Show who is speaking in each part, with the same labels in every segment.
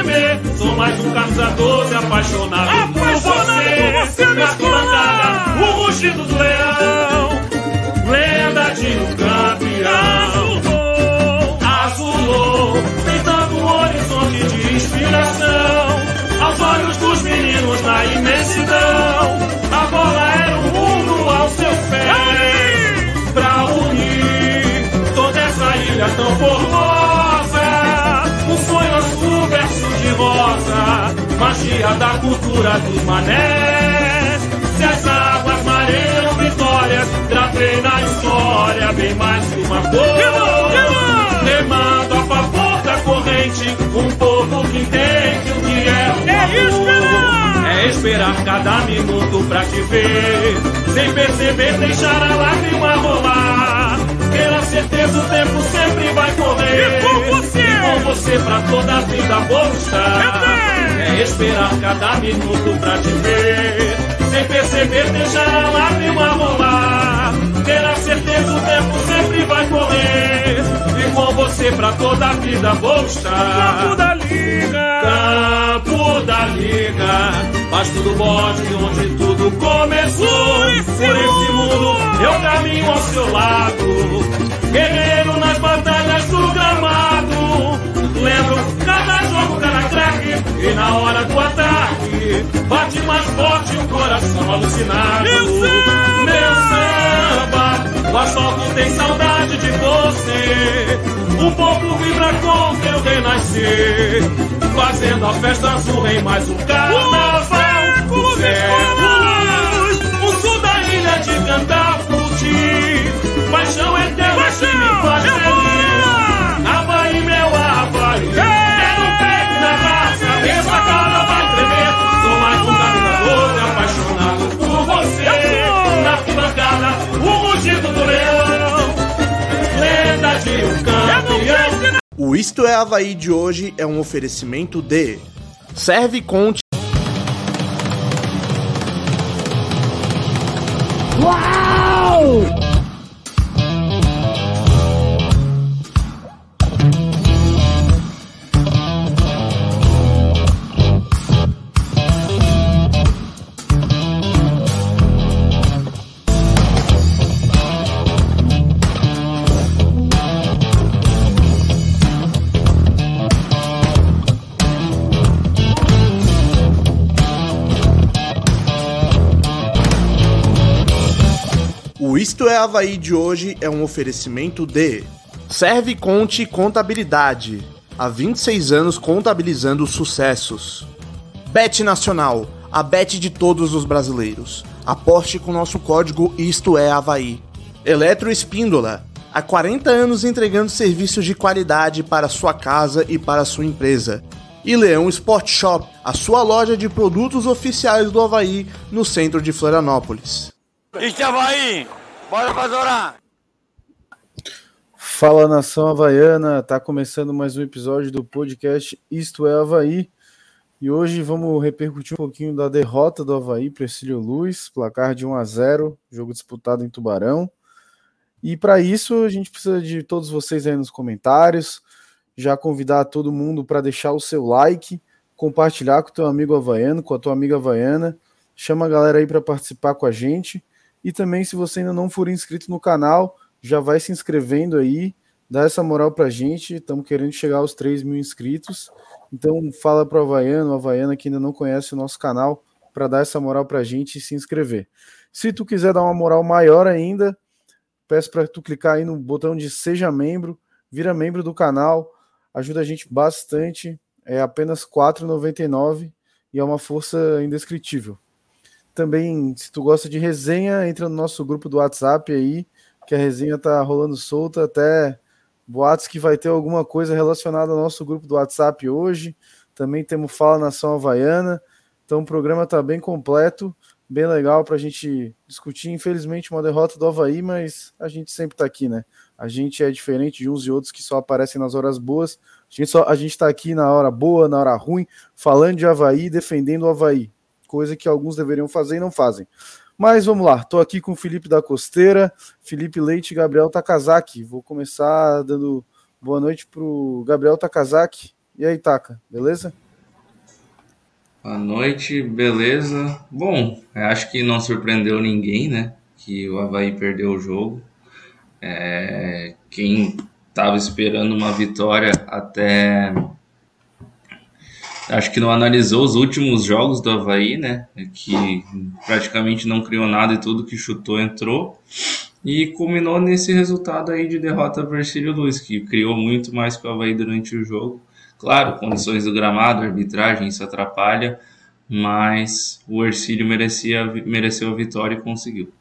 Speaker 1: ver. Sou mais um camisa 12 apaixonado por você. Na arquibancada, o rugido do leão, lenda de um campeão. Azulou, tentando um horizonte de inspiração. Aos olhos dos meninos na imensidão, a bola era um mundo aos seus pés. Pra unir toda essa ilha tão formosa, um sonho azul, verso de rosa, magia da cultura dos manés. Se as águas mareiam vitórias, gravei na história bem mais que uma cor. Remando a favor da corrente, um povo que entende o que é o amor. É esperar cada minuto pra te ver, sem perceber deixar a lágrima rolar. Pela certeza o tempo sempre vai correr, e com você pra toda a vida vou estar. É esperar cada minuto pra te ver, sem perceber deixar a lágrima rolar. Pela certeza o tempo sempre vai correr, e com você pra toda a vida vou estar. Campo da Liga, Campo da Liga, faz tudo bosque onde tudo começou. Por esse mundo eu caminho ao seu lado, guerreiro nas batalhas do gramado. Lembro cada jogo, cada craque, e na hora do ataque bate mais forte o coração alucinado. Meu samba, o asfalto tem saudade de você. O povo vibra com teu renascer, fazendo a festa azul em mais um carnaval. O céu, o sul da ilha de cantar, flutir, paixão eterna que me faz feliz. Havaí, meu Havaí, é no peito na raça, essa cara vai tremer. Sou mais um caminhador apaixonado por você. Na arquibancada, o rugido do leão, lenda de um campeão.
Speaker 2: O Isto é Havaí de hoje é um oferecimento de Serve Conte.
Speaker 3: Uau!
Speaker 2: O Isto é Havaí de hoje é um oferecimento de Serve Conte Contabilidade. Há 26 anos contabilizando sucessos. Bet Nacional, a bet de todos os brasileiros. Aposte com nosso código Isto é Havaí. Eletro Espíndola, há 40 anos entregando serviços de qualidade para sua casa e para sua empresa. E Leão Sport Shop, a sua loja de produtos oficiais do Havaí no centro de Florianópolis.
Speaker 4: Isto é Havaí, bora pra Zorá!
Speaker 5: Fala, nação havaiana, tá começando mais um episódio do podcast Isto é Havaí, e hoje vamos repercutir um pouquinho da derrota do Havaí para Ercílio Luz, placar de 1-0, jogo disputado em Tubarão. E para isso a gente precisa de todos vocês aí nos comentários, já convidar todo mundo para deixar o seu like, compartilhar com o teu amigo havaiano, com a tua amiga havaiana, chama a galera aí para participar com a gente. E também, se você ainda não for inscrito no canal, já vai se inscrevendo aí, dá essa moral pra gente, estamos querendo chegar aos 3.000 inscritos, então fala pro havaiano, havaiana que ainda não conhece o nosso canal, para dar essa moral pra gente e se inscrever. Se tu quiser dar uma moral maior ainda, peço para tu clicar aí no botão de Seja Membro, vira membro do canal, ajuda a gente bastante, é apenas R$ 4,99 e é uma força indescritível. Também, se tu gosta de resenha, entra no nosso grupo do WhatsApp aí, que a resenha tá rolando solta, até boatos que vai ter alguma coisa relacionada ao nosso grupo do WhatsApp hoje. Também temos Fala Nação Havaiana, então o programa tá bem completo, bem legal pra gente discutir. Infelizmente uma derrota do Havaí, mas a gente sempre tá aqui, né? A gente é diferente de uns e outros que só aparecem nas horas boas. A gente tá aqui na hora boa, na hora ruim, falando de Havaí, defendendo o Havaí, coisa que alguns deveriam fazer e não fazem. Mas vamos lá, estou aqui com o Felipe da Costeira, Felipe Leite e Gabriel Takazaki. Vou começar dando boa noite para o Gabriel Takazaki. E aí, Taka, beleza?
Speaker 6: Boa noite, beleza? Bom, eu acho que não surpreendeu ninguém, né? Que o Avaí perdeu o jogo. Quem estava esperando uma vitória até. Acho que não analisou os últimos jogos do Avaí, né? Que praticamente não criou nada e tudo que chutou entrou. E culminou nesse resultado aí de derrota para o Ercílio Luz, que criou muito mais que o Avaí durante o jogo. Claro, condições do gramado, arbitragem, isso atrapalha, mas o Ercílio mereceu a vitória e conseguiu.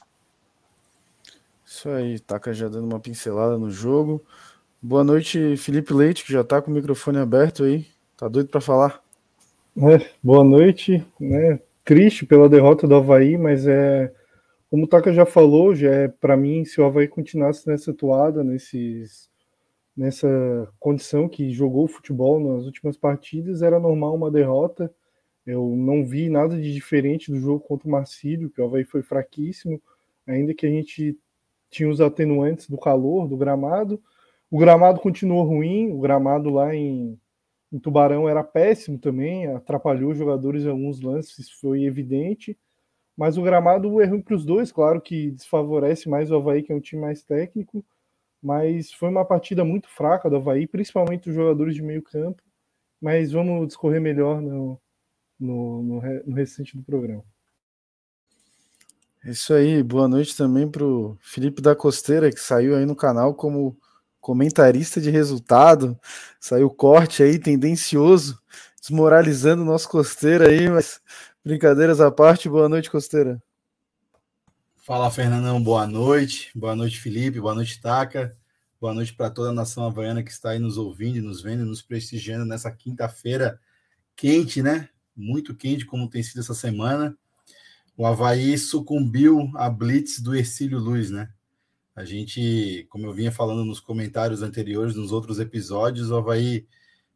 Speaker 5: Isso aí, Taka já dando uma pincelada no jogo. Boa noite, Felipe Leite, que já tá com o microfone aberto aí. Tá doido para falar?
Speaker 7: Boa noite, né? Triste pela derrota do Avaí, mas como o Taka já falou, já para mim, se o Avaí continuasse nessa toada, nessa condição que jogou o futebol nas últimas partidas, era normal uma derrota. Eu não vi nada de diferente do jogo contra o Marcílio, que o Avaí foi fraquíssimo, ainda que a gente tinha os atenuantes do calor, do gramado. O gramado continuou ruim, o gramado lá em Tubarão era péssimo também, atrapalhou os jogadores em alguns lances, isso foi evidente. Mas o gramado é ruim para os dois, claro que desfavorece mais o Avaí, que é um time mais técnico, mas foi uma partida muito fraca do Avaí, principalmente os jogadores de meio campo. Mas vamos discorrer melhor no restante do programa.
Speaker 5: Isso aí, boa noite também pro Felipe da Costeira, que saiu aí no canal como comentarista de resultado, saiu corte aí, tendencioso, desmoralizando o nosso Costeira aí, mas brincadeiras à parte, boa noite, Costeira.
Speaker 8: Fala, Fernandão, boa noite, Felipe, boa noite, Taka, boa noite para toda a nação havaiana que está aí nos ouvindo, nos vendo, nos prestigiando nessa quinta-feira quente, né? Muito quente, como tem sido essa semana. O Avaí sucumbiu à blitz do Ercílio Luz, né? A gente, como eu vinha falando nos comentários anteriores, nos outros episódios, o Avaí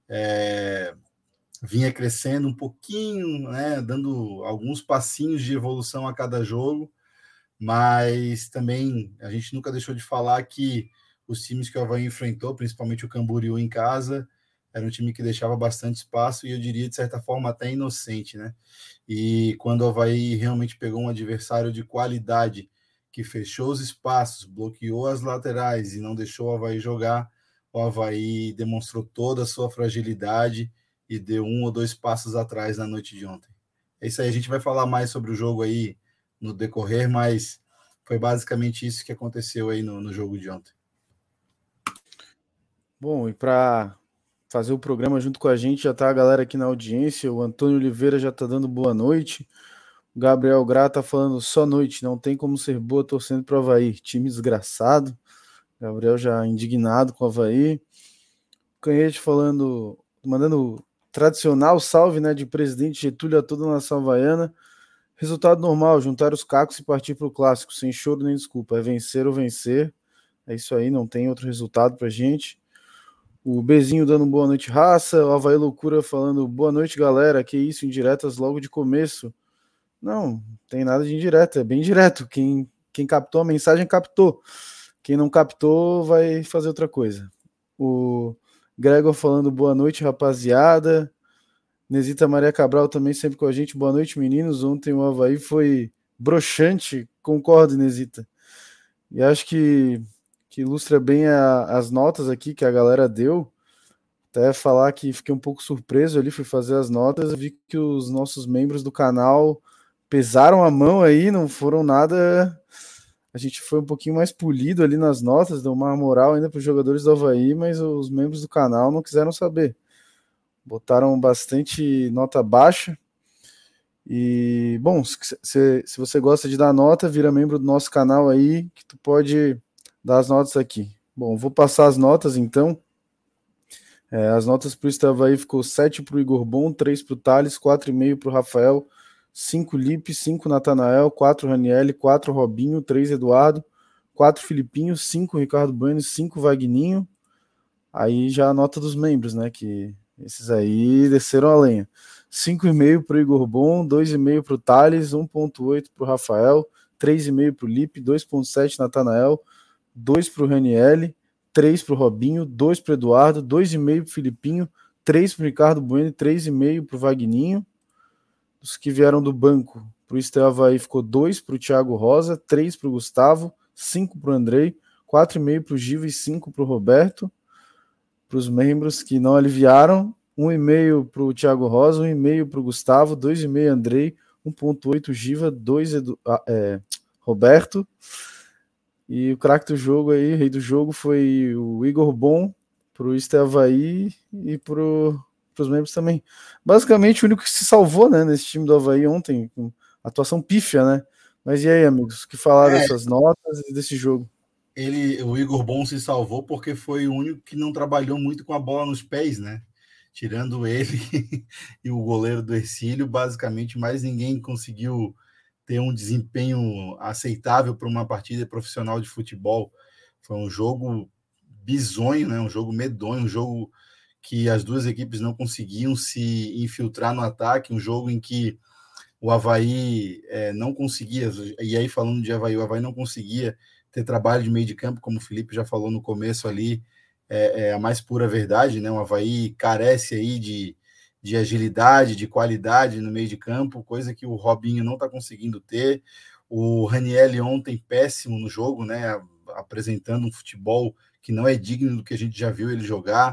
Speaker 8: vinha crescendo um pouquinho, né? Dando alguns passinhos de evolução a cada jogo, mas também a gente nunca deixou de falar que os times que o Avaí enfrentou, principalmente o Camboriú em casa, era um time que deixava bastante espaço e eu diria, de certa forma, até inocente, né? E quando o Avaí realmente pegou um adversário de qualidade, que fechou os espaços, bloqueou as laterais e não deixou o Avaí jogar, o Avaí demonstrou toda a sua fragilidade e deu 1 ou 2 passos atrás na noite de ontem. É isso aí, a gente vai falar mais sobre o jogo aí no decorrer, mas foi basicamente isso que aconteceu aí no jogo de ontem.
Speaker 5: Bom, e para fazer o programa junto com a gente já tá a galera aqui na audiência, o Antônio Oliveira já tá dando boa noite, o Gabriel Gra tá falando só noite, não tem como ser boa torcendo pro Avaí, time desgraçado, Gabriel já indignado com o Avaí, o Canhete falando, mandando tradicional salve, né, de presidente Getúlio a toda a nação havaiana. Resultado normal, juntar os cacos e partir para o clássico, sem choro nem desculpa, é vencer ou vencer, é isso aí, não tem outro resultado pra gente. O Bezinho dando boa noite, raça, o Avaí Loucura falando boa noite, galera, que isso, indiretas logo de começo. Não tem nada de indireta, é bem direto, quem captou a mensagem captou, quem não captou vai fazer outra coisa. O Gregor falando boa noite, rapaziada. Nesita Maria Cabral também sempre com a gente. Boa noite, meninos. Ontem o Avaí foi broxante, concordo, Nesita. E acho que ilustra bem as notas aqui que a galera deu. Até falar que fiquei um pouco surpreso ali, fui fazer as notas, vi que os nossos membros do canal pesaram a mão aí, não foram nada... A gente foi um pouquinho mais polido ali nas notas, deu uma moral ainda para os jogadores do Avaí, mas os membros do canal não quiseram saber. Botaram bastante nota baixa. E, bom, se você gosta de dar nota, vira membro do nosso canal aí, que tu pode dar as notas aqui. Bom, vou passar as notas então. As notas para o Estavaí ficou 7 para o Igor Bom, 3 para o Thales, 4,5 para o Rafael, 5 Lipe, 5 Natanael, 4 Ranielli, 4 Robinho, 3 Eduardo, 4 Filipinho, 5 Ricardo Bueno, 5 Vagninho. Aí já a nota dos membros, né, que esses aí desceram a lenha. 5,5 para o Igor Bom, 2,5 para o Thales, 1,8 para o Rafael, 3,5 para o Lipe, 2,7 Natanael, 2 para o Ranielli, 3 para o Robinho, 2 para o Eduardo, 2,5 para o Filipinho, 3 para o Ricardo Bueno, 3,5 para o Vagninho. Dos que vieram do banco, para o Isto é Avaí ficou 2 para o Thiago Rosa, 3 para o Gustavo, 5 para o Andrei, 4,5 para o Giva e 5 para o Roberto. Para os membros que não aliviaram, 1,5 para o Thiago Rosa, 1,5 para o Gustavo, 2,5 Andrei, 1,8 Giva, 2 Roberto. E o craque do jogo aí, rei do jogo, foi o Igor Bom, para o Isto é Avaí e para os membros também. Basicamente o único que se salvou, né, nesse time do Avaí ontem, com atuação pífia, né? Mas e aí, amigos, o que falar dessas notas e desse jogo?
Speaker 8: O Igor Bom se salvou porque foi o único que não trabalhou muito com a bola nos pés, né? Tirando ele e o goleiro do Hercílio, basicamente mais ninguém conseguiu ter um desempenho aceitável para uma partida profissional de futebol. Foi um jogo bizonho, né? Um jogo medonho, um jogo que as duas equipes não conseguiam se infiltrar no ataque, um jogo em que o Avaí não conseguia, e aí falando de Avaí, o Avaí não conseguia ter trabalho de meio de campo, como o Felipe já falou no começo ali, é a mais pura verdade, né? O Avaí carece aí de agilidade, de qualidade no meio de campo, coisa que o Robinho não está conseguindo ter. O Ranieri ontem péssimo no jogo, né? Apresentando um futebol que não é digno do que a gente já viu ele jogar.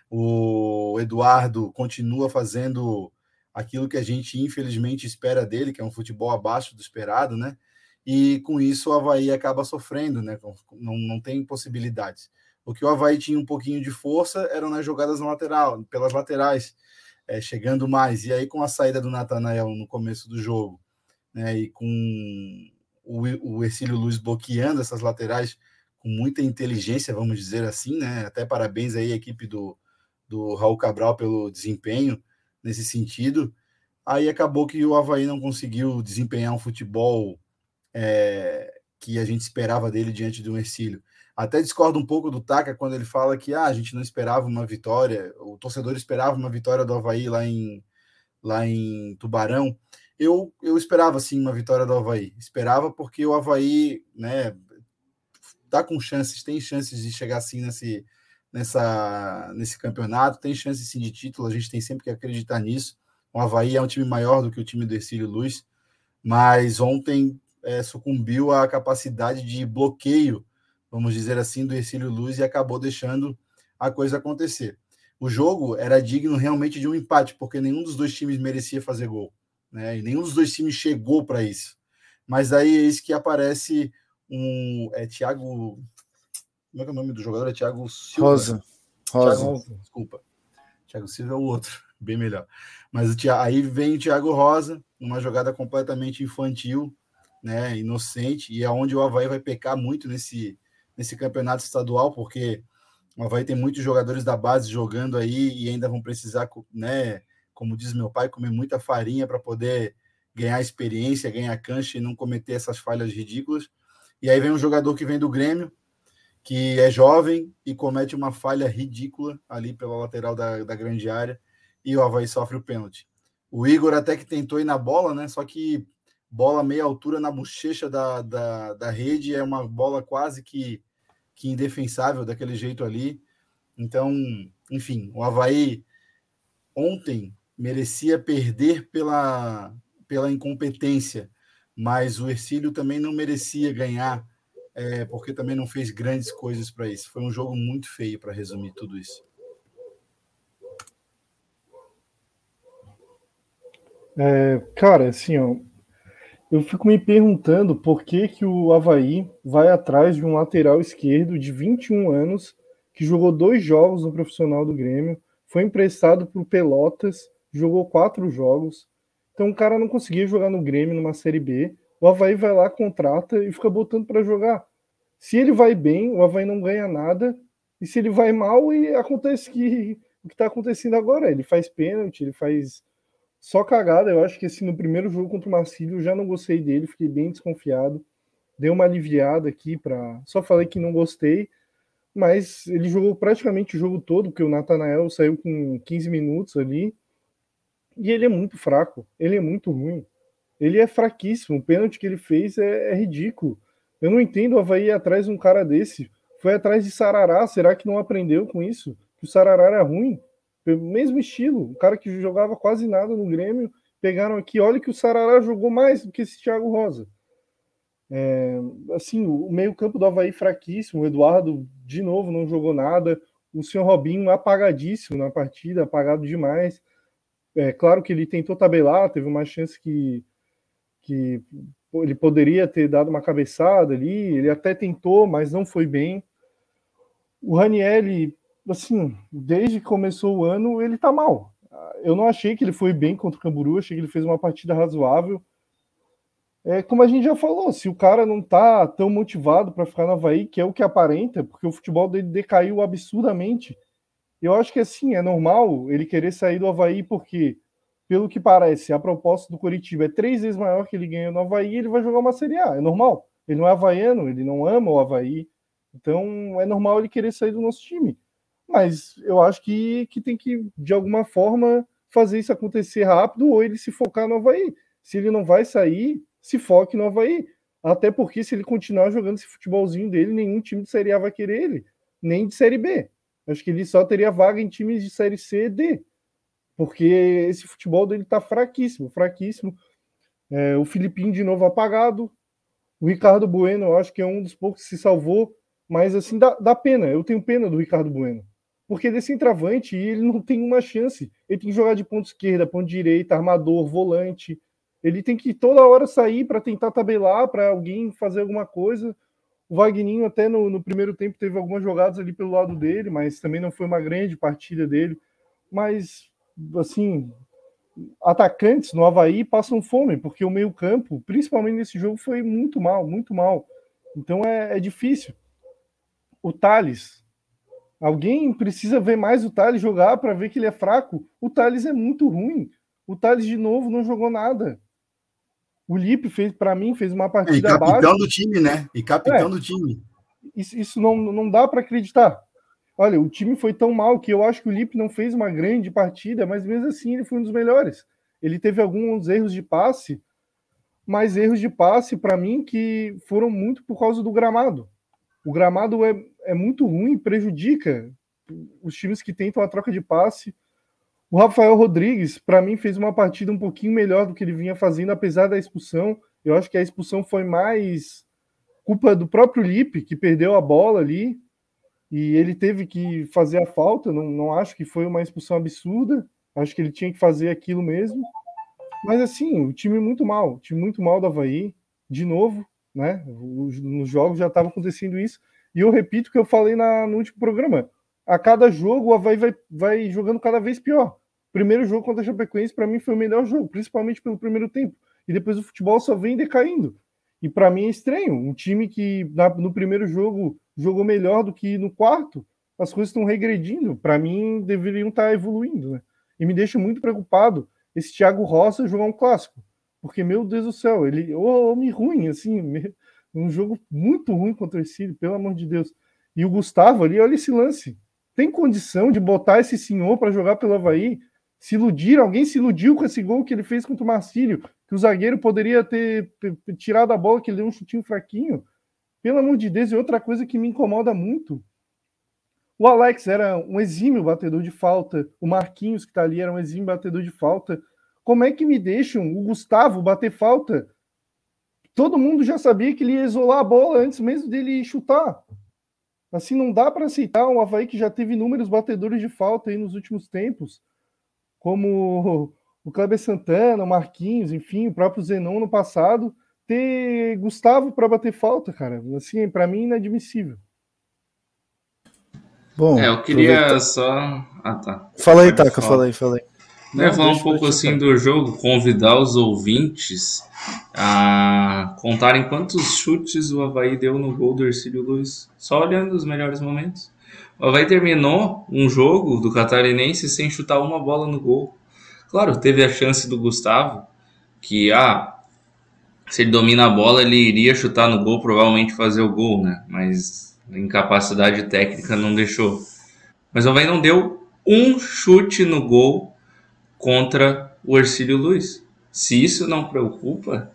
Speaker 8: O Eduardo continua fazendo aquilo que a gente infelizmente espera dele, que é um futebol abaixo do esperado, né? E com isso o Avaí acaba sofrendo, né? Não tem possibilidades. O que o Avaí tinha um pouquinho de força eram nas jogadas na lateral, pelas laterais, chegando mais. E aí, com a saída do Natanael no começo do jogo, né? E com o Hercílio Luz bloqueando essas laterais com muita inteligência, vamos dizer assim, né? Até parabéns aí à equipe do Raul Cabral pelo desempenho nesse sentido. Aí acabou que o Avaí não conseguiu desempenhar um futebol que a gente esperava dele diante do Hercílio. Até discordo um pouco do Taka quando ele fala que a gente não esperava uma vitória, o torcedor esperava uma vitória do Avaí lá em Tubarão. Eu esperava sim uma vitória do Avaí. Esperava porque o Avaí, né, tá com chances, tem chances de chegar assim nesse campeonato, tem chances sim de título, a gente tem sempre que acreditar nisso. O Avaí é um time maior do que o time do Hercílio Luz, mas ontem sucumbiu à capacidade de bloqueio, vamos dizer assim, do Hercílio Luz e acabou deixando a coisa acontecer. O jogo era digno realmente de um empate, porque nenhum dos dois times merecia fazer gol, né? E nenhum dos dois times chegou para isso. Mas aí é isso que aparece Thiago... Como é que é o nome do jogador? É Thiago Silva.
Speaker 5: Rosa.
Speaker 8: Desculpa. Thiago Silva é o outro, bem melhor. Mas aí vem o Thiago Rosa, uma jogada completamente infantil, né, inocente, e é onde o Avaí vai pecar muito nesse campeonato estadual, porque o Avaí tem muitos jogadores da base jogando aí e ainda vão precisar, né, como diz meu pai, comer muita farinha para poder ganhar experiência, ganhar cancha e não cometer essas falhas ridículas. E aí vem um jogador que vem do Grêmio, que é jovem e comete uma falha ridícula ali pela lateral da grande área e o Avaí sofre o pênalti. O Igor até que tentou ir na bola, né? Só que bola meia altura na bochecha da rede é uma bola quase que indefensável daquele jeito ali. Então, enfim, o Avaí ontem merecia perder pela incompetência, mas o Hercílio também não merecia ganhar, porque também não fez grandes coisas para isso. Foi um jogo muito feio, para resumir tudo isso.
Speaker 7: Cara, assim, ó, eu fico me perguntando por que o Avaí vai atrás de um lateral esquerdo de 21 anos, que jogou 2 jogos no profissional do Grêmio, foi emprestado para o Pelotas, jogou 4 jogos. Então o cara não conseguia jogar no Grêmio numa Série B. O Avaí vai lá, contrata e fica botando para jogar. Se ele vai bem, o Avaí não ganha nada. E se ele vai mal, e acontece o que está acontecendo agora. Ele faz pênalti, ele faz só cagada. Eu acho que assim, no primeiro jogo contra o Marcílio eu já não gostei dele, fiquei bem desconfiado. Dei uma aliviada aqui, só falei que não gostei. Mas ele jogou praticamente o jogo todo, porque o Natanael saiu com 15 minutos ali. E ele é muito fraco, ele é muito ruim. Ele é fraquíssimo, o pênalti que ele fez é ridículo. Eu não entendo o Avaí ir atrás de um cara desse. Foi atrás de Sarará, será que não aprendeu com isso? Que o Sarará era ruim? Mesmo estilo, um cara que jogava quase nada no Grêmio pegaram aqui, olha que o Sarará jogou mais do que esse Thiago Rosa. Assim, o meio-campo do Avaí fraquíssimo, o Eduardo de novo não jogou nada, o senhor Robinho apagadíssimo na partida, apagado demais. Claro que ele tentou tabelar, teve uma chance que ele poderia ter dado uma cabeçada ali, ele até tentou, mas não foi bem. O Ranieri, assim, desde que começou o ano, ele tá mal. Eu não achei que ele foi bem contra o Camboriú, achei que ele fez uma partida razoável. Como a gente já falou, se o cara não tá tão motivado para ficar no Avaí, que é o que aparenta, porque o futebol dele decaiu absurdamente, eu acho que assim, é normal ele querer sair do Avaí, porque, pelo que parece, a proposta do Coritiba é 3 vezes maior que ele ganhou no Avaí, ele vai jogar uma Série A, é normal. Ele não é havaiano, ele não ama o Avaí, então é normal ele querer sair do nosso time. Mas eu acho que tem que, de alguma forma, fazer isso acontecer rápido, ou ele se focar no Avaí. Se ele não vai sair, se foque no Avaí. Até porque, se ele continuar jogando esse futebolzinho dele, nenhum time de Série A vai querer ele, nem de Série B. Acho que ele só teria vaga em times de Série C e D, porque esse futebol dele tá fraquíssimo, fraquíssimo. O Filipinho de novo apagado, o Ricardo Bueno, eu acho que é um dos poucos que se salvou, mas assim, dá pena, eu tenho pena do Ricardo Bueno, porque ele é centroavante e ele não tem uma chance, ele tem que jogar de ponta esquerda, ponta direita, armador, volante, ele tem que toda hora sair para tentar tabelar, para alguém fazer alguma coisa. O Wagninho até no primeiro tempo teve algumas jogadas ali pelo lado dele, mas também não foi uma grande partida dele. Mas, assim, atacantes no Avaí passam fome, porque o meio-campo, principalmente nesse jogo, foi muito mal, muito mal. Então é difícil. O Thales, alguém precisa ver mais o Thales jogar para ver que ele é fraco. O Thales é muito ruim. O Thales, de novo, não jogou nada. O Lipe para mim, fez uma partida abaixo.
Speaker 8: E capitão do time, né? E capitão do time.
Speaker 7: Isso não dá para acreditar. Olha, o time foi tão mal que eu acho que o Lipe não fez uma grande partida, mas mesmo assim ele foi um dos melhores. Ele teve alguns erros de passe, mas erros de passe, para mim, que foram muito por causa do gramado. O gramado é muito ruim, prejudica os times que tentam a troca de passe. O Rafael Rodrigues, para mim, fez uma partida um pouquinho melhor do que ele vinha fazendo, apesar da expulsão. Eu acho que a expulsão foi mais culpa do próprio Lipe, que perdeu a bola ali, e ele teve que fazer a falta. Não acho que foi uma expulsão absurda, acho que ele tinha que fazer aquilo mesmo. Mas assim, o time muito mal do Avaí, de novo, né? Nos jogos já estava acontecendo isso, e eu repito o que eu falei no último programa. A cada jogo o Avaí vai jogando cada vez pior. O primeiro jogo contra a Chapecoense, para mim, foi o melhor jogo, principalmente pelo primeiro tempo. E depois o futebol só vem decaindo. E para mim é estranho. Um time que no primeiro jogo jogou melhor do que no quarto, as coisas estão regredindo. Para mim, deveriam estar evoluindo, né? E me deixa muito preocupado esse Thiago Rosa jogar um clássico. Porque, meu Deus do céu, ele homem ruim, assim, um jogo muito ruim contra o Ercílio, pelo amor de Deus. E o Gustavo ali, olha esse lance. Tem condição de botar esse senhor para jogar pelo Avaí? Alguém se iludiu com esse gol que ele fez contra o Marcílio, que o zagueiro poderia ter tirado a bola, que ele deu um chutinho fraquinho. Pelo amor de Deus, e outra coisa que me incomoda muito. O Alex era um exímio batedor de falta, o Marquinhos, que está ali, era um exímio batedor de falta. Como é que me deixam o Gustavo bater falta? Todo mundo já sabia que ele ia isolar a bola antes mesmo dele chutar. Assim, não dá para aceitar um Avaí que já teve inúmeros batedores de falta aí nos últimos tempos, como o Kleber Santana, o Marquinhos, enfim, o próprio Zenon no passado, ter Gustavo para bater falta, cara. Assim, para mim, inadmissível.
Speaker 5: Bom,
Speaker 6: eu queria só... tá.
Speaker 5: Fala aí, Taka, fala aí.
Speaker 6: Falar um pouco assim do jogo, convidar os ouvintes a contarem quantos chutes o Avaí deu no gol do Ercílio Luz, só olhando os melhores momentos. O Avaí terminou um jogo do Catarinense sem chutar uma bola no gol. Claro, teve a chance do Gustavo, que se ele domina a bola, ele iria chutar no gol, provavelmente fazer o gol, né? Mas a incapacidade técnica não deixou. Mas o Avaí não deu um chute no gol contra o Ercílio Luz. Se isso não preocupa,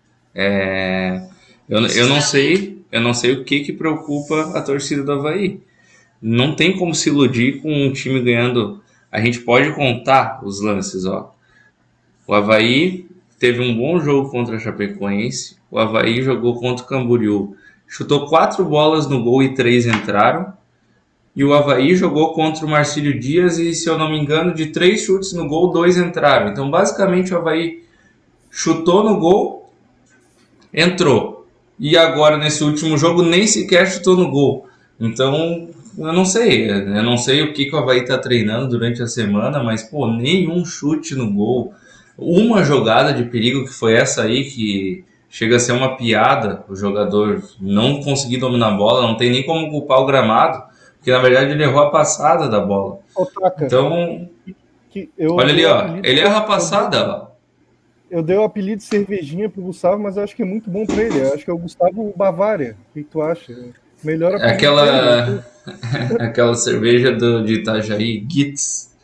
Speaker 6: eu não sei o que preocupa a torcida do Avaí. Não tem como se iludir com um time ganhando. A gente pode contar os lances, O Avaí teve um bom jogo contra a Chapecoense. O Avaí jogou contra o Camboriú. Chutou 4 bolas no gol e 3 entraram. E o Avaí jogou contra o Marcílio Dias e, se eu não me engano, de 3 chutes no gol, 2 entraram. Então, basicamente, o Avaí chutou no gol, entrou. E agora, nesse último jogo, nem sequer chutou no gol. Então, eu não sei. Eu não sei o que o Avaí está treinando durante a semana, mas, pô, nenhum chute no gol. Uma jogada de perigo, que foi essa aí, que chega a ser uma piada, o jogador não conseguir dominar a bola, não tem nem como culpar o gramado, porque na verdade ele errou a passada da bola. Então, olha ali, ó, ele erra a passada, ó.
Speaker 7: Eu dei o apelido de cervejinha pro Gustavo, mas eu acho que é muito bom para ele. Eu acho que é o Gustavo Bavária. O que tu acha? Melhor apelido
Speaker 6: aquela cerveja de Itajaí, Gitz.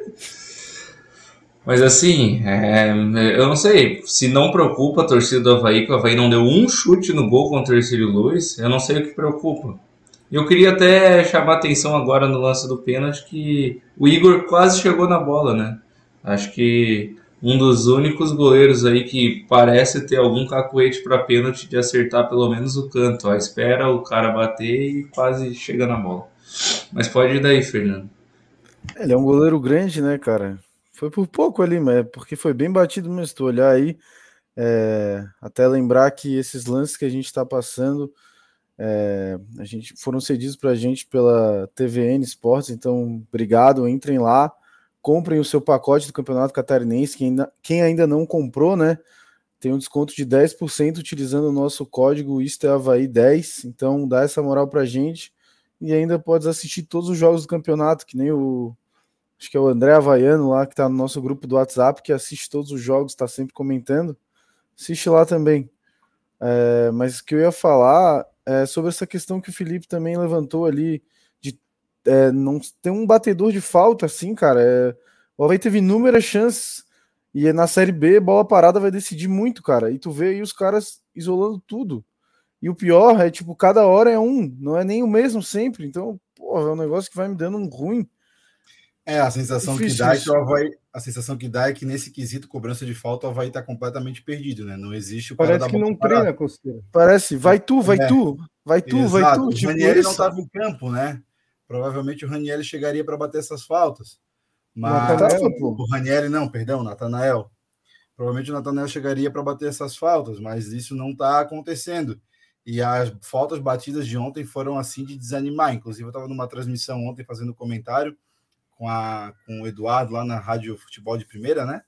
Speaker 6: Mas assim, eu não sei, se não preocupa a torcida do Avaí, que o Avaí não deu um chute no gol contra o Ercílio Luz, eu não sei o que preocupa. Eu queria até chamar a atenção agora no lance do pênalti, que o Igor quase chegou na bola, né? Acho que um dos únicos goleiros aí que parece ter algum cacuete para pênalti de acertar pelo menos o canto. Ó, espera o cara bater e quase chega na bola. Mas pode ir daí, Fernando.
Speaker 5: Ele é um goleiro grande, né, cara? Foi por pouco ali, mas porque foi bem batido mesmo. Se tu olhar aí, até lembrar que esses lances que a gente está passando foram cedidos para a gente pela TVN Esportes, então obrigado, entrem lá, comprem o seu pacote do Campeonato Catarinense, quem ainda não comprou, né, tem um desconto de 10% utilizando o nosso código IstoEHavaí10, então dá essa moral pra gente e ainda pode assistir todos os jogos do campeonato, que nem acho que é o André Havaiano lá, que tá no nosso grupo do WhatsApp, que assiste todos os jogos, tá sempre comentando, assiste lá também. Mas o que eu ia falar é sobre essa questão que o Felipe também levantou ali, de não ter um batedor de falta, assim, cara. O Avaí teve inúmeras chances, e na Série B, bola parada vai decidir muito, cara. E tu vê aí os caras isolando tudo. E o pior é, tipo, cada hora é um, não é nem o mesmo sempre. Então, porra, é um negócio que vai me dando um ruim.
Speaker 8: A sensação que dá é que o Avaí, a sensação que dá é que nesse quesito cobrança de falta o Avaí tá completamente perdido, né? Não existe o cara
Speaker 7: Parece que não treina, Costeira.
Speaker 5: Parece, vai tu.
Speaker 8: O
Speaker 5: Tipo
Speaker 8: Ranieri
Speaker 5: isso.
Speaker 8: não estava em campo, né? Provavelmente o Ranieri chegaria para bater essas faltas. Mas o Ranieri não, perdão, Natanael. Provavelmente o Natanael chegaria para bater essas faltas, mas isso não está acontecendo. E as faltas batidas de ontem foram assim de desanimar. Inclusive eu estava numa transmissão ontem fazendo comentário com o Eduardo lá na Rádio Futebol de Primeira, né?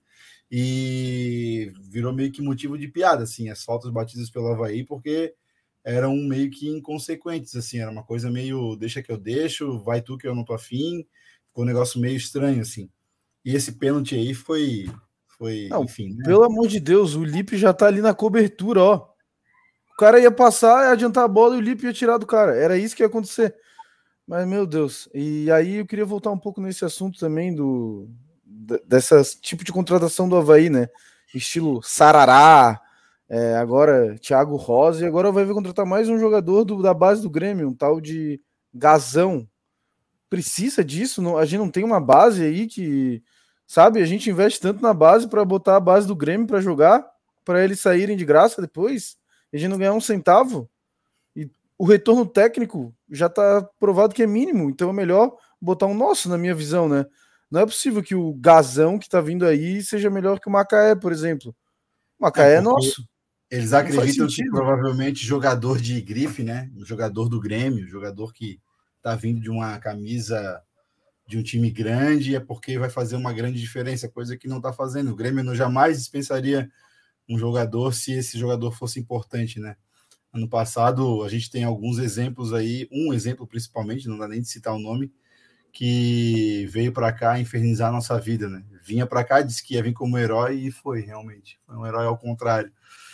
Speaker 8: E virou meio que motivo de piada, assim, as faltas batidas pelo Avaí, porque eram meio que inconsequentes, assim, era uma coisa meio deixa que eu deixo, vai tu que eu não tô afim, ficou um negócio meio estranho, assim. E esse pênalti aí foi não, enfim, né?
Speaker 5: Pelo amor de Deus, o Lipe já tá ali na cobertura, ó. O cara ia passar, ia adiantar a bola e o Lipe ia tirar do cara, era isso que ia acontecer. Mas, meu Deus, e aí eu queria voltar um pouco nesse assunto também dessa tipo de contratação do Avaí, né? Estilo Sarará, agora Thiago Rosa, e agora vai contratar mais um jogador da base do Grêmio, um tal de Gazão. Precisa disso? Não, a gente não tem uma base aí que, sabe, a gente investe tanto na base para botar a base do Grêmio para jogar, para eles saírem de graça depois, e a gente não ganhar um centavo. O retorno técnico já está provado que é mínimo, então é melhor botar um nosso, na minha visão, né? Não é possível que o Gazão que está vindo aí seja melhor que o Macaé, por exemplo. O Macaé é nosso.
Speaker 8: Eles acreditam que provavelmente jogador de grife, né? O jogador do Grêmio, jogador que está vindo de uma camisa de um time grande, é porque vai fazer uma grande diferença, coisa que não está fazendo. O Grêmio não jamais dispensaria um jogador se esse jogador fosse importante, né? Ano passado, a gente tem alguns exemplos aí, um exemplo principalmente, não dá nem de citar o nome, que veio para cá infernizar a nossa vida, né? Vinha para cá, disse que ia vir como herói e foi, realmente. Foi um herói ao contrário.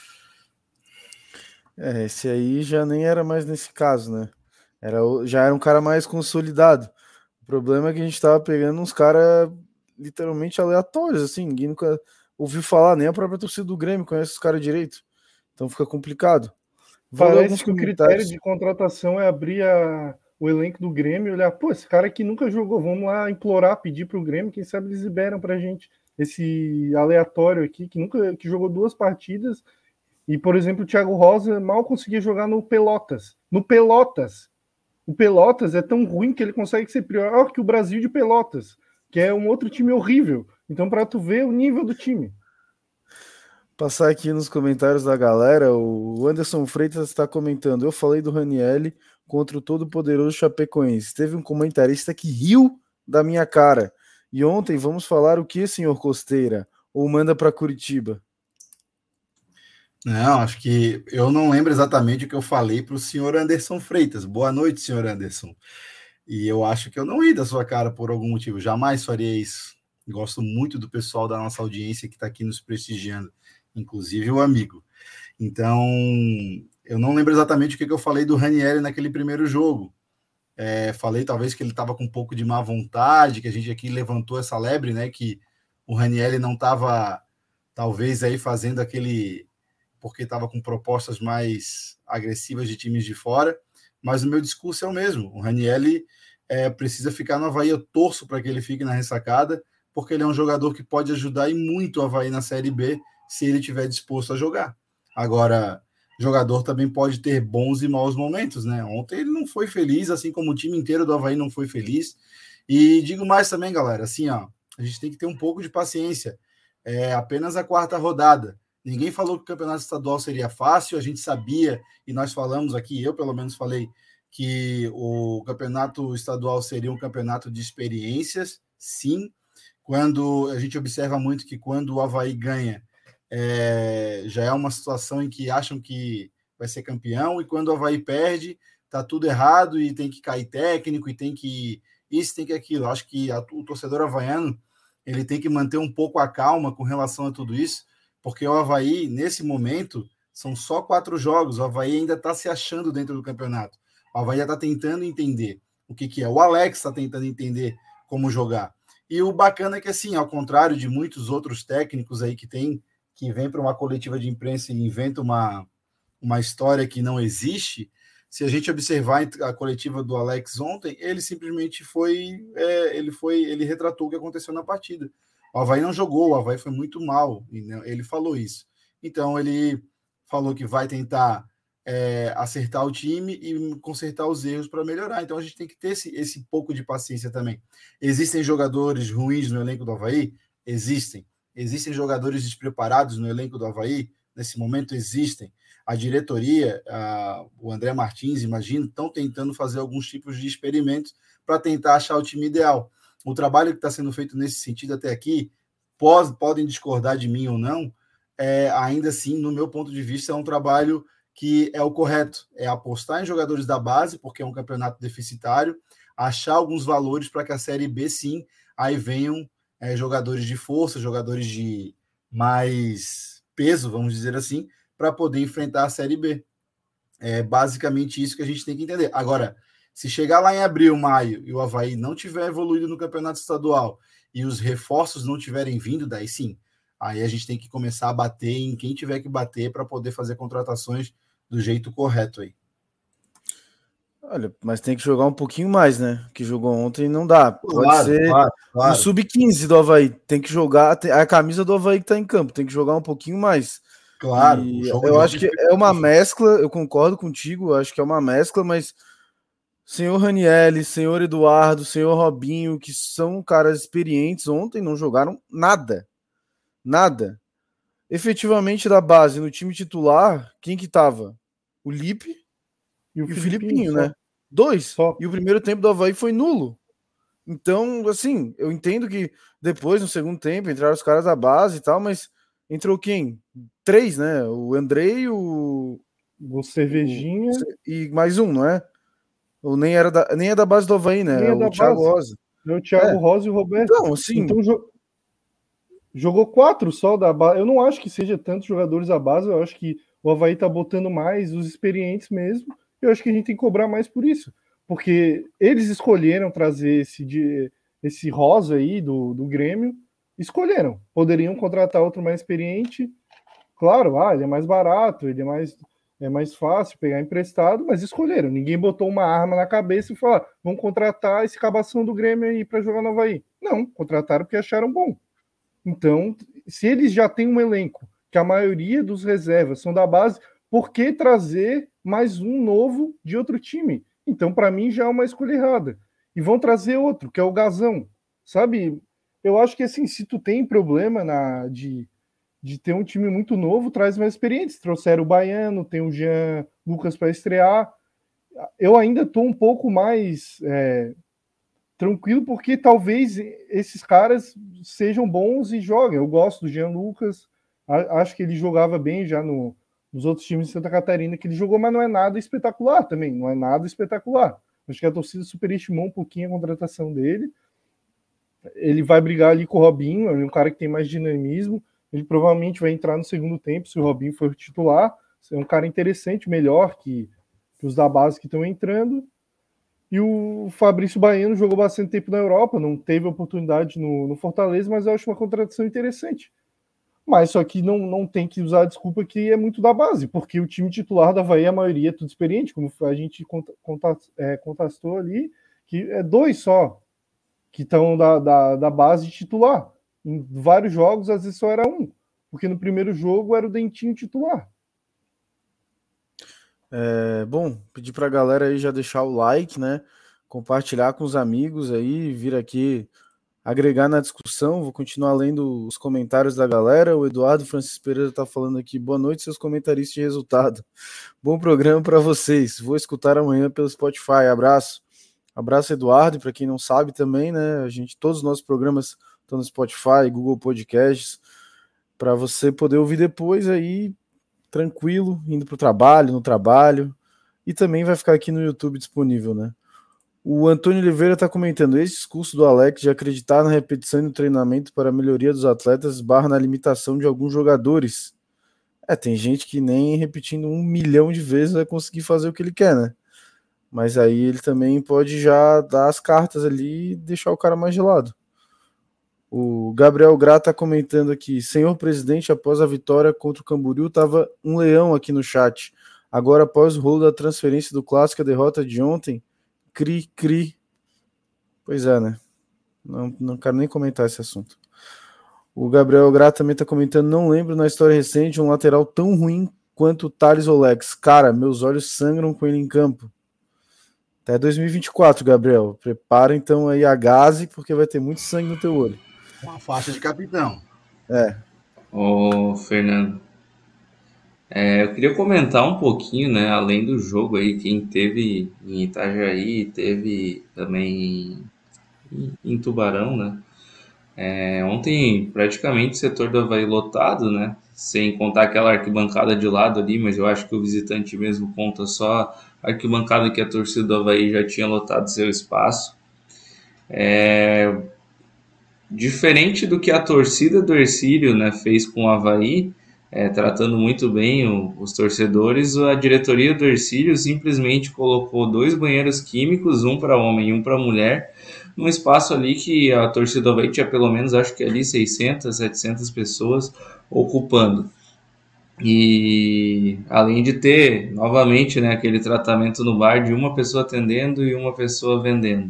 Speaker 5: Esse aí já nem era mais nesse caso, né? Já era um cara mais consolidado. O problema é que a gente tava pegando uns caras literalmente aleatórios, assim, ninguém nunca ouviu falar, nem a própria torcida do Grêmio conhece os caras direito. Então fica complicado.
Speaker 7: Parece que o critério de contratação é abrir o elenco do Grêmio e olhar, pô, esse cara aqui nunca jogou, vamos lá implorar, pedir pro Grêmio, quem sabe eles liberam pra gente. esse aleatório aqui, que jogou 2 partidas, e, por exemplo, o Thiago Rosa mal conseguia jogar no Pelotas. No Pelotas! O Pelotas é tão ruim que ele consegue ser pior que o Brasil de Pelotas, que é um outro time horrível. Então, para tu ver o nível do time.
Speaker 5: Passar aqui nos comentários da galera, o Anderson Freitas está comentando: eu falei do Ranieri contra o todo-poderoso Chapecoense. Teve um comentarista que riu da minha cara. E ontem vamos falar o que, senhor Costeira? Ou manda para Curitiba?
Speaker 8: Não, acho que eu não lembro exatamente o que eu falei para o senhor Anderson Freitas. Boa noite, senhor Anderson. E eu acho que eu não ri da sua cara por algum motivo. Jamais faria isso. Gosto muito do pessoal da nossa audiência que está aqui nos prestigiando, inclusive o amigo. Então, eu não lembro exatamente o que eu falei do Ranieri naquele primeiro jogo. Falei talvez que ele estava com um pouco de má vontade, que a gente aqui levantou essa lebre, né? Que o Ranieri não estava, talvez, aí fazendo aquele... porque estava com propostas mais agressivas de times de fora, mas o meu discurso é o mesmo. O Ranieri precisa ficar no Avaí, eu torço para que ele fique na ressacada, porque ele é um jogador que pode ajudar e muito o Avaí na Série B, se ele estiver disposto a jogar. Agora, jogador também pode ter bons e maus momentos, né? Ontem ele não foi feliz, assim como o time inteiro do Avaí não foi feliz. E digo mais também, galera, assim, ó, a gente tem que ter um pouco de paciência. É apenas a 4ª rodada. Ninguém falou que o campeonato estadual seria fácil, a gente sabia, e nós falamos aqui, eu pelo menos falei, que o campeonato estadual seria um campeonato de experiências, sim. Quando a gente observa muito que quando o Avaí ganha, já é uma situação em que acham que vai ser campeão, e quando o Avaí perde, tá tudo errado, e tem que cair técnico, e tem que isso, tem que aquilo. Acho que o torcedor havaiano, ele tem que manter um pouco a calma com relação a tudo isso, porque o Avaí, nesse momento, são só 4 jogos, o Avaí ainda está se achando dentro do campeonato. O Avaí está tentando entender o que é. O Alex está tentando entender como jogar. E o bacana é que, assim, ao contrário de muitos outros técnicos aí que vem para uma coletiva de imprensa e inventa uma história que não existe, se a gente observar a coletiva do Alex ontem, ele simplesmente ele retratou o que aconteceu na partida. O Avaí não jogou, o Avaí foi muito mal, ele falou isso. Então, ele falou que vai tentar acertar o time e consertar os erros para melhorar. Então, a gente tem que ter esse pouco de paciência também. Existem jogadores ruins no elenco do Avaí? Existem. Existem jogadores despreparados no elenco do Avaí? Nesse momento, existem. A diretoria, o André Martins, imagino, estão tentando fazer alguns tipos de experimentos para tentar achar o time ideal. O trabalho que está sendo feito nesse sentido até aqui, podem discordar de mim ou não, ainda assim, no meu ponto de vista, é um trabalho que é o correto, é apostar em jogadores da base, porque é um campeonato deficitário, achar alguns valores para que a Série B, sim, aí venham jogadores de força, jogadores de mais peso, vamos dizer assim, para poder enfrentar a Série B. É basicamente isso que a gente tem que entender. Agora, se chegar lá em abril, maio, e o Avaí não tiver evoluído no campeonato estadual e os reforços não tiverem vindo, daí sim, aí a gente tem que começar a bater em quem tiver que bater para poder fazer contratações do jeito correto aí.
Speaker 5: Olha, mas tem que jogar um pouquinho mais, né? Que jogou ontem não dá. Pode ser
Speaker 8: claro.
Speaker 5: no sub-15 do Avaí. Tem que jogar a camisa do Avaí que tá em campo. Tem que jogar um pouquinho mais.
Speaker 8: Claro.
Speaker 5: E eu acho que é uma mescla. Eu concordo contigo. Eu acho que é uma mescla, mas senhor Ranieri, senhor Eduardo, senhor Robinho, que são caras experientes, ontem não jogaram nada. Nada. Efetivamente, da base, no time titular, quem que tava? O Lipe e o Filipinho, né? 2. Só. E o primeiro tempo do Avaí foi nulo. Então, assim, eu entendo que depois, no segundo tempo, entraram os caras da base e tal, mas entrou quem? 3, né? O Andrei, o
Speaker 7: Cervejinha
Speaker 5: e mais um, não é? Ou nem é da base do Avaí, né?
Speaker 7: É
Speaker 5: o Thiago Rosa.
Speaker 7: É o Thiago Rosa e o Roberto.
Speaker 5: Então, assim...
Speaker 7: Então, jogou 4 só da base. Eu não acho que seja tantos jogadores da base, eu acho que o Avaí tá botando mais os experientes mesmo. Eu acho que a gente tem que cobrar mais por isso. Porque eles escolheram trazer esse Rosa aí do Grêmio. Escolheram. Poderiam contratar outro mais experiente. Claro, ele é mais barato, ele é mais fácil pegar emprestado, mas escolheram. Ninguém botou uma arma na cabeça e falou: vamos contratar esse cabação do Grêmio aí para jogar no Avaí. Não, contrataram porque acharam bom. Então, se eles já têm um elenco, que a maioria dos reservas são da base, por que trazer mais um novo de outro time? Então, para mim, já é uma escolha errada. E vão trazer outro, que é o Gazão. Sabe? Eu acho que, assim, se tu tem problema de ter um time muito novo, traz mais experiência. Trouxeram o Baiano, tem o Jean Lucas para estrear. Eu ainda estou um pouco mais tranquilo, porque talvez esses caras sejam bons e joguem. Eu gosto do Jean Lucas, acho que ele jogava bem já nos outros times de Santa Catarina que ele jogou, mas não é nada espetacular também, não é nada espetacular. Acho que a torcida superestimou um pouquinho a contratação dele. Ele vai brigar ali com o Robinho, é um cara que tem mais dinamismo, ele provavelmente vai entrar no segundo tempo se o Robinho for titular, é um cara interessante, melhor que os da base que estão entrando. E o Fabrício Baiano jogou bastante tempo na Europa, não teve oportunidade no Fortaleza, mas eu acho uma contratação interessante. Mas só que não tem que usar a desculpa que é muito da base, porque o time titular da Avaí, a maioria é tudo experiente, como a gente contastou ali, que é 2 só que estão da base titular. Em vários jogos, às vezes só era um, porque no primeiro jogo era o Dentinho titular.
Speaker 5: Bom, pedir para a galera aí já deixar o like, né? Compartilhar com os amigos aí, vir aqui agregar na discussão. Vou continuar lendo os comentários da galera. O Eduardo Francisco Pereira está falando aqui. Boa noite, seus comentaristas de resultado. Bom programa para vocês. Vou escutar amanhã pelo Spotify. Abraço. Abraço, Eduardo. E para quem não sabe também, né? Todos os nossos programas estão no Spotify, Google Podcasts, para você poder ouvir depois aí, tranquilo, indo para o trabalho, no trabalho. E também vai ficar aqui no YouTube disponível, né? O Antônio Oliveira está comentando: esse discurso do Alex de acreditar na repetição e no treinamento para a melhoria dos atletas barra na limitação de alguns jogadores. Tem gente que nem repetindo 1 milhão de vezes vai conseguir fazer o que ele quer, né? Mas aí ele também pode já dar as cartas ali e deixar o cara mais gelado. O Gabriel Gra está comentando aqui: senhor presidente, após a vitória contra o Camboriú, tava um leão aqui no chat. Agora, após o rolo da transferência do Clássico, a derrota de ontem, cri. Pois é, né? Não quero nem comentar esse assunto. O Gabriel Gra também tá comentando: não lembro na história recente um lateral tão ruim quanto o Thales Olex. Cara, meus olhos sangram com ele em campo. Até 2024, Gabriel. Prepara então aí a gaze, porque vai ter muito sangue no teu olho.
Speaker 8: Uma faixa de capitão.
Speaker 6: Ô, Fernando, eu queria comentar um pouquinho, né, além do jogo aí, quem teve em Itajaí, teve também em Tubarão, né? Ontem praticamente o setor do Avaí lotado, né? Sem contar aquela arquibancada de lado ali, mas eu acho que o visitante mesmo conta só a arquibancada que a torcida do Avaí já tinha lotado seu espaço. Diferente do que a torcida do Hercílio, né, fez com o Avaí, tratando muito bem os torcedores, a diretoria do Hercílio simplesmente colocou 2 banheiros químicos, um para homem e um para mulher, num espaço ali que a torcida do Avaí tinha pelo menos, acho que ali 600, 700 pessoas ocupando. E além de ter novamente, né, aquele tratamento no bar de uma pessoa atendendo e uma pessoa vendendo.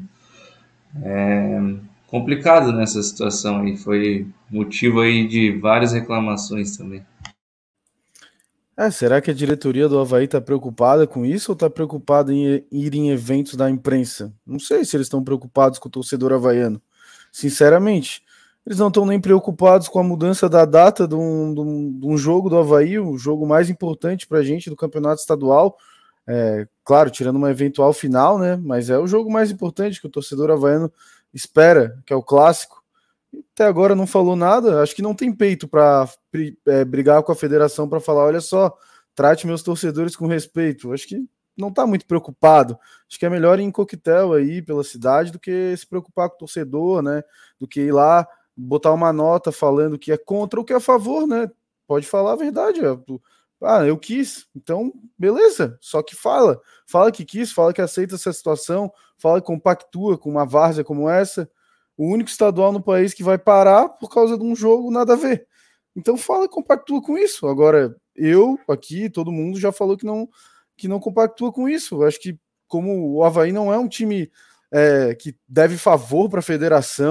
Speaker 6: Complicado nessa situação aí, foi motivo aí de várias reclamações também.
Speaker 5: Será que a diretoria do Avaí está preocupada com isso ou está preocupada em ir em eventos da imprensa? Não sei se eles estão preocupados com o torcedor havaiano. Sinceramente, eles não estão nem preocupados com a mudança da data de um jogo do Avaí, o jogo mais importante para a gente do campeonato estadual. Claro, tirando uma eventual final, né? Mas é o jogo mais importante que o torcedor havaiano espera, que é o clássico. Até agora não falou nada. Acho que não tem peito para brigar com a federação para falar: olha só, trate meus torcedores com respeito. Acho que não está muito preocupado. Acho que é melhor ir em coquetel aí pela cidade do que se preocupar com o torcedor, né? Do que ir lá botar uma nota falando que é contra ou que é a favor, né? Pode falar a verdade. Eu quis, então beleza, só que fala que quis, fala que aceita essa situação, fala que compactua com uma várzea como essa, o único estadual no país que vai parar por causa de um jogo nada a ver. Então fala e compactua com isso. Agora, eu aqui, todo mundo já falou que não compactua com isso. Eu acho que como o Avaí não é um time que deve favor para a federação,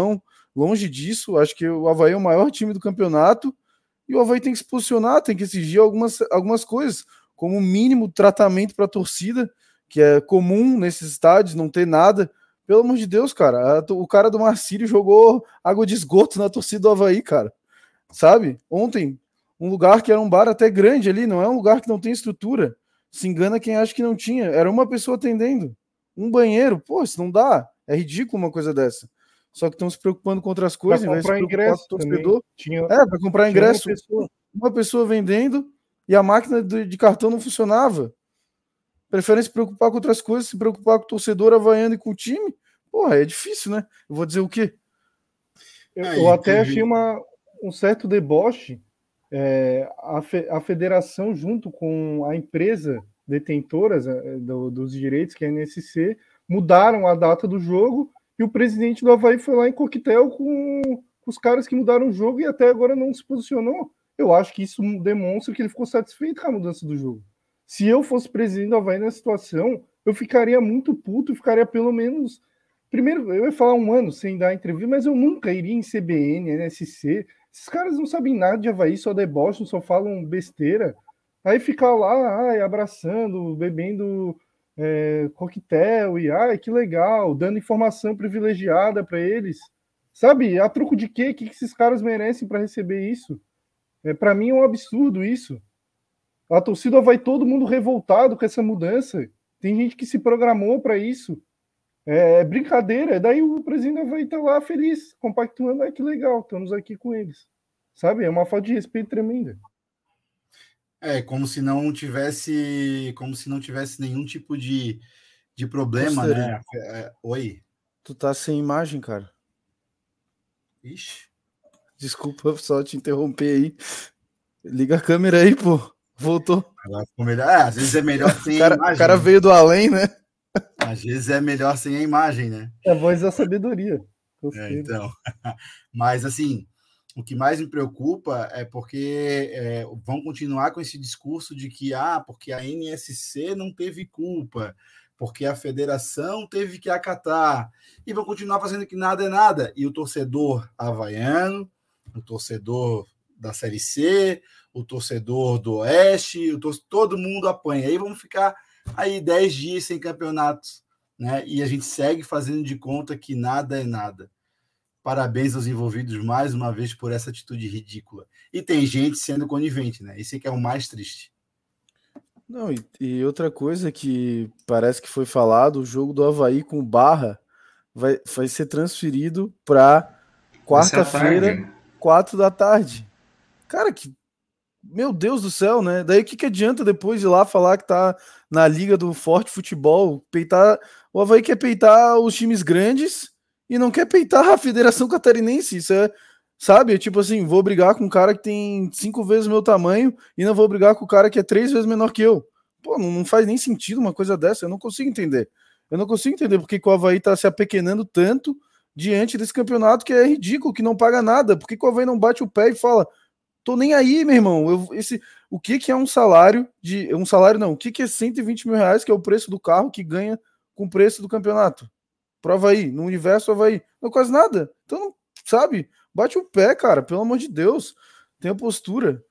Speaker 5: Longe disso, acho que o Avaí é o maior time do campeonato e o Avaí tem que se posicionar, tem que exigir algumas coisas, como o mínimo tratamento para a torcida, que é comum nesses estádios, não ter nada. Pelo amor de Deus, cara, o cara do Marcílio jogou água de esgoto na torcida do Avaí, cara. Sabe? Ontem, um lugar que era um bar até grande ali, não é um lugar que não tem estrutura. Se engana quem acha que não tinha. Era uma pessoa atendendo. Um banheiro. Pô, isso não dá. É ridículo uma coisa dessa. Só que estão se preocupando com outras coisas,
Speaker 7: Pra comprar ingresso
Speaker 5: com o torcedor.
Speaker 7: Para
Speaker 5: comprar ingresso. Uma pessoa vendendo e a máquina de cartão não funcionava. Preferem se preocupar com outras coisas, se preocupar com o torcedor havaiano e com o time. Porra, é difícil, né? Eu vou dizer o quê?
Speaker 7: Eu até achei um certo deboche. A federação, junto com a empresa detentora dos direitos, que é a NSC, mudaram a data do jogo e o presidente do Avaí foi lá em coquetel com os caras que mudaram o jogo e até agora não se posicionou. Eu acho que isso demonstra que ele ficou satisfeito com a mudança do jogo. Se eu fosse presidente do Avaí nessa situação, eu ficaria muito puto, ficaria pelo menos... Primeiro, eu ia falar 1 ano sem dar entrevista, mas eu nunca iria em CBN, NSC. Esses caras não sabem nada de Avaí, só debocham, só falam besteira. Aí ficar lá, abraçando, bebendo coquetel, e que legal, dando informação privilegiada para eles. Sabe, a troco de quê? O que esses caras merecem para receber isso? Para mim é um absurdo isso. A torcida vai todo mundo revoltado com essa mudança. Tem gente que se programou para isso. É brincadeira. Daí o presidente vai estar lá feliz, compactuando. Que legal, estamos aqui com eles. Sabe? É uma falta de respeito tremenda.
Speaker 8: Como se não tivesse nenhum tipo de problema, né? Oi.
Speaker 5: Tu tá sem imagem, cara.
Speaker 8: Ixi.
Speaker 5: Desculpa só te interromper aí. Liga a câmera aí, pô. Voltou.
Speaker 8: Agora ficou melhor. Às vezes é melhor sem a imagem.
Speaker 5: O cara veio do além, né?
Speaker 8: Às vezes é melhor sem a imagem, né?
Speaker 7: É a voz da sabedoria.
Speaker 8: Então. Mas, assim, o que mais me preocupa é porque vão continuar com esse discurso de que, porque a NSC não teve culpa, porque a federação teve que acatar, e vão continuar fazendo que nada é nada. E o torcedor havaiano, o torcedor da Série C, o torcedor do Oeste, todo mundo apanha. Aí vamos ficar aí 10 dias sem campeonatos, né? E a gente segue fazendo de conta que nada é nada. Parabéns aos envolvidos mais uma vez por essa atitude ridícula. E tem gente sendo conivente, né? Isso é que é o mais triste.
Speaker 5: Não, e outra coisa que parece que foi falado, o jogo do Avaí com o Barra vai ser transferido para quarta-feira, 4 da tarde. Cara, meu Deus do céu, né? Daí o que adianta depois de lá falar que tá na Liga do Forte Futebol, o Avaí quer peitar os times grandes e não quer peitar a Federação Catarinense. Isso sabe? Tipo assim, vou brigar com um cara que tem 5 vezes o meu tamanho e não vou brigar com o cara que é 3 vezes menor que eu. Pô, não faz nem sentido uma coisa dessa, eu não consigo entender. Eu não consigo entender porque que o Avaí tá se apequenando tanto diante desse campeonato que é ridículo, que não paga nada. Por que o Avaí não bate o pé e fala, tô nem aí, meu irmão, o que é um salário o que é 120 mil reais, que é o preço do carro que ganha com o preço do campeonato? Pro Avaí, no universo Avaí, não é quase nada. Então, não, sabe, bate o pé, cara, pelo amor de Deus, tenha postura.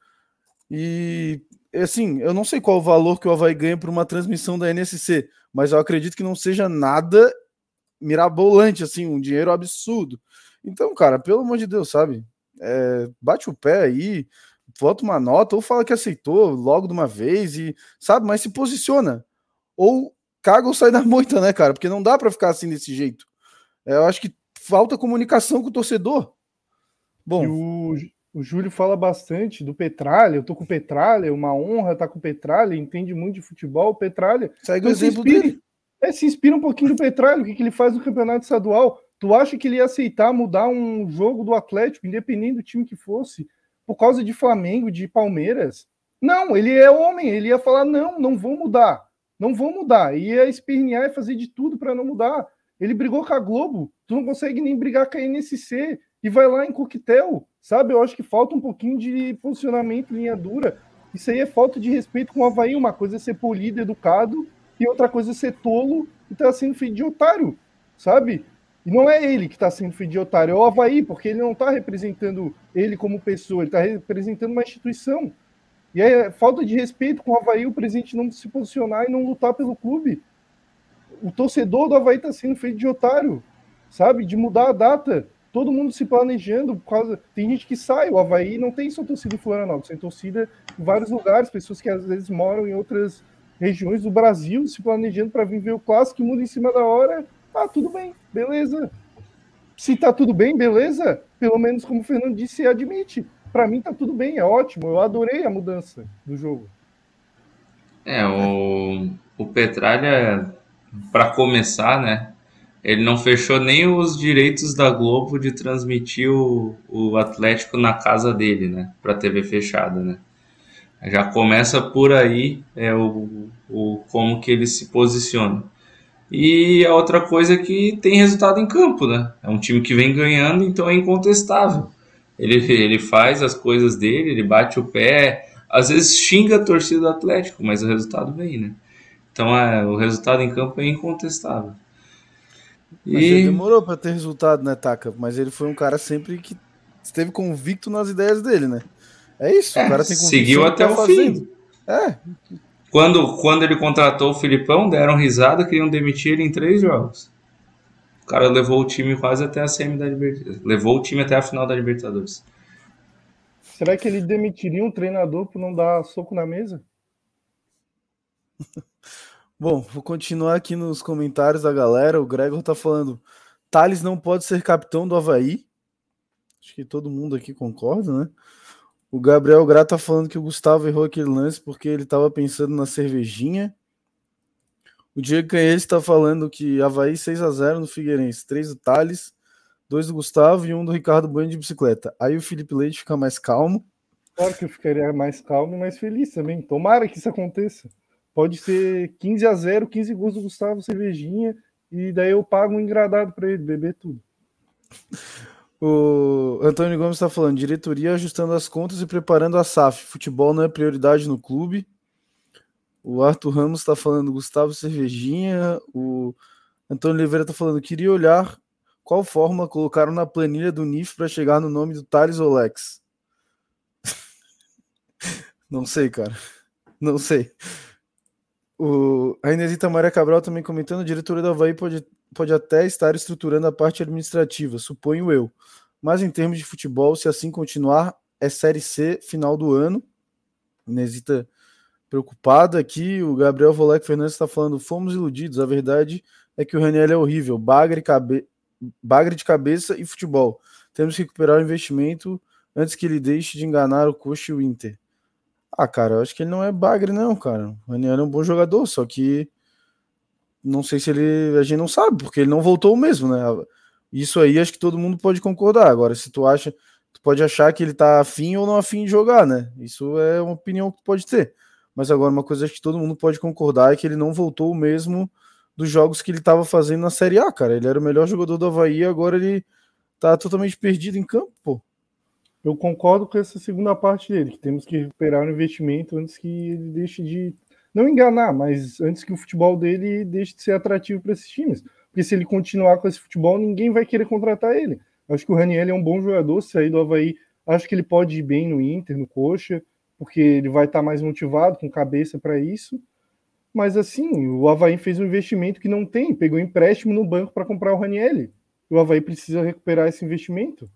Speaker 5: E, assim, eu não sei qual o valor que o Avaí ganha por uma transmissão da NSC, mas eu acredito que não seja nada mirabolante, assim, um dinheiro absurdo. Então, cara, pelo amor de Deus, sabe, bate o pé aí, bota uma nota, ou fala que aceitou logo de uma vez, e sabe, mas se posiciona. Ou caga ou sai da moita, né, cara? Porque não dá pra ficar assim desse jeito. Eu acho que falta comunicação com o torcedor. Bom.
Speaker 7: E o Júlio fala bastante do Petralha. Eu tô com o Petralha, é uma honra estar com o Petralha, entende muito de futebol. O Petralha.
Speaker 5: Segue o exemplo dele.
Speaker 7: Se inspira um pouquinho do Petralha, o que ele faz no campeonato estadual. Tu acha que ele ia aceitar mudar um jogo do Atlético, independente do time que fosse, por causa de Flamengo, de Palmeiras? Não, ele é homem, ele ia falar, não vou mudar. Não vou mudar. Ia espernear e fazer de tudo para não mudar. Ele brigou com a Globo. Tu não consegue nem brigar com a NSC. E vai lá em coquetel. Sabe? Eu acho que falta um pouquinho de posicionamento, linha dura. Isso aí é falta de respeito com o Avaí. Uma coisa é ser polido, educado. E outra coisa é ser tolo e tá sendo feito de otário. Sabe? E não é ele que está sendo feito de otário, é o Avaí, porque ele não está representando ele como pessoa, ele está representando uma instituição. E é falta de respeito com o Avaí, o presidente não se posicionar e não lutar pelo clube. O torcedor do Avaí está sendo feito de otário, sabe? De mudar a data. Todo mundo se planejando, por causa... Tem gente que sai, o Avaí não tem só torcida em Florianópolis, tem torcida em vários lugares, pessoas que às vezes moram em outras regiões do Brasil, se planejando para vir ver o clássico, muda em cima da hora. Ah, tudo bem, beleza. Se tá tudo bem, beleza, pelo menos como o Fernando disse, admite. Para mim tá tudo bem, é ótimo, eu adorei a mudança do jogo.
Speaker 6: O Petralha, para começar, né, ele não fechou nem os direitos da Globo de transmitir o Atlético na casa dele, né, para TV fechada, né. Já começa por aí como que ele se posiciona. E a outra coisa é que tem resultado em campo, né? É um time que vem ganhando, então é incontestável. Ele faz as coisas dele, ele bate o pé, às vezes xinga a torcida do Atlético, mas o resultado vem, né? Então o resultado em campo é incontestável.
Speaker 5: Mas ele demorou para ter resultado, né, Taka? Mas ele foi um cara sempre que esteve convicto nas ideias dele, né? É isso, o cara tem convicção.
Speaker 6: Seguiu até o fim. Quando ele contratou o Filipão, deram risada, queriam demitir ele em 3 jogos. O cara levou o time quase até a semi da Libertadores. Levou o time até a final da Libertadores.
Speaker 7: Será que ele demitiria um treinador por não dar soco na mesa?
Speaker 5: Bom, vou continuar aqui nos comentários da galera. O Gregor tá falando: Thales não pode ser capitão do Avaí. Acho que todo mundo aqui concorda, né? O Gabriel Gra tá falando que o Gustavo errou aquele lance porque ele tava pensando na cervejinha. O Diego Canhete tá falando que Avaí 6-0 no Figueirense. 3 do Thales, 2 do Gustavo e 1 do Ricardo Bueno de bicicleta. Aí o Felipe Leite fica mais calmo.
Speaker 7: Claro que eu ficaria mais calmo e mais feliz também. Tomara que isso aconteça. Pode ser 15-0, 15 gols do Gustavo, cervejinha, e daí eu pago um engradado para ele beber tudo.
Speaker 5: O Antônio Gomes está falando: diretoria ajustando as contas e preparando a SAF. Futebol não é prioridade no clube. O Arthur Ramos está falando: Gustavo cervejinha. O Antônio Oliveira está falando: queria olhar qual fórmula colocaram na planilha do NIF para chegar no nome do Thales Olex. Não sei, cara. Não sei. A Inesita Maria Cabral também comentando: a diretoria do Avaí pode até estar estruturando a parte administrativa, suponho eu. Mas em termos de futebol, se assim continuar, é Série C final do ano. Inesita preocupada aqui. O Gabriel Volek Fernandes está falando: fomos iludidos. A verdade é que o Raniel é horrível. Bagre de cabeça e futebol. Temos que recuperar o investimento antes que ele deixe de enganar o Coxa e o Inter. Ah, cara, eu acho que ele não é bagre, não, cara. O Raniel é um bom jogador, só que não sei se ele... A gente não sabe, porque ele não voltou mesmo, né? Isso aí acho que todo mundo pode concordar. Agora, se tu acha... Tu pode achar que ele tá afim ou não afim de jogar, né? Isso é uma opinião que tu pode ter. Mas agora, uma coisa que todo mundo pode concordar é que ele não voltou mesmo dos jogos que ele tava fazendo na Série A, cara. Ele era o melhor jogador do Avaí, agora ele tá totalmente perdido em campo, pô.
Speaker 7: Eu concordo com essa segunda parte dele, que temos que recuperar o investimento antes que ele deixe de... Não enganar, mas antes que o futebol dele deixe de ser atrativo para esses times. Porque se ele continuar com esse futebol, ninguém vai querer contratar ele. Acho que o Raniel é um bom jogador, sair do Avaí. Acho que ele pode ir bem no Inter, no Coxa, porque ele vai estar mais motivado, com cabeça para isso. Mas assim, o Avaí fez um investimento que não tem, pegou empréstimo no banco para comprar o Raniel. O Avaí precisa recuperar esse investimento.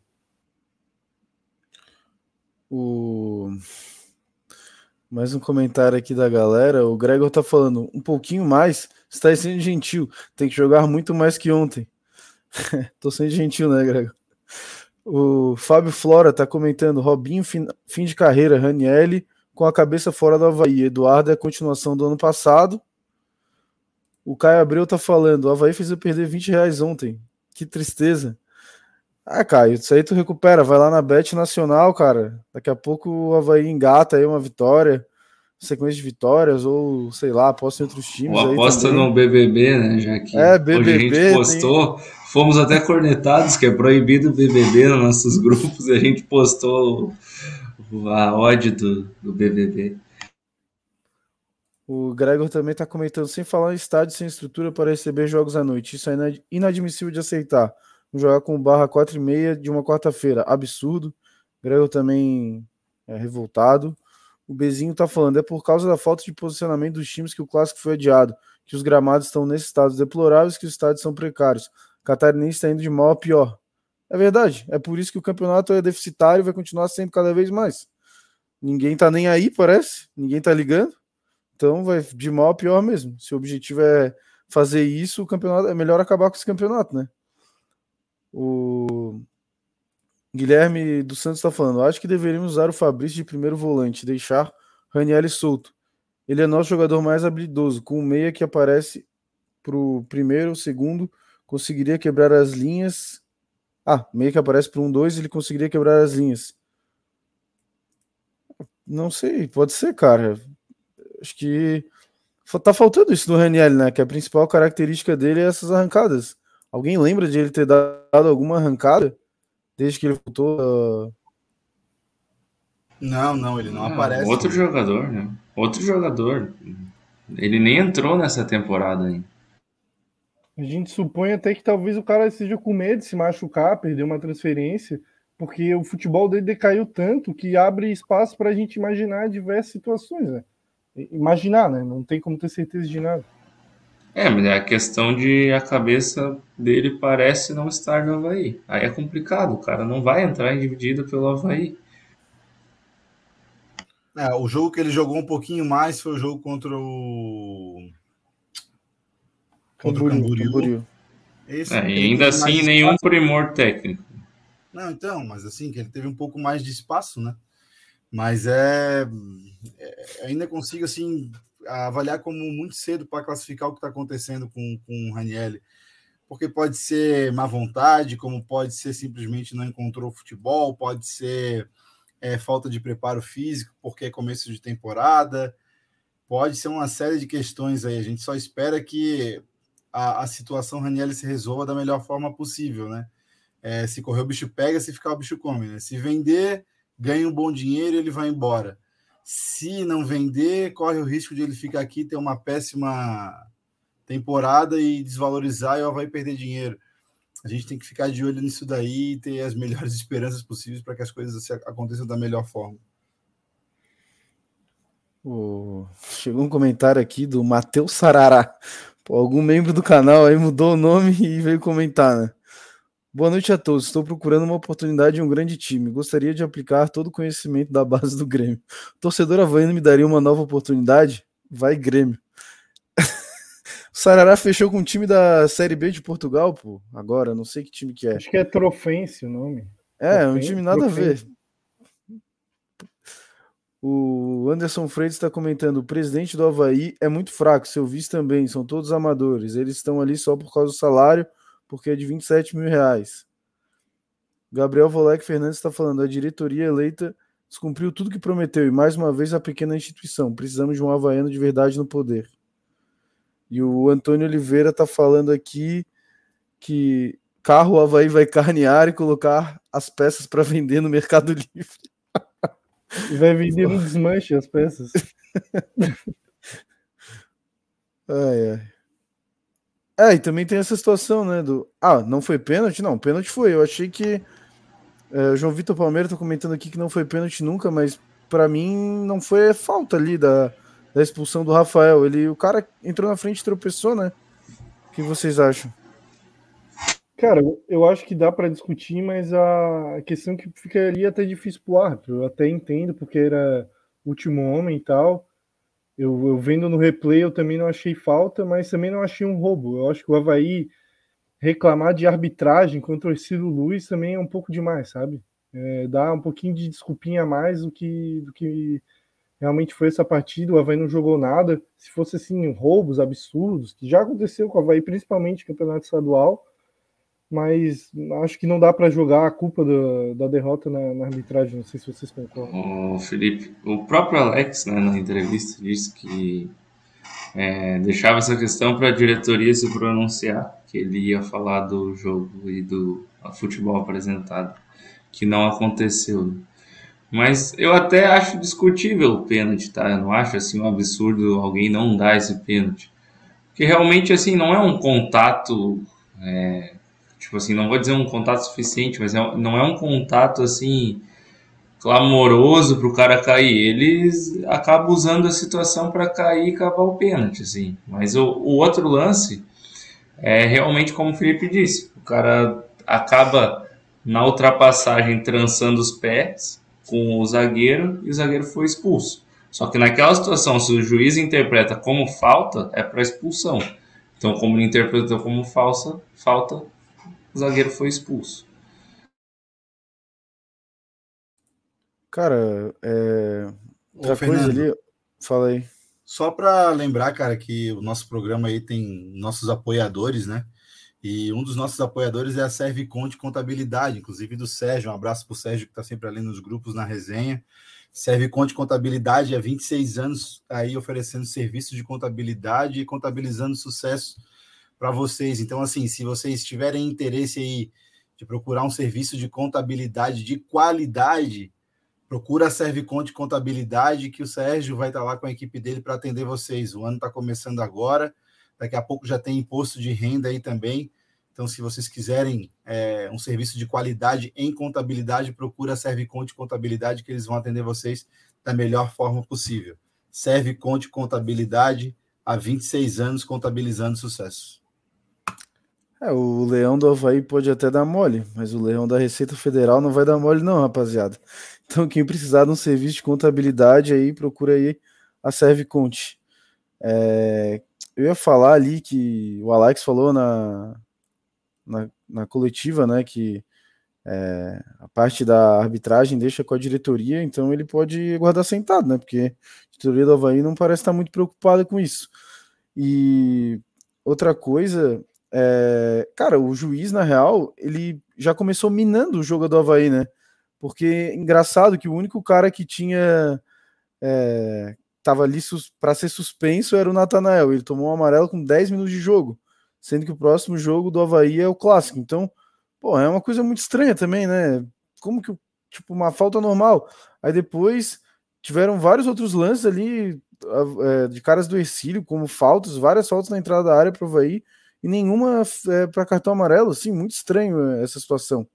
Speaker 5: Mais um comentário aqui da galera. O Gregor tá falando: um pouquinho mais, está sendo gentil, tem que jogar muito mais que ontem. Tô sendo gentil, né, Gregor? O Fábio Flora tá comentando: Robinho, fim de carreira, Raniel com a cabeça fora do Avaí, Eduardo é a continuação do ano passado. O Caio Abreu tá falando: o Avaí fez eu perder R$20 ontem, que tristeza. Ah, Caio, isso aí tu recupera, vai lá na Bet Nacional, cara. Daqui a pouco o Avaí engata aí uma vitória, sequência de vitórias, ou sei lá, aposta em outros times.
Speaker 6: Ou aposta no BBB, né? Já que
Speaker 5: BBB,
Speaker 6: hoje a gente postou, fomos até cornetados, que é proibido o BBB nos nossos grupos, e a gente postou a odd do BBB.
Speaker 5: O Gregor também está comentando, sem falar em estádio sem estrutura para receber jogos à noite. Isso é inadmissível de aceitar. Jogar com barra 4h30 de uma quarta-feira. Absurdo. O Gregor também é revoltado. O Bezinho tá falando, é por causa da falta de posicionamento dos times que o clássico foi adiado, que os gramados estão nesses estados deploráveis, que os estádios são precários. O Catarinense está indo de mal a pior. É verdade, é por isso que o campeonato é deficitário e vai continuar sendo cada vez mais. Ninguém tá nem aí, parece, ninguém tá ligando, então vai de mal a pior mesmo. Se o objetivo é fazer isso, o campeonato é melhor acabar com esse campeonato, né? O Guilherme dos Santos está falando, acho que deveríamos usar o Fabrício de primeiro volante, deixar Ranieri solto. Ele é nosso jogador mais habilidoso, com o meia que aparece pro primeiro ou segundo, conseguiria quebrar as linhas. Meia que aparece pro 1-2, ele conseguiria quebrar as linhas. Não sei, pode ser, cara. Acho que tá faltando isso no Ranieri, né? Que a principal característica dele é essas arrancadas. Alguém lembra de ele ter dado alguma arrancada? Desde que ele voltou.
Speaker 8: Não, ele não aparece.
Speaker 6: Outro jogador, né? Outro jogador. Ele nem entrou nessa temporada ainda.
Speaker 7: A gente supõe até que talvez o cara esteja com medo de se machucar, perder uma transferência, porque o futebol dele decaiu tanto que abre espaço para a gente imaginar diversas situações, né? Imaginar, né? Não tem como ter certeza de nada.
Speaker 6: Mas é a questão de a cabeça dele parece não estar no Avaí. Aí é complicado, o cara não vai entrar em dividida pelo Avaí.
Speaker 8: O jogo que ele jogou um pouquinho mais foi o jogo contra o Camboriú.
Speaker 6: E ainda assim nenhum primor técnico.
Speaker 8: Não, então, mas assim, que ele teve um pouco mais de espaço, né? Mas ainda consigo, assim, avaliar como muito cedo para classificar o que está acontecendo com o Ranieri. Porque pode ser má vontade, como pode ser simplesmente não encontrou futebol, pode ser falta de preparo físico, porque é começo de temporada, pode ser uma série de questões aí. A gente só espera que a situação Ranieri se resolva da melhor forma possível, né? Se correr o bicho pega, se ficar o bicho come, né? Se vender, ganha um bom dinheiro e ele vai embora. Se não vender, corre o risco de ele ficar aqui, ter uma péssima temporada e desvalorizar e o Avaí perder dinheiro. A gente tem que ficar de olho nisso daí e ter as melhores esperanças possíveis para que as coisas aconteçam da melhor forma.
Speaker 5: Chegou um comentário aqui do Matheus Sarará. Algum membro do canal aí mudou o nome e veio comentar, né? Boa noite a todos. Estou procurando uma oportunidade em um grande time. Gostaria de aplicar todo o conhecimento da base do Grêmio. O torcedor havaiano me daria uma nova oportunidade? Vai Grêmio. O Sarará fechou com o time da Série B de Portugal, pô. Agora, não sei que time que é.
Speaker 7: Acho que é Trofense o nome.
Speaker 5: Um time nada a ver. O Anderson Freitas está comentando, o presidente do Avaí é muito fraco, seu vice também, são todos amadores. Eles estão ali só por causa do salário, porque é de 27 mil reais. Gabriel Volek Fernandes está falando, a diretoria eleita descumpriu tudo que prometeu, e mais uma vez a pequena instituição. Precisamos de um havaiano de verdade no poder. E o Antônio Oliveira está falando aqui que carro o Avaí vai carnear e colocar as peças para vender no Mercado Livre.
Speaker 7: E vai vender no desmanche as peças.
Speaker 5: E também tem essa situação, né? Não foi pênalti? Não, pênalti foi. Eu achei que o João Vitor Palmeira tá comentando aqui que não foi pênalti nunca, mas para mim não foi falta ali da expulsão do Rafael. O cara entrou na frente e tropeçou, né? O que vocês acham?
Speaker 7: Cara, eu acho que dá para discutir, mas a questão que fica ali é até difícil pro árbitro. Eu até entendo, porque era último homem e tal. Eu vendo no replay, eu também não achei falta, mas também não achei um roubo. Eu acho que o Avaí reclamar de arbitragem contra o Ercílio Luz também é um pouco demais, sabe? Dá um pouquinho de desculpinha a mais do que realmente foi essa partida. O Avaí não jogou nada. Se fosse assim, roubos absurdos, que já aconteceu com o Avaí, principalmente no campeonato estadual, mas acho que não dá para jogar a culpa da derrota na arbitragem. Não sei se vocês concordam.
Speaker 6: Felipe, o próprio Alex, né, na entrevista, disse que deixava essa questão para a diretoria se pronunciar, que ele ia falar do jogo e do futebol apresentado, que não aconteceu. Mas eu até acho discutível o pênalti, tá? Eu não acho assim um absurdo alguém não dar esse pênalti. Porque realmente assim não é um contato, tipo assim, não vou dizer um contato suficiente, mas não é um contato assim clamoroso pro cara cair. Eles acabam usando a situação para cair e cavar o pênalti, assim. Mas o outro lance é realmente como o Felipe disse, o cara acaba na ultrapassagem trançando os pés com o zagueiro e o zagueiro foi expulso. Só que naquela situação, se o juiz interpreta como falta, é para expulsão. Então, como ele interpretou como falta, o zagueiro foi expulso.
Speaker 5: Cara, outra coisa ali, fala aí.
Speaker 8: Só para lembrar, cara, que o nosso programa aí tem nossos apoiadores, né? E um dos nossos apoiadores é a Serviconte Contabilidade, inclusive do Sérgio. Um abraço para o Sérgio, que está sempre ali nos grupos, na resenha. Serviconte Contabilidade há 26 anos aí oferecendo serviços de contabilidade e contabilizando sucesso para vocês. Então, assim, se vocês tiverem interesse aí de procurar um serviço de contabilidade de qualidade, procura a Serviconte Contabilidade, que o Sérgio vai estar lá com a equipe dele para atender vocês. O ano está começando agora, daqui a pouco já tem imposto de renda aí também. Então, se vocês quiserem um serviço de qualidade em contabilidade, procura a Serviconte Contabilidade, que eles vão atender vocês da melhor forma possível. Serviconte Contabilidade, há 26 anos contabilizando sucesso.
Speaker 5: O Leão do Avaí pode até dar mole, mas o Leão da Receita Federal não vai dar mole não, rapaziada. Então, quem precisar de um serviço de contabilidade aí, procura aí a Serviconte. Eu ia falar ali que o Alex falou na coletiva, né, que a parte da arbitragem deixa com a diretoria, então ele pode guardar sentado, né, porque a diretoria do Avaí não parece estar muito preocupada com isso. E outra coisa, cara, o juiz, na real, ele já começou minando o jogo do Avaí, né, porque engraçado que o único cara que tinha tava ali para ser suspenso era o Natanael. Ele tomou um amarelo com 10 minutos de jogo, sendo que o próximo jogo do Avaí é o clássico. Então, pô, é uma coisa muito estranha também, né? Como que, tipo, uma falta normal. Aí depois tiveram vários outros lances ali de caras do Ercílio, como faltas, várias faltas na entrada da área pro Avaí, e nenhuma para cartão amarelo, assim, muito estranho essa situação.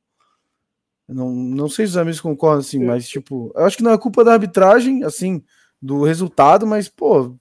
Speaker 5: Não sei se os amigos concordam, assim, mas, tipo, eu acho que não é culpa da arbitragem, assim, do resultado, mas, pô,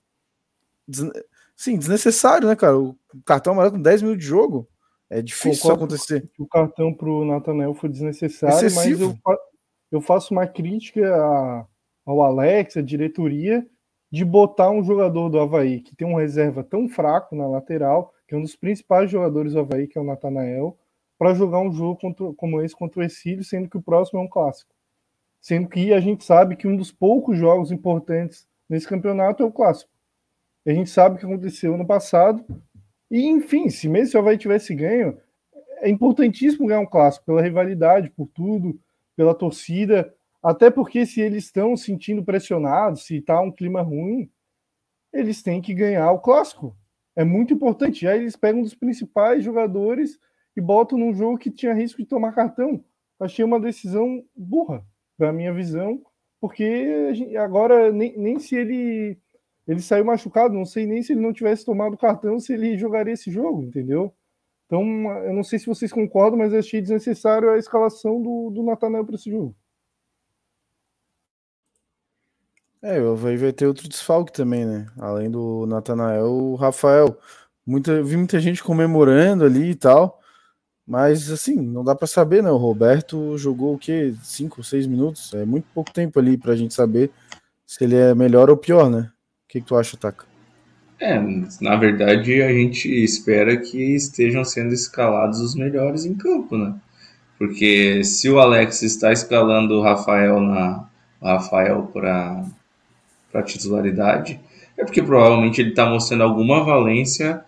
Speaker 5: sim, desnecessário, né, cara? O cartão amarelo com 10 minutos de jogo, é difícil isso acontecer.
Speaker 7: O cartão pro Natanael foi desnecessário,
Speaker 5: excessivo.
Speaker 7: Mas eu faço uma crítica ao Alex, à diretoria, de botar um jogador do Avaí que tem um reserva tão fraco na lateral, que é um dos principais jogadores do Avaí, que é o Natanael, para jogar um jogo como esse contra o Ercílio, sendo que o próximo é um clássico. Sendo que a gente sabe que um dos poucos jogos importantes nesse campeonato é o clássico. A gente sabe o que aconteceu no passado. E, enfim, se mesmo o Avaí tivesse ganho, é importantíssimo ganhar um clássico, pela rivalidade, por tudo, pela torcida. Até porque se eles estão sentindo pressionados, se está um clima ruim, eles têm que ganhar o clássico. É muito importante. Aí eles pegam um dos principais jogadores e botam num jogo que tinha risco de tomar cartão. Achei uma decisão burra, da minha visão, porque agora nem se ele saiu machucado, não sei nem se ele não tivesse tomado cartão, se ele jogaria esse jogo, entendeu? Então, eu não sei se vocês concordam, mas eu achei desnecessário a escalação do Natanael para esse jogo.
Speaker 5: O Avaí vai ter outro desfalque também, né? Além do Natanael, o Rafael. Vi muita gente comemorando ali e tal, mas assim, não dá para saber, né? O Roberto jogou o quê? 5 ou 6 minutos? É muito pouco tempo ali pra gente saber se ele é melhor ou pior, né? O que tu acha, Taka?
Speaker 6: Na verdade, a gente espera que estejam sendo escalados os melhores em campo, né? Porque se o Alex está escalando o Rafael para titularidade, é porque provavelmente ele está mostrando alguma valência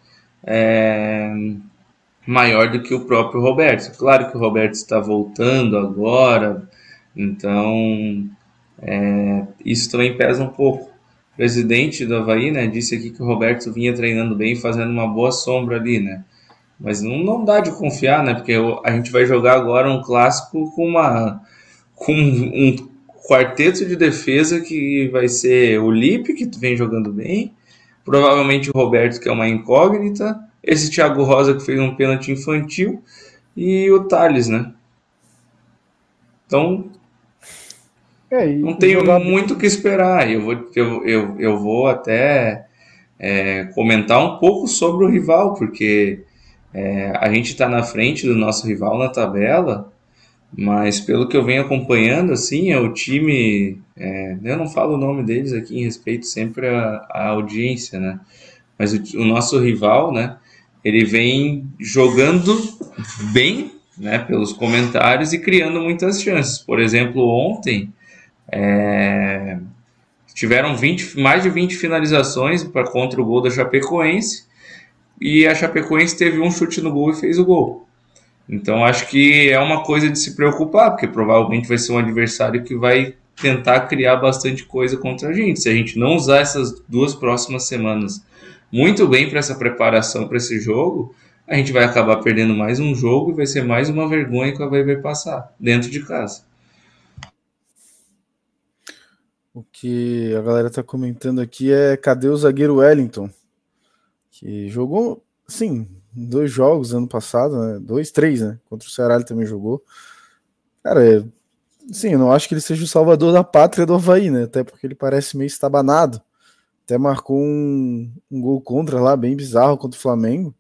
Speaker 6: maior do que o próprio Roberto. Claro que o Roberto está voltando agora, então isso também pesa um pouco. O presidente do Avaí, né, disse aqui que o Roberto vinha treinando bem, fazendo uma boa sombra ali, né? Mas não dá de confiar, né? Porque a gente vai jogar agora um clássico com quarteto de defesa que vai ser o Lipe, que vem jogando bem, provavelmente o Roberto, que é uma incógnita, esse Thiago Rosa, que fez um pênalti infantil, e o Thales, né? Então, não tenho muito o que esperar. Eu vou até comentar um pouco sobre o rival, porque a gente está na frente do nosso rival na tabela, mas pelo que eu venho acompanhando, assim, é o time... eu não falo o nome deles aqui em respeito sempre à audiência, né? Mas o nosso rival, né? Ele vem jogando bem, né? Pelos comentários e criando muitas chances. Por exemplo, ontem tiveram mais de 20 finalizações contra o gol da Chapecoense, e a Chapecoense teve um chute no gol e fez o gol. Então acho que é uma coisa de se preocupar, porque provavelmente vai ser um adversário que vai tentar criar bastante coisa contra a gente. Se a gente não usar essas 2 próximas semanas muito bem para essa preparação para esse jogo, a gente vai acabar perdendo mais um jogo e vai ser mais uma vergonha que a Avaí vai passar dentro de casa.
Speaker 5: O que a galera tá comentando aqui é cadê o zagueiro Wellington? Que jogou, sim, 2 jogos ano passado, né? 2, 3, né? Contra o Ceará ele também jogou. Cara, sim, eu não acho que ele seja o salvador da pátria do Avaí, né? Até porque ele parece meio estabanado. Até marcou um gol contra lá, bem bizarro, contra o Flamengo.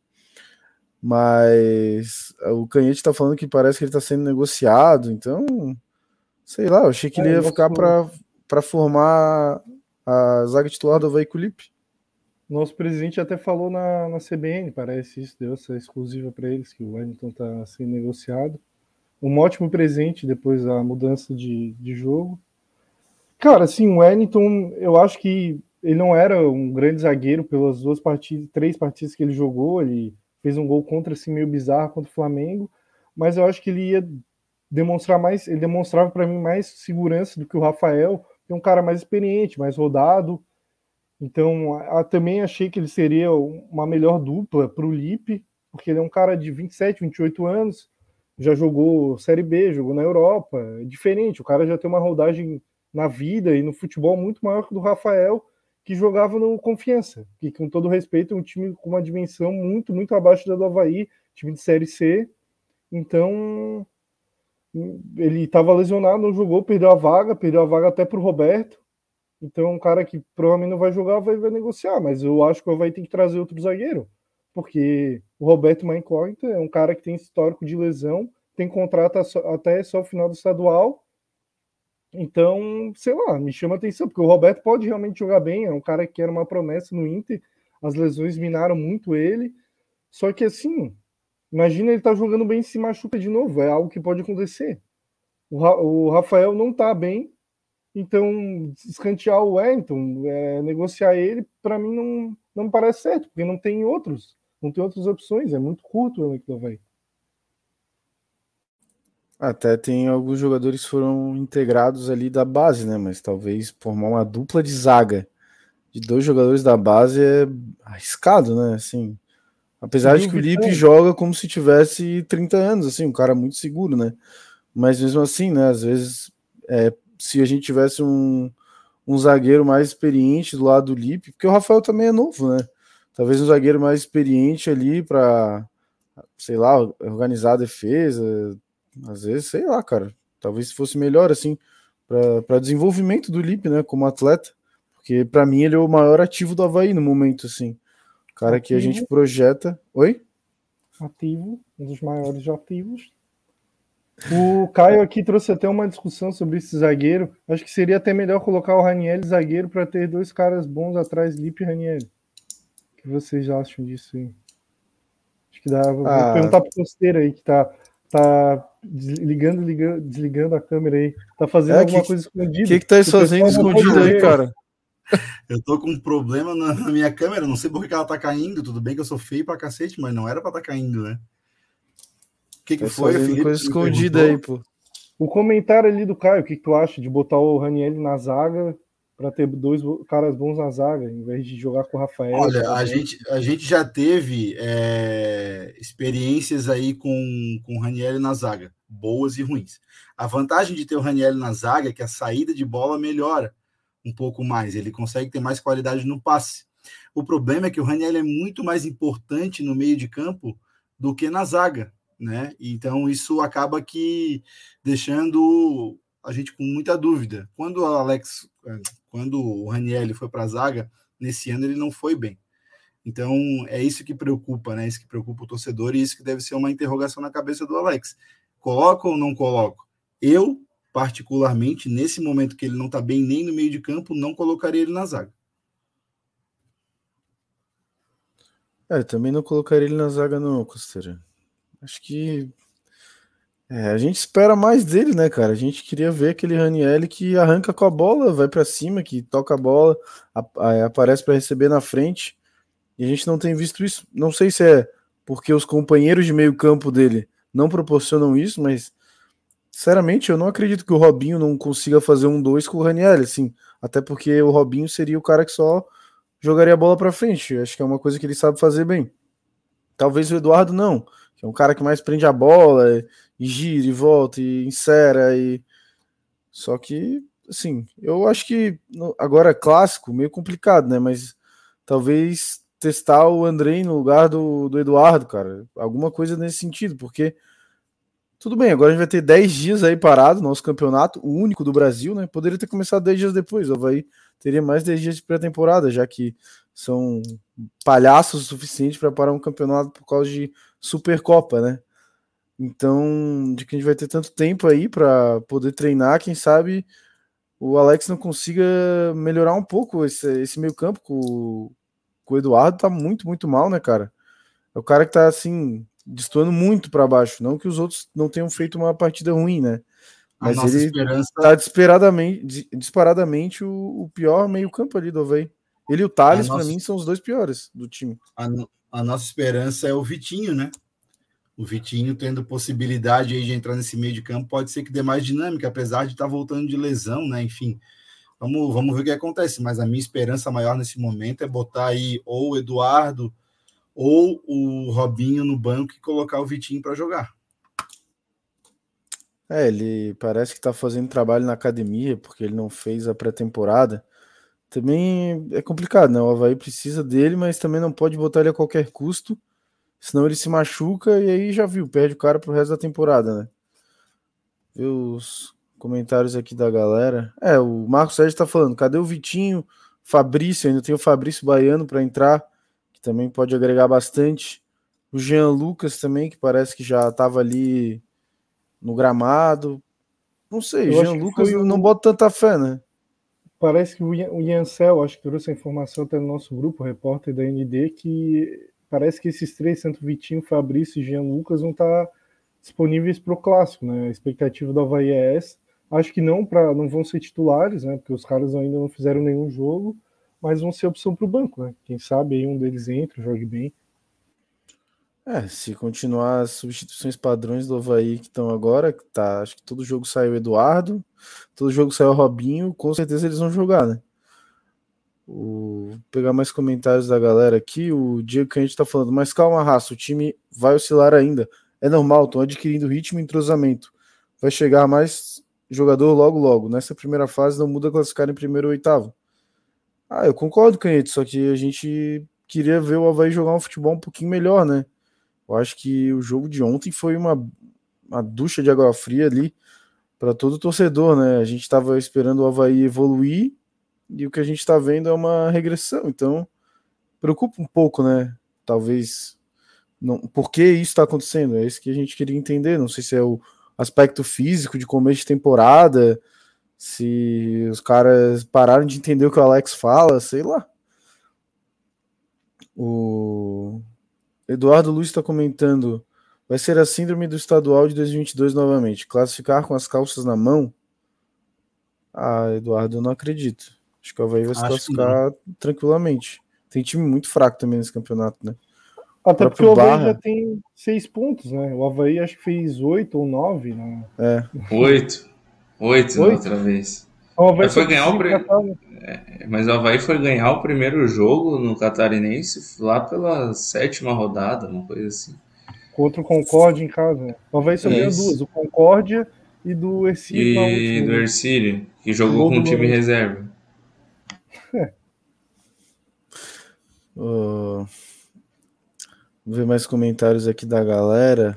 Speaker 5: Mas o Canhete tá falando que parece que ele tá sendo negociado, então, sei lá, eu achei que ele ia ficar para formar a zaga titular do Avaí com o Lipe.
Speaker 7: Nosso presidente até falou na CBN, parece isso, deu essa exclusiva para eles, que o Wellington está sendo negociado. Um ótimo presente depois da mudança de jogo. Cara, assim, o Wellington, eu acho que ele não era um grande zagueiro pelas 3 partidas que ele jogou. Ele fez um gol contra, assim, meio bizarro contra o Flamengo, mas eu acho que ele ia demonstrar mais, ele demonstrava para mim mais segurança do que o Rafael, que é um cara mais experiente, mais rodado. Então, também achei que ele seria uma melhor dupla para o Lipe, porque ele é um cara de 27, 28 anos, já jogou Série B, jogou na Europa, é diferente, o cara já tem uma rodagem na vida e no futebol muito maior que o do Rafael, que jogava no Confiança, que, com todo respeito, é um time com uma dimensão muito, muito abaixo da do Avaí, time de Série C. Então, ele estava lesionado, não jogou, perdeu a vaga até para o Roberto. Então, um cara que provavelmente não vai jogar vai negociar, mas eu acho que o Avaí tem que trazer outro zagueiro, porque o Roberto Maincoita é um cara que tem histórico de lesão, tem contrato até só o final do estadual. Então, sei lá, me chama a atenção, porque o Roberto pode realmente jogar bem, é um cara que era uma promessa no Inter, as lesões minaram muito ele, só que assim, imagina ele tá jogando bem e se machuca de novo, é algo que pode acontecer. O Rafael não tá bem, então escantear o Wellington, negociar ele, para mim não me parece certo, porque não tem outras opções, é muito curto o elenco do Avaí.
Speaker 5: Até tem alguns jogadores que foram integrados ali da base, né? Mas talvez formar uma dupla de zaga de 2 jogadores da base é arriscado, né? Assim, apesar de que o Lipe joga como se tivesse 30 anos, assim, um cara muito seguro, né? Mas mesmo assim, né? Às vezes, se a gente tivesse um zagueiro mais experiente do lado do Lipe, porque o Rafael também é novo, né? Talvez um zagueiro mais experiente ali para, sei lá, organizar a defesa. Às vezes, sei lá, cara, talvez fosse melhor, assim, para desenvolvimento do Lipe, né, como atleta, porque para mim ele é o maior ativo do Avaí no momento, assim, o cara ativo, que a gente projeta... Oi?
Speaker 7: Ativo, um dos maiores ativos. O Caio aqui trouxe até uma discussão sobre esse zagueiro, acho que seria até melhor colocar o Ranieri zagueiro para ter 2 caras bons atrás, Lipe e Ranieri. O que vocês acham disso aí? Acho que dá, vou perguntar pro Costeiro aí, que tá desligando a câmera aí. Tá fazendo alguma coisa escondida.
Speaker 5: O que tá fazendo escondido aí, cara?
Speaker 8: Eu tô com um problema na minha câmera, não sei por que ela tá caindo. Tudo bem que eu sou feio pra cacete, mas não era pra tá caindo, né? O que foi, Felipe?
Speaker 5: Coisa escondida aí, pô.
Speaker 7: O comentário ali do Caio, o que tu acha de botar o Ranieri na zaga para ter dois caras bons na zaga, em vez de jogar com o Rafael.
Speaker 8: Olha, a gente já teve experiências aí com o Ranieri na zaga, boas e ruins. A vantagem de ter o Ranieri na zaga é que a saída de bola melhora um pouco mais, ele consegue ter mais qualidade no passe. O problema é que o Ranieri é muito mais importante no meio de campo do que na zaga, né? Então isso acaba que deixando a gente com muita dúvida. Quando o Ranieri foi para a zaga, nesse ano ele não foi bem. Então é isso que preocupa, né? Isso que preocupa o torcedor e isso que deve ser uma interrogação na cabeça do Alex. Coloca ou não coloco? Eu, particularmente, nesse momento que ele não está bem nem no meio de campo, não colocaria ele na zaga.
Speaker 5: Também não colocaria ele na zaga não, Costeira. Acho que a gente espera mais dele, né, cara? A gente queria ver aquele Ranieri que arranca com a bola, vai para cima, que toca a bola, aparece para receber na frente. E a gente não tem visto isso. Não sei se é porque os companheiros de meio campo dele não proporcionam isso, mas sinceramente eu não acredito que o Robinho não consiga fazer 1-2 com o Ranieri, assim. Até porque o Robinho seria o cara que só jogaria a bola para frente. Acho que é uma coisa que ele sabe fazer bem. Talvez o Eduardo não, que é um cara que mais prende a bola e gira e volta e insera só que, assim, eu acho que agora clássico, meio complicado, né, mas talvez testar o Andrei no lugar do Eduardo, cara, alguma coisa nesse sentido, porque tudo bem, agora a gente vai ter 10 dias aí parado, nosso campeonato, o único do Brasil, né, poderia ter começado 10 dias depois, o Avaí teria mais 10 dias de pré-temporada, já que são palhaços o suficiente para parar um campeonato por causa de Supercopa, né? Então, de que a gente vai ter tanto tempo aí para poder treinar, quem sabe o Alex não consiga melhorar um pouco esse meio campo com o Eduardo, tá muito, muito mal, né, cara? É o cara que tá, assim, destoando muito para baixo, não que os outros não tenham feito uma partida ruim, né? Mas ele tá disparadamente o pior meio campo ali do Avaí. Ele e o Thales, para mim, são os dois piores do time.
Speaker 8: A nossa esperança é o Vitinho, né? O Vitinho tendo possibilidade aí de entrar nesse meio de campo, pode ser que dê mais dinâmica, apesar de estar voltando de lesão, né? Enfim, vamos ver o que acontece. Mas a minha esperança maior nesse momento é botar aí ou o Eduardo ou o Robinho no banco e colocar o Vitinho para jogar.
Speaker 5: Ele parece que está fazendo trabalho na academia, porque ele não fez a pré-temporada. Também é complicado, né? O Avaí precisa dele, mas também não pode botar ele a qualquer custo, senão ele se machuca e aí já viu, perde o cara pro resto da temporada, né? Vê os comentários aqui da galera. O Marcos Sérgio tá falando, cadê o Vitinho? Fabrício, ainda tem o Fabrício Baiano para entrar, que também pode agregar bastante. O Jean Lucas também, que parece que já estava ali no gramado. Não sei, o Jean Lucas não bota tanta fé, né?
Speaker 7: Parece que o Iancel, acho que trouxe a informação até no nosso grupo, o repórter da ND, que parece que esses três, tanto Vitinho, Fabrício e Jean Lucas, vão estar disponíveis para o clássico, né? A expectativa do Avaí é essa. Acho que não vão ser titulares, né? Porque os caras ainda não fizeram nenhum jogo, mas vão ser opção para o banco, né? Quem sabe aí um deles entra, jogue bem.
Speaker 5: Se continuar as substituições padrões do Avaí que estão agora, acho que todo jogo saiu Eduardo, todo jogo saiu Robinho, com certeza eles vão jogar, né? Vou pegar mais comentários da galera aqui. O Diego Canete tá falando, mas calma, raça, o time vai oscilar ainda. É normal, estão adquirindo ritmo e entrosamento. Vai chegar mais jogador logo. Nessa primeira fase não muda classificar em primeiro ou oitavo. Eu concordo, Canete, só que a gente queria ver o Avaí jogar um futebol um pouquinho melhor, né? Eu acho que o jogo de ontem foi uma ducha de água fria ali para todo torcedor, né? A gente estava esperando o Avaí evoluir e o que a gente está vendo é uma regressão. Então, preocupa um pouco, né? Talvez. Não, por que isso está acontecendo? É isso que a gente queria entender. Não sei se é o aspecto físico de começo de temporada, se os caras pararam de entender o que o Alex fala, sei lá. O Eduardo Luiz está comentando, vai ser a síndrome do estadual de 2022 novamente, classificar com as calças na mão? Eduardo, eu não acredito. Acho que o Avaí vai se classificar tranquilamente. Tem time muito fraco também nesse campeonato, né?
Speaker 7: Até porque o Avaí já tem 6 pontos, né? O Avaí acho que fez 8 ou 9, né?
Speaker 6: 8 na outra vez.
Speaker 7: O Avaí
Speaker 6: foi ganhar Mas o Avaí foi ganhar o primeiro jogo no Catarinense lá pela 7ª rodada, uma coisa assim.
Speaker 7: Contra o Concórdia em casa, né? O Avaí só ganhou duas, o Concórdia e do Ercílio na última.
Speaker 6: E do Ercílio, que jogou com o time reserva.
Speaker 5: Vamos ver mais comentários aqui da galera.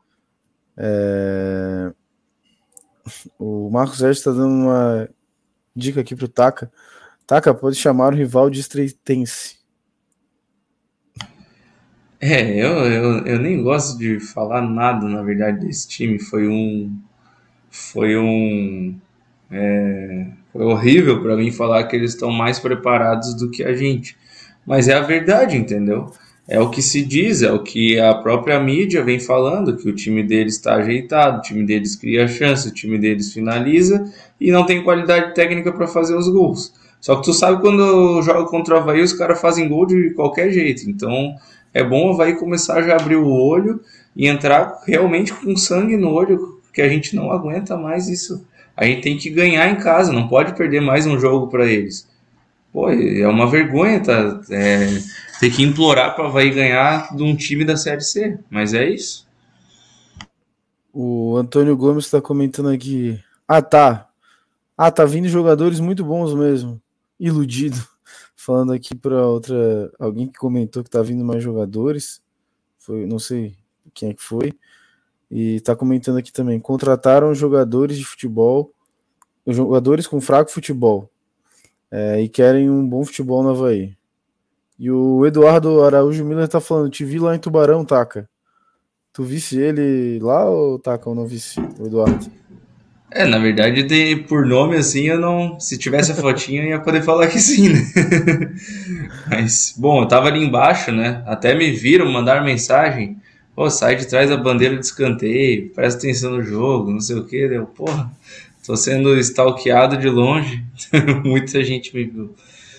Speaker 5: O Marcos Sérgio está dando uma dica aqui pro Taka. Taka, pode chamar o rival de estreitense.
Speaker 6: Eu nem gosto de falar nada, na verdade, desse time. Foi horrível para mim falar que eles estão mais preparados do que a gente. Mas é a verdade, entendeu? É o que se diz, é o que a própria mídia vem falando, que o time deles está ajeitado, o time deles cria chance, o time deles finaliza e não tem qualidade técnica para fazer os gols. Só que tu sabe quando joga contra o Avaí, os caras fazem gol de qualquer jeito. Então é bom o Avaí começar a já abrir o olho e entrar realmente com sangue no olho, que a gente não aguenta mais isso. A gente tem que ganhar em casa, não pode perder mais um jogo para eles. Pô, é uma vergonha ter que implorar para o Avaí ganhar de um time da Série C, mas é isso.
Speaker 5: O Antônio Gomes está comentando aqui. Tá vindo jogadores muito bons mesmo. Iludido. Falando aqui para alguém que comentou que tá vindo mais jogadores. Não sei quem é que foi. E tá comentando aqui também. Contrataram jogadores de futebol, jogadores com fraco futebol. E querem um bom futebol no Avaí. E o Eduardo Araújo Miller tá falando, te vi lá em Tubarão, Taka. Tu visse ele lá ou Taka, ou não visse o Eduardo?
Speaker 6: Na verdade, por nome assim, eu não. Se tivesse a fotinha, eu ia poder falar que sim, né? Mas, bom, eu tava ali embaixo, né? Até me viram, mandaram mensagem. Pô, sai de trás da bandeira de escanteio, presta atenção no jogo, não sei o que. Deu, porra, tô sendo stalkeado de longe. Muita gente me viu.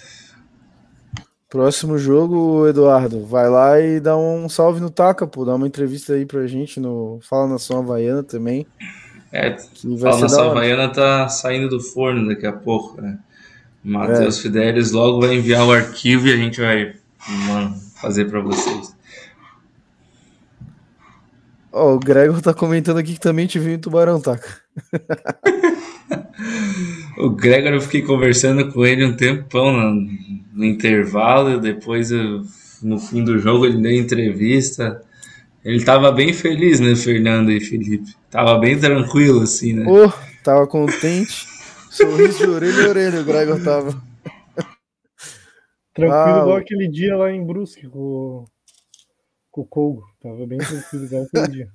Speaker 5: Próximo jogo, Eduardo, vai lá e dá um salve no Taka, pô. Dá uma entrevista aí pra gente no Fala Nação Havaiana também.
Speaker 6: Fala Nação Havaiana tá saindo do forno daqui a pouco, né? Matheus Fidelis logo vai enviar o arquivo e a gente vai fazer pra vocês.
Speaker 5: O Gregor tá comentando aqui que também te viu em Tubarão, Taka.
Speaker 6: O Gregor, eu fiquei conversando com ele um tempão no intervalo, depois no fim do jogo ele deu entrevista. Ele tava bem feliz, né, Fernando e Felipe? Tava bem tranquilo, assim, né?
Speaker 5: Tava contente. Sorriso de orelha a orelha, o Gregor tava.
Speaker 7: Tranquilo igual aquele dia lá em Brusque com o Colgo. Tava bem tranquilo igual aquele dia.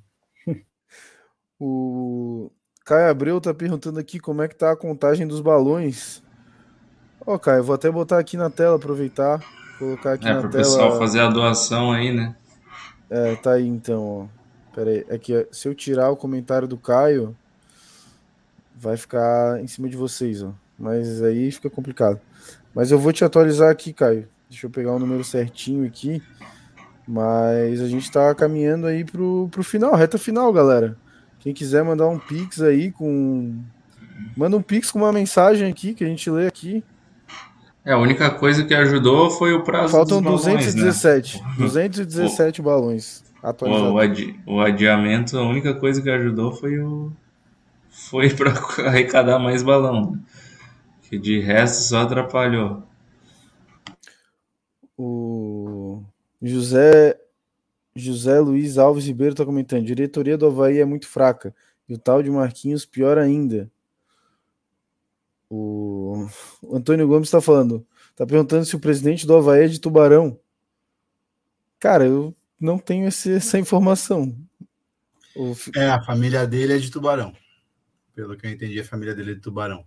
Speaker 5: O Caio Abreu tá perguntando aqui como é que tá a contagem dos balões. Caio, eu vou até botar aqui na tela, aproveitar, colocar aqui na tela.
Speaker 6: Pro pessoal fazer a doação aí, né?
Speaker 5: Tá aí então, ó. Pera aí, aqui, se eu tirar o comentário do Caio, vai ficar em cima de vocês, ó. Mas aí fica complicado. Mas eu vou te atualizar aqui, Caio. Deixa eu pegar o número certinho aqui. Mas a gente tá caminhando aí pro final, reta final, galera. Quem quiser mandar um pix aí manda um pix com uma mensagem aqui que a gente lê aqui.
Speaker 6: A única coisa que ajudou foi o prazo
Speaker 5: Faltam
Speaker 6: dos balões,
Speaker 5: 217.
Speaker 6: né?
Speaker 5: 217 balões atualizados.
Speaker 6: O adiamento, a única coisa que ajudou foi para arrecadar mais balão. Né? Que de resto só atrapalhou.
Speaker 5: O José Luiz Alves Ribeiro tá comentando. Diretoria do Avaí é muito fraca. E o tal de Marquinhos pior ainda. O Antônio Gomes tá falando. Tá perguntando se o presidente do Avaí é de Tubarão. Cara, eu não tenho essa informação.
Speaker 8: A família dele é de Tubarão. Pelo que eu entendi, a família dele é de Tubarão.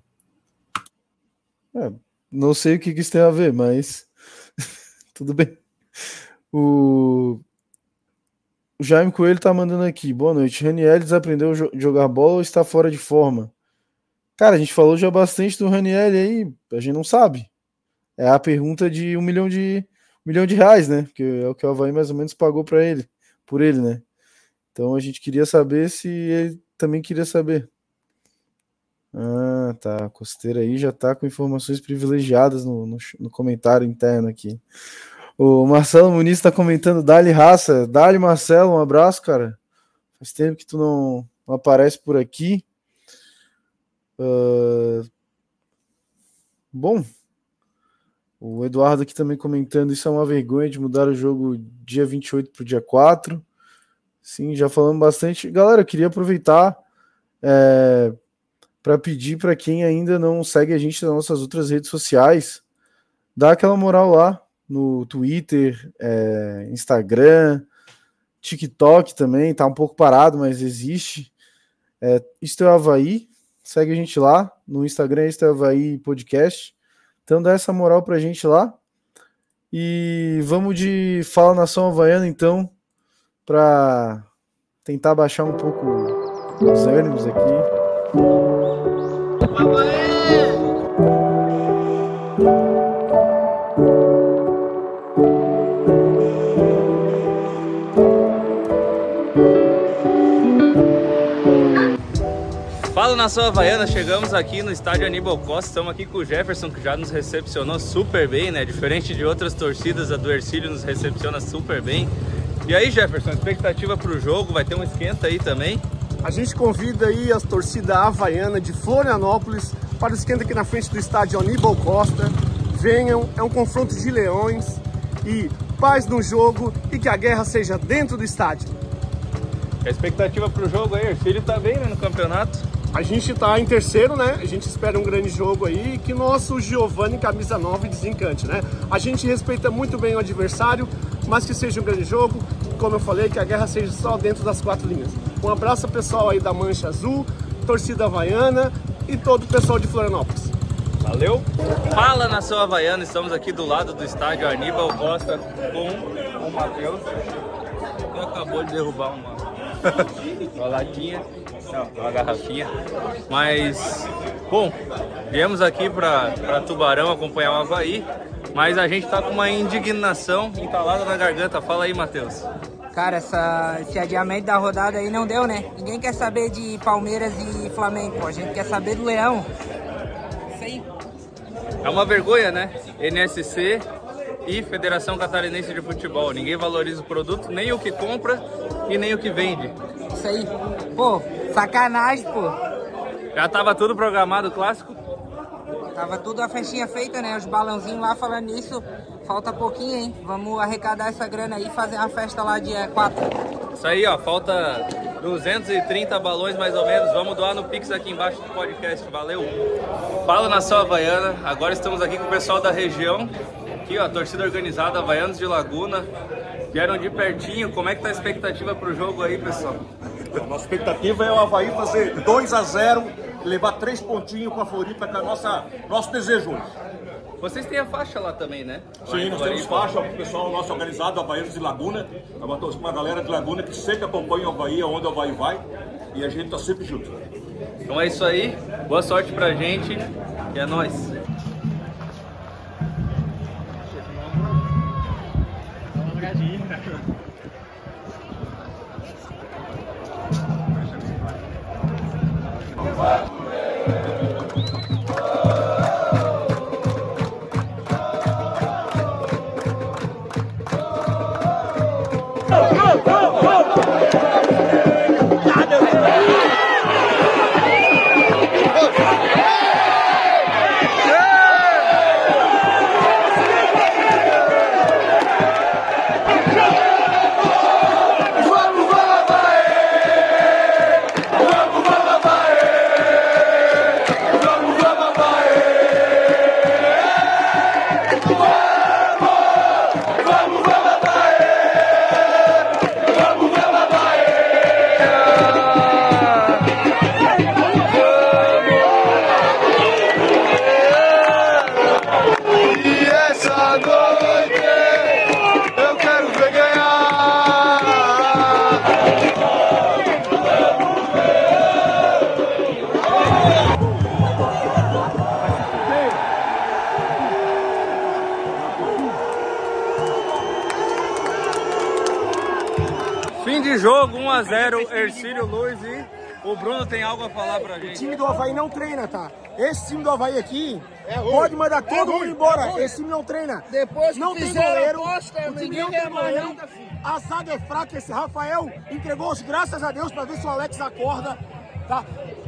Speaker 5: Não sei o que isso tem a ver, mas tudo bem. O Jaime Coelho tá mandando aqui. Boa noite. Raniel desaprendeu a jogar bola ou está fora de forma? Cara, a gente falou já bastante do Raniel aí. A gente não sabe. É a pergunta de $1 milhão de reais, né? Que é o que o Avaí mais ou menos pagou por ele, né? Então a gente queria saber se ele também queria saber. Ah, tá. A Costeira aí já tá com informações privilegiadas no comentário interno aqui. O Marcelo Muniz tá comentando, Dali Raça. Dali, Marcelo, um abraço, cara. Faz tempo que tu não aparece por aqui. Bom, o Eduardo aqui também comentando, isso é uma vergonha de mudar o jogo dia 28 para o dia 4. Sim, já falamos bastante. Galera, eu queria aproveitar para pedir para quem ainda não segue a gente nas nossas outras redes sociais, dá aquela moral lá no Twitter, Instagram, TikTok também, tá um pouco parado, mas existe. Isto é Avaí, segue a gente lá, no Instagram Isto é Avaí Podcast, então dá essa moral pra gente lá, e vamos de Fala Nação Havaiana então, para tentar baixar um pouco os ânimos aqui.
Speaker 9: Fala Nação Havaiana, chegamos aqui no estádio Aníbal Costa, estamos aqui com o Jefferson, que já nos recepcionou super bem, né? Diferente de outras torcidas, a do Hercílio nos recepciona super bem. E aí, Jefferson, expectativa para o jogo? Vai ter um esquenta aí também?
Speaker 10: A gente convida aí as torcidas havaiana de Florianópolis para o esquenta aqui na frente do estádio Aníbal Costa. Venham, é um confronto de leões e paz no jogo e que a guerra seja dentro do estádio.
Speaker 9: A expectativa para o jogo aí, o Hercílio tá bem, né, no campeonato?
Speaker 10: A gente tá em terceiro, né? A gente espera um grande jogo aí e que nosso Giovani camisa 9 desencante, né? A gente respeita muito bem o adversário, mas que seja um grande jogo, como eu falei, que a guerra seja só dentro das 4 linhas. Um abraço pessoal aí da Mancha Azul, torcida havaiana e todo o pessoal de Florianópolis.
Speaker 9: Valeu! Fala Nação Havaiana, estamos aqui do lado do estádio Aníbal Costa com o Matheus, que acabou de derrubar uma latinha, não, uma garrafinha, mas, bom, viemos aqui para Tubarão acompanhar o Avaí, mas a gente tá com uma indignação entalada na garganta. Fala aí, Matheus.
Speaker 11: Cara, esse adiamento da rodada aí não deu, né? Ninguém quer saber de Palmeiras e Flamengo, pô. A gente quer saber do Leão. Isso aí.
Speaker 9: É uma vergonha, né? NSC e Federação Catarinense de Futebol. Ninguém valoriza o produto, nem o que compra e nem o que vende.
Speaker 11: Isso aí. Pô, sacanagem, pô.
Speaker 9: Já tava tudo programado, o clássico?
Speaker 11: Tava tudo a festinha feita, né? Os balãozinhos lá falando nisso. Falta pouquinho, hein? Vamos arrecadar essa grana aí e fazer uma festa lá dia 4.
Speaker 9: Isso aí, ó. Falta 230 balões mais ou menos. Vamos doar no Pix aqui embaixo do podcast. Valeu! Fala Nação Havaiana. Agora estamos aqui com o pessoal da região. Aqui, ó, torcida organizada, Havaianos de Laguna. Vieram de pertinho. Como é que tá a expectativa pro jogo aí, pessoal?
Speaker 12: A nossa expectativa é o Avaí fazer 2-0, levar 3 pontinhos com a Floripa, que é nosso desejo hoje.
Speaker 9: Vocês têm a faixa lá também, né?
Speaker 12: Sim, nós temos faixa, o pessoal nosso organizado, Havaianos de Laguna, uma galera de Laguna que sempre acompanha o Avaí, aonde o Avaí vai, e a gente tá sempre junto.
Speaker 9: Então é isso aí, boa sorte pra gente e é nóis! Fim de jogo, 1-0, Hercílio Luz e O Bruno tem algo a falar pra gente.
Speaker 13: O time do Avaí não treina, tá? Esse time do Avaí aqui pode mandar todo mundo embora. Esse time não treina.
Speaker 3: Depois
Speaker 13: não
Speaker 3: que
Speaker 13: tem
Speaker 3: fizeram
Speaker 13: goleiro.
Speaker 3: aposta,
Speaker 13: O time
Speaker 3: ninguém
Speaker 13: não tem
Speaker 3: quer mais
Speaker 13: goleiro.
Speaker 3: nada, filho.
Speaker 13: A zaga é fraca. Esse Rafael entregou-os, graças a Deus, pra ver se o Alex acorda. Tá?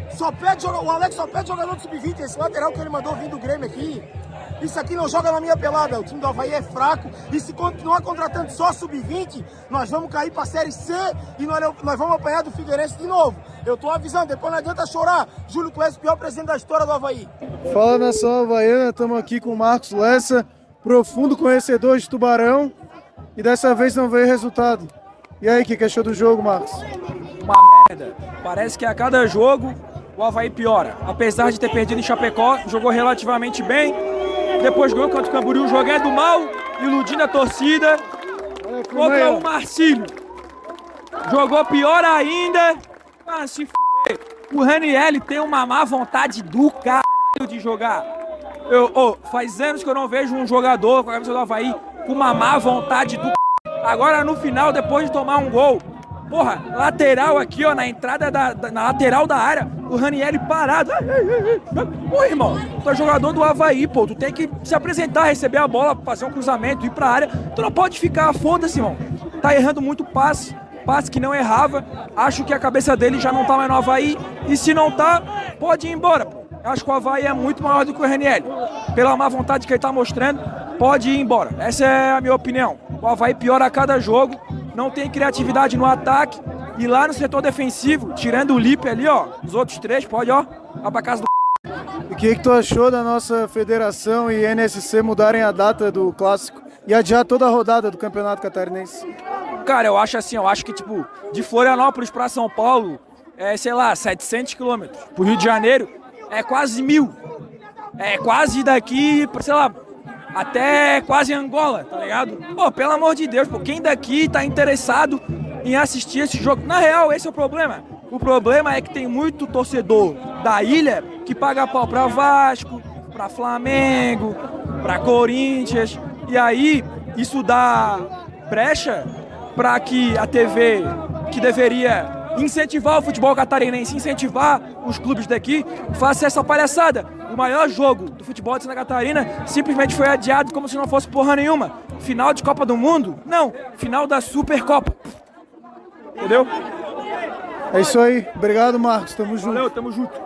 Speaker 13: O Alex só pede jogador do sub-20. Esse lateral que ele mandou vir do Grêmio aqui. Isso aqui não joga na minha pelada. O time do Avaí é fraco. E se continuar contratando só sub-20, nós vamos cair pra Série C e nós vamos apanhar do Figueirense de novo. Eu tô avisando, depois não adianta chorar. Júlio, tu és o pior presidente da história do Avaí.
Speaker 5: Fala, nação havaiana, estamos aqui com o Marcos Lessa, profundo conhecedor de Tubarão, e dessa vez não veio resultado. E aí, o que achou do jogo, Marcos?
Speaker 14: Uma merda. Parece que a cada jogo o Avaí piora. Apesar de ter perdido em Chapecó, jogou relativamente bem. Depois ganhou contra o Camboriú, jogando mal, iludindo a torcida. Contra o Marcílio. Jogou pior ainda. Ah, se f***. O Raniel tem uma má vontade do caralho de jogar. Faz anos que eu não vejo um jogador com a camisa do Avaí com uma má vontade do c***. Agora no final, depois de tomar um gol, porra, lateral aqui, ó, na entrada na lateral da área, o Raniel parado. Pô, irmão, tu é jogador do Avaí, pô, tu tem que se apresentar, receber a bola, fazer um cruzamento, ir pra área. Tu não pode ficar, foda-se, irmão. Tá errando muito passe que não errava. Acho que a cabeça dele já não tá mais no Avaí, e se não tá, pode ir embora, pô. Acho que o Avaí é muito maior do que o Raniel. Pela má vontade que ele tá mostrando, pode ir embora. Essa é a minha opinião. O Avaí piora a cada jogo, não tem criatividade no ataque, e lá no setor defensivo, tirando o Lipe ali, ó, os outros três, pode, ó, vai pra casa do
Speaker 5: E o que tu achou da nossa federação e NSC mudarem a data do clássico e adiar toda a rodada do Campeonato Catarinense?
Speaker 14: Cara, eu acho assim, que, tipo, de Florianópolis pra São Paulo, sei lá, 700 quilômetros. Pro Rio de Janeiro, é quase 1000. É quase daqui, sei lá, até quase Angola, tá ligado? Pô, pelo amor de Deus, pô, quem daqui tá interessado em assistir esse jogo? Na real, esse é o problema. O problema é que tem muito torcedor da ilha que paga pau pra Vasco, pra Flamengo, pra Corinthians. E aí, isso dá brecha pra que a TV, que deveria incentivar o futebol catarinense, incentivar os clubes daqui, faça essa palhaçada. O maior jogo do futebol de Santa Catarina simplesmente foi adiado como se não fosse porra nenhuma. Final de Copa do Mundo? Não, final da Supercopa. Entendeu?
Speaker 5: É isso aí. Obrigado, Marcos. Tamo junto.
Speaker 14: Valeu, tamo junto.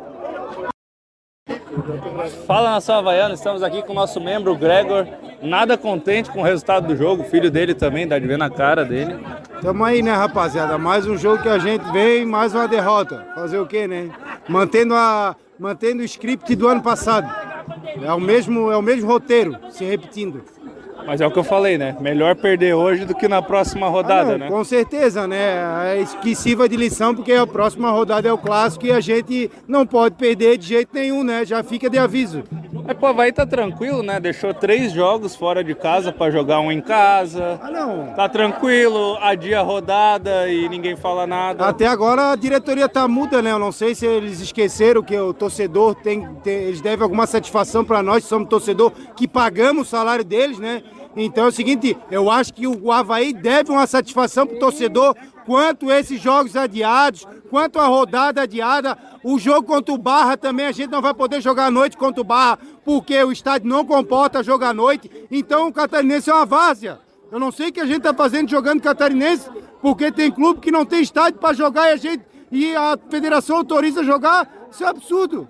Speaker 9: Fala, nação havaiana, estamos aqui com o nosso membro Gregor, nada contente com o resultado do jogo, o filho dele também, dá de ver na cara dele.
Speaker 15: Tamo aí, né, rapaziada, mais um jogo que a gente vem, mais uma derrota, fazer o quê, né? Mantendo o script do ano passado, é o mesmo roteiro, se repetindo.
Speaker 9: Mas é o que eu falei, né? Melhor perder hoje do que na próxima rodada, né?
Speaker 15: Com certeza, né? É que sirva de lição, porque a próxima rodada é o clássico e a gente não pode perder de jeito nenhum, né? Já fica de aviso.
Speaker 9: Mas pô, o Avaí tá tranquilo, né? Deixou 3 jogos fora de casa pra jogar um em casa.
Speaker 15: Não.
Speaker 9: Tá tranquilo, adia a rodada e ninguém fala nada.
Speaker 15: Até agora a diretoria tá muda, né? Eu não sei se eles esqueceram que o torcedor eles devem alguma satisfação pra nós, que somos torcedor, que pagamos o salário deles, né? Então é o seguinte, eu acho que o Avaí deve uma satisfação pro torcedor quanto esses jogos adiados, quanto a rodada adiada, o jogo contra o Barra também, a gente não vai poder jogar à noite contra o Barra, porque o estádio não comporta jogar à noite, então o Catarinense é uma várzea. Eu não sei o que a gente tá fazendo jogando Catarinense, porque tem clube que não tem estádio para jogar e a federação autoriza jogar, isso é absurdo.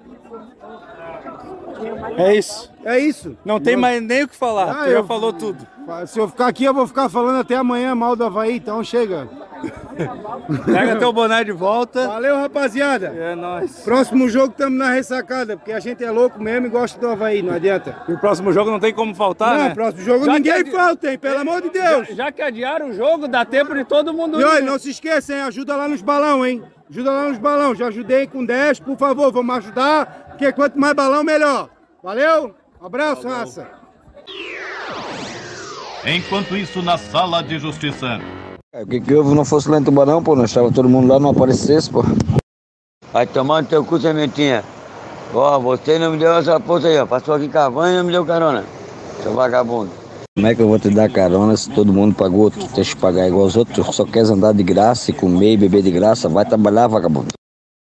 Speaker 9: É isso.
Speaker 15: É isso.
Speaker 9: Não tem mais nem o que falar, tu já falou tudo.
Speaker 15: Se eu ficar aqui, eu vou ficar falando até amanhã mal do Avaí, então chega.
Speaker 9: Pega teu boné de volta.
Speaker 15: Valeu, rapaziada.
Speaker 9: É nóis.
Speaker 15: Próximo jogo estamos na ressacada, porque a gente é louco mesmo e gosta do Avaí, não adianta.
Speaker 9: E o próximo jogo não tem como faltar, né?
Speaker 15: Não, próximo jogo ninguém falta, hein? Pelo amor de Deus.
Speaker 9: Já que adiaram o jogo, dá tempo de todo mundo
Speaker 15: ir. E olha, não se esqueça, hein? Ajuda lá nos balão, hein? Ajuda lá nos balão. Já ajudei com 10, por favor, vamos ajudar, porque quanto mais balão, melhor. Valeu? Abraço, raça.
Speaker 16: Enquanto isso, na sala de justiça.
Speaker 17: O que houve não fosse lá em Tubarão, pô? Nós estava todo mundo lá, não aparecesse, pô. Vai tomar no teu cu, sementinha. Ó, você não me deu essa poça aí, ó. Passou aqui cavando e não me deu carona. Seu vagabundo. Como é que eu vou te dar carona se todo mundo pagou? Tu deixa eu pagar igual os outros, só queres andar de graça e comer e beber de graça? Vai trabalhar, vagabundo.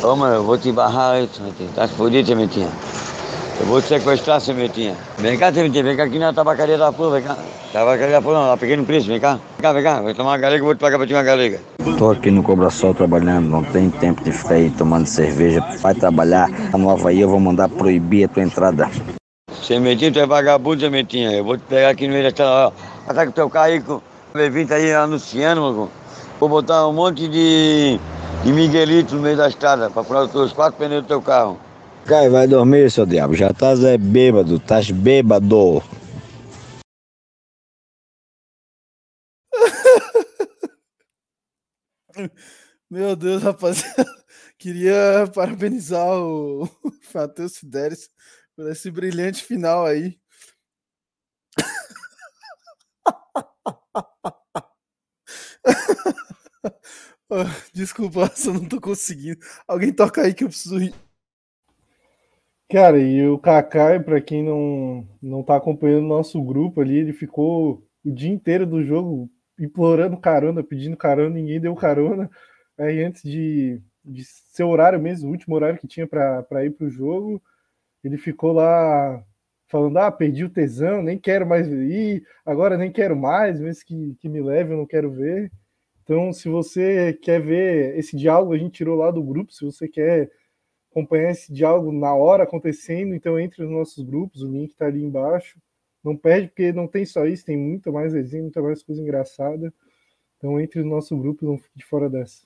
Speaker 17: Ô, mano, eu vou te barrar aí, Sementinha. Tá fodido, Sementinha. Eu vou te sequestrar, Sementinha. Vem cá, Sementinha, vem cá aqui na tabacaria da Flor, vem cá. Tabacaria da Flor não, lá Pequeno Príncipe, vem cá. Vem cá, vem tomar uma galega, eu vou te pagar pra ti uma galega. Tô aqui no Cobra Sol trabalhando, não tem tempo de ficar aí tomando cerveja. Vai trabalhar, a no Havaí eu vou mandar proibir a tua entrada. Sementinha, tu é vagabundo, Sementinha. Eu vou te pegar aqui no meio da estrada, ó. Tá com o teu carro aí, com o V20 aí anunciando, mano. Vou botar um monte de Miguelito no meio da estrada pra furar os 4 pneus do teu carro. Cai, vai dormir, seu diabo. Já estás bêbado, estás bêbado.
Speaker 5: Meu Deus, rapaziada. Queria parabenizar o Matheus Sideres por esse brilhante final aí. Desculpa, eu não tô conseguindo. Alguém toca aí que eu preciso rir.
Speaker 7: Cara, e o Kaká, para quem não tá acompanhando o nosso grupo ali, ele ficou o dia inteiro do jogo implorando carona, pedindo carona, ninguém deu carona. Aí antes de ser o horário mesmo, o último horário que tinha para ir pro jogo, ele ficou lá falando, perdi o tesão, nem quero mais ir, agora nem quero mais, mesmo que me leve, eu não quero ver. Então, se você quer ver esse diálogo, a gente tirou lá do grupo, se você quer acompanhar esse diálogo na hora acontecendo, então entre nos nossos grupos, o link tá ali embaixo. Não perde, porque não tem só isso, tem muita mais resenha, muita mais coisa engraçada. Então entre no nosso grupo e não fique de fora dessa.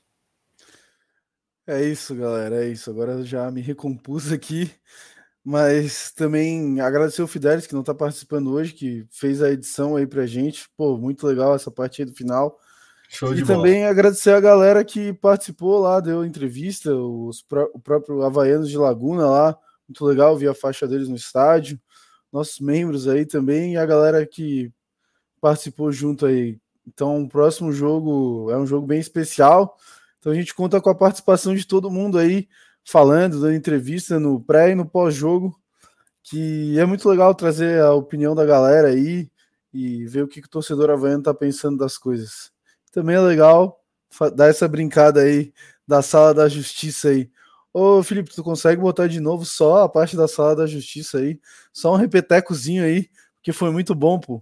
Speaker 5: É isso, galera, é isso. Agora eu já me recompus aqui, mas também agradecer o Fidelis, que não tá participando hoje, que fez a edição aí pra gente. Pô, muito legal essa parte aí do final.
Speaker 8: Show de
Speaker 5: e
Speaker 8: bola.
Speaker 5: também agradecer a galera que participou lá, deu entrevista, o próprio Havaianos de Laguna lá, muito legal, vi a faixa deles no estádio, nossos membros aí também, e a galera que participou junto aí. Então o próximo jogo é um jogo bem especial, então a gente conta com a participação de todo mundo aí, falando, dando entrevista no pré e no pós-jogo, que é muito legal trazer a opinião da galera aí, e ver o que o torcedor havaiano tá pensando das coisas. Também é legal dar essa brincada aí da Sala da Justiça aí. Ô, Felipe, tu consegue botar de novo só a parte da Sala da Justiça aí? Só um repetecozinho aí, porque foi muito bom, pô.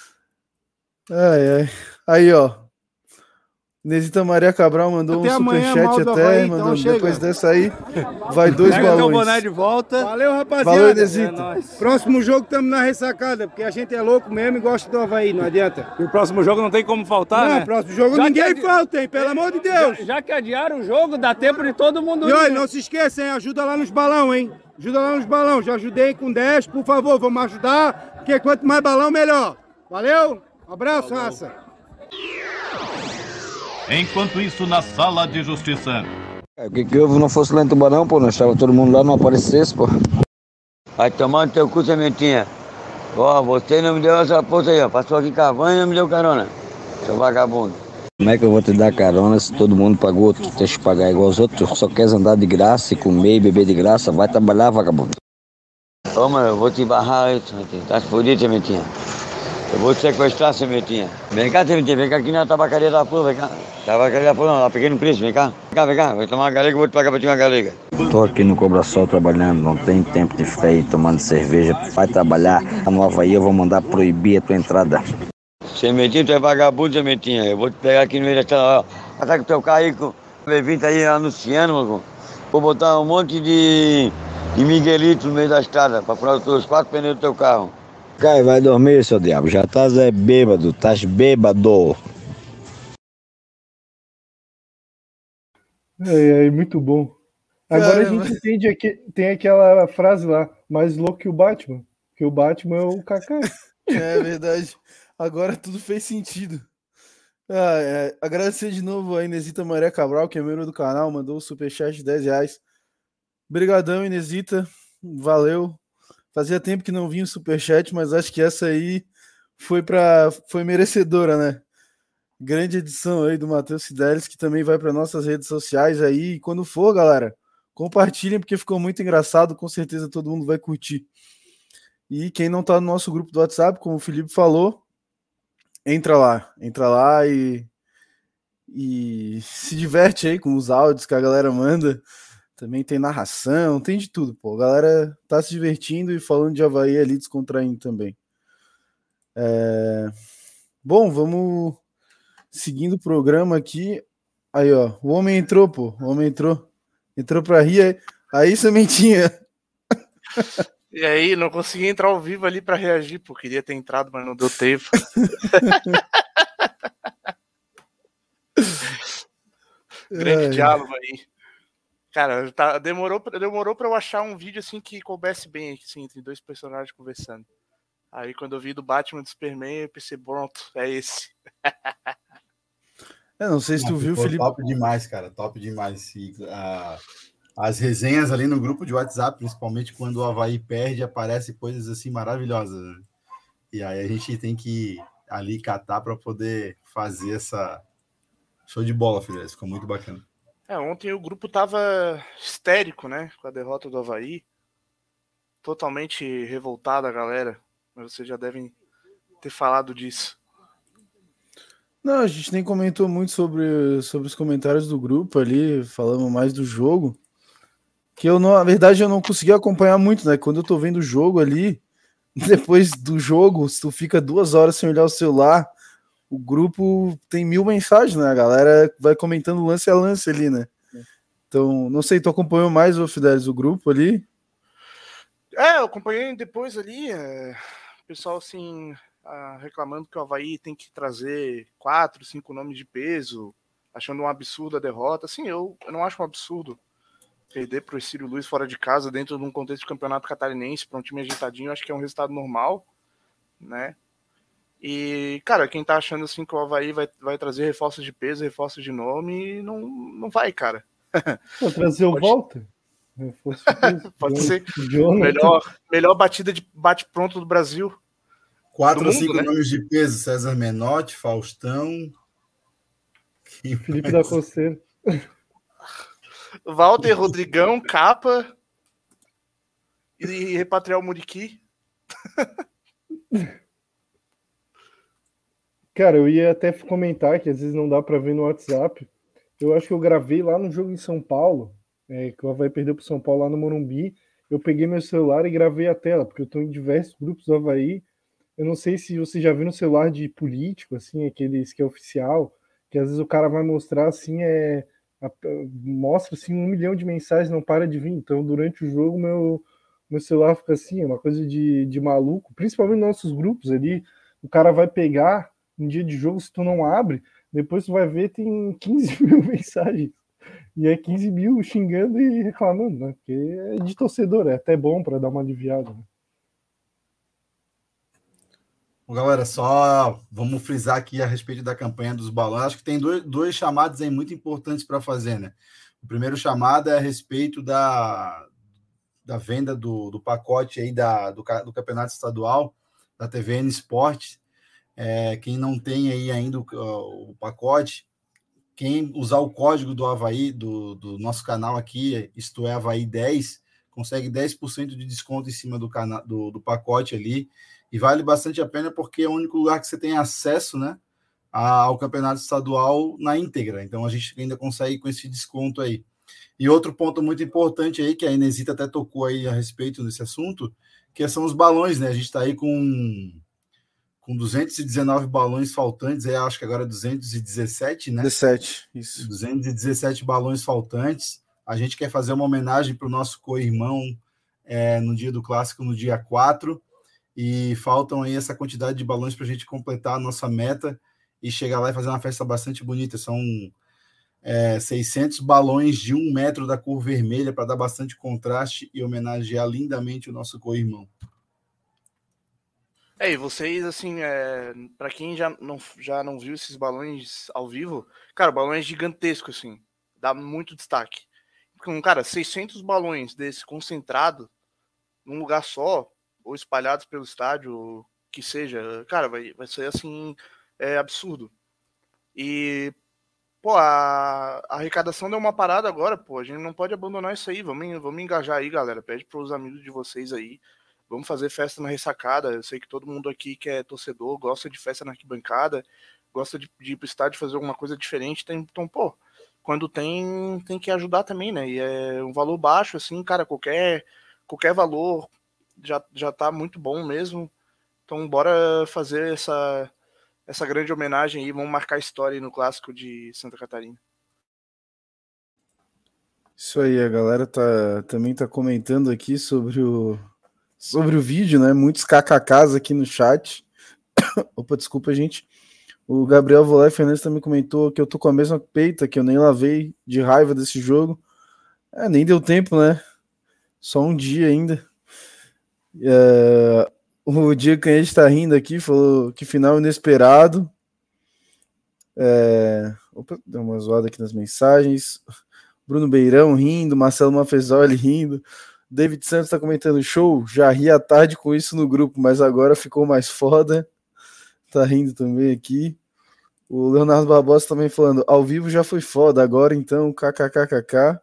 Speaker 5: Aí, ó. Inesita Maria Cabral mandou
Speaker 15: até
Speaker 5: um superchat até,
Speaker 15: então
Speaker 5: mandando
Speaker 15: chega.
Speaker 5: Depois dessa aí, vai 2
Speaker 15: Pega
Speaker 5: balões.
Speaker 15: teu boné de volta. Valeu, rapaziada.
Speaker 5: Valeu, Inesita.
Speaker 15: Próximo jogo estamos na ressacada, porque a gente é louco mesmo e gosta do Havaí, não adianta.
Speaker 14: E o próximo jogo não tem como faltar,
Speaker 15: Não,
Speaker 14: né?
Speaker 15: próximo jogo ninguém falta, hein? Pelo amor de Deus.
Speaker 14: Já que adiaram o jogo, dá tempo de todo mundo
Speaker 15: E olha, não se esqueça, hein? Ajuda lá nos balão, hein? Ajuda lá nos balão. Já ajudei com 10, por favor, vamos ajudar, porque quanto mais balão, melhor. Valeu? Abraço, raça.
Speaker 16: Enquanto isso, na sala de justiça.
Speaker 17: O que houve não fosse lá em Tubarão, pô? Nós estava todo mundo lá, não aparecesse, pô. Vai tomar no teu cu, Sementinha. Ó, você não me deu essa porra aí, ó. Passou aqui cavando e não me deu carona. Seu vagabundo. Como é que eu vou te dar carona se todo mundo pagou? Tu tem que pagar igual os outros. Só queres andar de graça e comer e beber de graça. Vai trabalhar, vagabundo. Ô, mano, eu vou te barrar aí, Sementinha. Tá fodido, Sementinha. Eu vou te sequestrar, Sementinha. Vem cá, Sementinha, vem cá aqui na tabacaria da Flor, vem cá. Tabacaria da Flor não, lá Pequeno Príncipe, vem cá. Vem cá, vem tomar uma galega, eu vou te pagar pra ti uma galega. Tô aqui no Cobra Sol trabalhando, não tem tempo de ficar aí tomando cerveja. Vai trabalhar, a no Havaí eu vou mandar proibir a tua entrada. Sementinha, tu é vagabundo, Sementinha. Eu vou te pegar aqui no meio da estrada, ó. Tá com o teu carro aí, com o V20 aí anunciando, mano. Vou botar um monte de Miguelito no meio da estrada pra furar os 4 pneus do teu carro. Cai, vai dormir, seu diabo. Já estás bêbado, estás bêbado.
Speaker 7: Muito bom. Agora a gente entende que tem aquela frase lá, mais louco que o Batman. Que o Batman é o Kaká.
Speaker 5: É verdade. Agora tudo fez sentido. Agradecer de novo a Inesita Maria Cabral, que é membro do canal, mandou o superchat de R$10. Obrigadão, Inesita. Valeu. Fazia tempo que não vinha o superchat, mas acho que essa aí foi merecedora, né? Grande edição aí do Matheus Sidelis, que também vai para nossas redes sociais aí. E quando for, galera, compartilhem, porque ficou muito engraçado. Com certeza todo mundo vai curtir. E quem não tá no nosso grupo do WhatsApp, como o Felipe falou, entra lá e se diverte aí com os áudios que a galera manda. Também tem narração, tem de tudo, pô. A galera tá se divertindo e falando de Avaí ali, descontraindo também. Bom, vamos seguindo o programa aqui. Aí, ó, o homem entrou, pô. O homem entrou. Entrou pra rir. Aí, Sementinha.
Speaker 18: E aí, não consegui entrar ao vivo ali pra reagir, pô. Queria ter entrado, mas não deu tempo. Grande diálogo aí. Cara, demorou pra eu achar um vídeo assim que coubesse bem, assim, entre dois personagens conversando. Aí quando eu vi do Batman do Superman, eu pensei, pronto, é esse.
Speaker 5: Não sei se tu viu, Felipe.
Speaker 8: Top demais, cara, top demais. E, as resenhas ali no grupo de WhatsApp, principalmente quando o Avaí perde, aparecem coisas assim maravilhosas. Né? E aí a gente tem que ali catar para poder fazer essa show de bola, filho. Ficou muito bacana.
Speaker 18: Ontem o grupo tava histérico, né? Com a derrota do Avaí. Totalmente revoltada a galera. Mas vocês já devem ter falado disso.
Speaker 5: Não, a gente nem comentou muito sobre os comentários do grupo ali, falamos mais do jogo. Que na verdade, eu não consegui acompanhar muito, né? Quando eu tô vendo o jogo ali, depois do jogo, se tu fica 2 horas sem olhar o celular, o grupo tem 1000 mensagens, né? A galera vai comentando lance a lance ali, né? Então, não sei, tu acompanhou mais, ô Fidelis, o grupo ali?
Speaker 18: Eu acompanhei depois ali, o pessoal assim, reclamando que o Avaí tem que trazer 4, 5 nomes de peso, achando um absurdo a derrota. Assim, eu não acho um absurdo perder pro Ercílio Luz fora de casa, dentro de um contexto de campeonato catarinense, para um time agitadinho, acho que é um resultado normal, né? E, cara, quem tá achando assim que o Avaí vai trazer reforços de peso, reforços de nome, não vai, cara.
Speaker 7: Vou trazer o Walter?
Speaker 18: Pode ser. Melhor batida de bate-pronto do Brasil.
Speaker 8: 4 ou 5 nomes de peso: César Menotti, Faustão.
Speaker 7: Felipe da Coceira.
Speaker 18: Walter, Rodrigão, Capa e repatriar o Muriqui.
Speaker 7: Cara, eu ia até comentar que às vezes não dá para ver no WhatsApp. Eu acho que eu gravei lá no jogo em São Paulo, que o Avaí perdeu pro São Paulo lá no Morumbi. Eu peguei meu celular e gravei a tela, porque eu tô em diversos grupos do Avaí. Eu não sei se você já viu no celular de político, assim, aqueles que é oficial, que às vezes o cara vai mostrar assim, mostra assim 1 milhão de mensagens, não para de vir. Então, durante o jogo, meu celular fica assim, é uma coisa de maluco, principalmente nos nossos grupos ali. O cara vai pegar em dia de jogo, se tu não abre, depois tu vai ver, tem 15 mil mensagens. E é 15 mil xingando e reclamando, né? Porque é de torcedor, é até bom para dar uma aliviada, né?
Speaker 8: Bom, galera, só vamos frisar aqui a respeito da campanha dos balões. Acho que tem dois chamados aí muito importantes para fazer, né? O primeiro chamado é a respeito da venda do pacote aí do campeonato estadual da TVN Sport. Quem não tem aí ainda o pacote, quem usar o código do Avaí, do nosso canal aqui, isto é, Avaí 10, consegue 10% de desconto em cima do pacote ali, e vale bastante a pena porque é o único lugar que você tem acesso, né, ao campeonato estadual na íntegra, então a gente ainda consegue com esse desconto aí. E outro ponto muito importante aí, que a Inesita até tocou aí a respeito desse assunto, que são os balões, né, a gente está aí com 219 balões faltantes, acho que agora 217, né?
Speaker 5: 17, isso.
Speaker 8: 217 balões faltantes. A gente quer fazer uma homenagem para o nosso co-irmão no dia do clássico, no dia 4, e faltam aí essa quantidade de balões para a gente completar a nossa meta e chegar lá e fazer uma festa bastante bonita. São 600 balões de 1 metro da cor vermelha para dar bastante contraste e homenagear lindamente o nosso co-irmão.
Speaker 18: E vocês, assim, para quem já não viu esses balões ao vivo, cara, o balão é gigantesco, assim, dá muito destaque. Cara, 600 balões desse concentrado num lugar só, ou espalhados pelo estádio, que seja, cara, vai ser, assim, absurdo. E, pô, a arrecadação deu uma parada agora, pô, a gente não pode abandonar isso aí, vamos engajar aí, galera, pede pros amigos de vocês aí. Vamos fazer festa na ressacada. Eu sei que todo mundo aqui que é torcedor gosta de festa na arquibancada, gosta de ir pro estádio fazer alguma coisa diferente. Então, pô, quando tem que ajudar também, né? E é um valor baixo, assim, cara, qualquer valor já tá muito bom mesmo. Então, bora fazer essa grande homenagem aí, vamos marcar a história aí no Clássico de Santa Catarina.
Speaker 5: Isso aí, a galera também tá comentando aqui sobre o vídeo, né? Muitos kkks aqui no chat. Opa, desculpa, gente. O Gabriel Volé Fernandes também comentou que eu tô com a mesma peita, que eu nem lavei de raiva desse jogo. Nem deu tempo, né? Só um dia ainda. O Diego Canhete tá rindo aqui, falou que final inesperado. Opa, deu uma zoada aqui nas mensagens. Bruno Beirão rindo, Marcelo Mafezoli rindo. David Santos tá comentando, show, já ri à tarde com isso no grupo, mas agora ficou mais foda. Tá rindo também aqui. O Leonardo Barbosa também falando, ao vivo já foi foda, agora então, kkkk.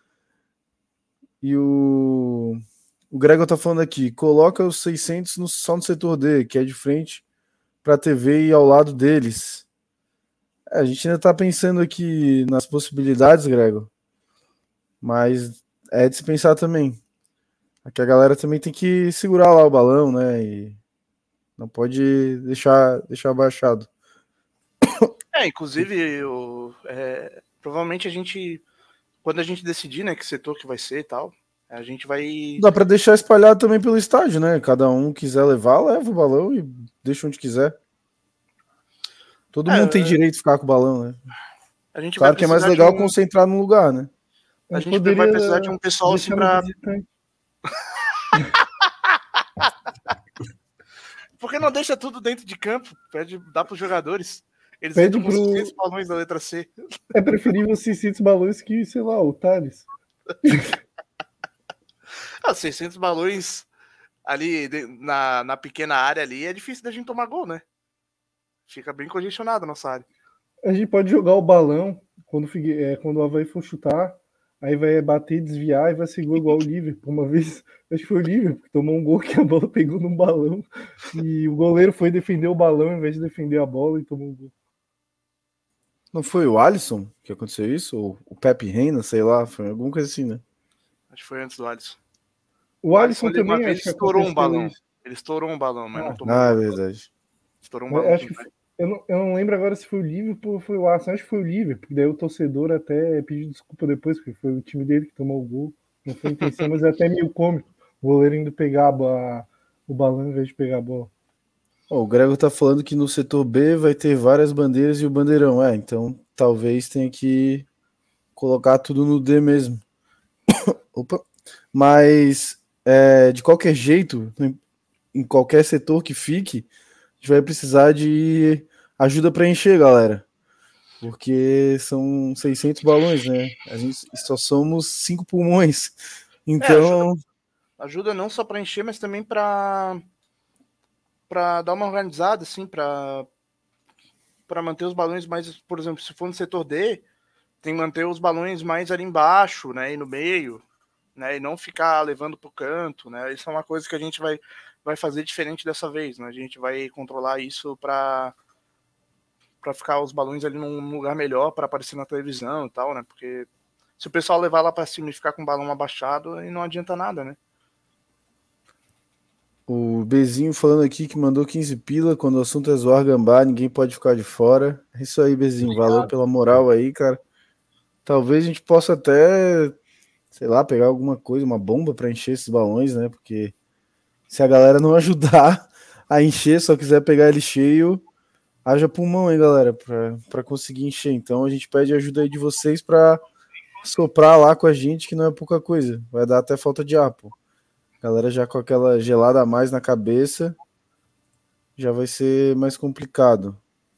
Speaker 5: E o Gregor tá falando aqui, coloca os 600 só no setor D, que é de frente pra TV e ao lado deles. A gente ainda tá pensando aqui nas possibilidades, Gregor, mas é de se pensar também. Aqui a galera também tem que segurar lá o balão, né? E não pode deixar abaixado.
Speaker 18: Inclusive, provavelmente quando a gente decidir, né, que setor que vai ser e tal, a gente vai...
Speaker 5: Dá pra deixar espalhado também pelo estádio, né? Cada um quiser levar, leva o balão e deixa onde quiser. Todo mundo tem direito de ficar com o balão, né? Claro que é mais legal concentrar num lugar, né?
Speaker 18: A gente vai precisar de um pessoal assim pra... Por que não deixa tudo dentro de campo? Dá pros jogadores. Eles entram com 600 balões da letra C.
Speaker 7: É preferível 600 balões que, sei lá, o Thales.
Speaker 18: 600 balões ali na pequena área ali é difícil da gente tomar gol, né? Fica bem congestionado a nossa área.
Speaker 7: A gente pode jogar o balão quando o Avaí for chutar, aí vai bater, desviar e vai ser gol igual o Liverpool. Uma vez, acho que foi o Liverpool que tomou um gol que a bola pegou num balão e o goleiro foi defender o balão em vez de defender a bola e tomou um gol.
Speaker 5: Não foi o Alisson que aconteceu isso? Ou o Pepe Reina, sei lá, foi alguma coisa assim, né?
Speaker 18: Acho que foi antes do Alisson.
Speaker 7: O Alisson também
Speaker 18: uma vez estourou um balão. Ele estourou um balão, mas não tomou.
Speaker 5: É verdade.
Speaker 18: Estourou um balão.
Speaker 7: Acho que eu não lembro agora se foi o Liverpool ou foi o Arsenal. Acho que foi o Liverpool, porque daí o torcedor até pediu desculpa depois, porque foi o time dele que tomou o gol. Não foi intenção, mas é até meio cômico. O goleiro indo pegar o balão em vez de pegar a bola.
Speaker 5: O Gregor tá falando que no setor B vai ter várias bandeiras e o bandeirão. Então talvez tenha que colocar tudo no D mesmo. Opa. Mas de qualquer jeito, em qualquer setor que fique, a gente vai precisar de ajuda para encher, galera. Porque são 600 balões, né? A gente só somos 5 pulmões. Então...
Speaker 18: ajuda não só para encher, mas também para dar uma organizada, assim, para manter os balões mais... Por exemplo, se for no setor D, tem que manter os balões mais ali embaixo, né? E no meio, né? E não ficar levando pro canto, né? Isso é uma coisa que a gente vai fazer diferente dessa vez, né? A gente vai controlar isso para ficar os balões ali num lugar melhor para aparecer na televisão e tal, né? Porque se o pessoal levar lá para cima e ficar com o balão abaixado, aí não adianta nada, né?
Speaker 5: O Bezinho falando aqui que mandou 15 pila, quando o assunto é zoar gambá, ninguém pode ficar de fora. É isso aí, Bezinho, valeu pela moral aí, cara. Talvez a gente possa até, sei lá, pegar alguma coisa, uma bomba para encher esses balões, né? Porque se a galera não ajudar a encher, só quiser pegar ele cheio, haja pulmão aí, galera, para conseguir encher. Então a gente pede ajuda aí de vocês para soprar lá com a gente, que não é pouca coisa. Vai dar até falta de ar, pô. Galera já com aquela gelada a mais na cabeça, já vai ser mais complicado.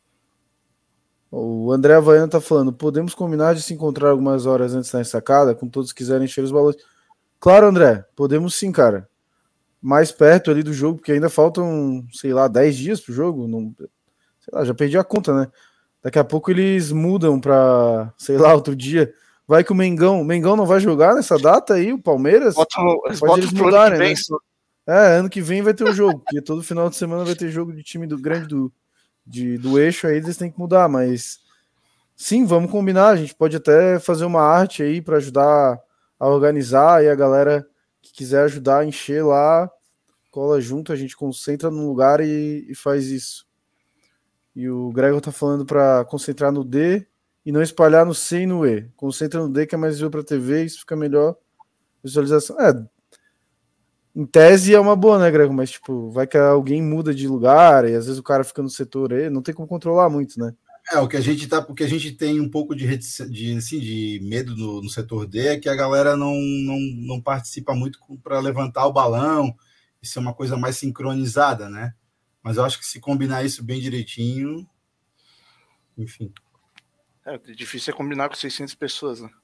Speaker 5: O André Havaiano tá falando, podemos combinar de se encontrar algumas horas antes da ressacada, com todos quiserem encher os balões. Claro, André, podemos sim, cara. Mais perto ali do jogo, porque ainda faltam, sei lá, 10 dias pro jogo. Não, sei lá, já perdi a conta, né? Daqui a pouco eles mudam pra, sei lá, outro dia. Vai que o Mengão não vai jogar nessa data aí, o Palmeiras? Pode eles mudarem, né? Ano que vem vai ter o jogo, porque todo final de semana vai ter jogo de time grande do eixo, aí eles têm que mudar, mas Sim, vamos combinar. A gente pode até fazer uma arte aí para ajudar a organizar e a galera que quiser ajudar a encher lá, cola junto, a gente concentra num lugar e faz isso. E o Gregor tá falando para concentrar no D e não espalhar no C e no E. Concentra no D, que é mais visual para TV, isso fica melhor visualização. Em tese é uma boa, né, Gregor? Mas, tipo, vai que alguém muda de lugar e às vezes o cara fica no setor E, não tem como controlar muito, né?
Speaker 8: Porque a gente tem um pouco de medo no setor D é que a galera não participa muito para levantar o balão, isso é uma coisa mais sincronizada, né? Mas eu acho que se combinar isso bem direitinho, enfim.
Speaker 18: Difícil é combinar com 600 pessoas, né?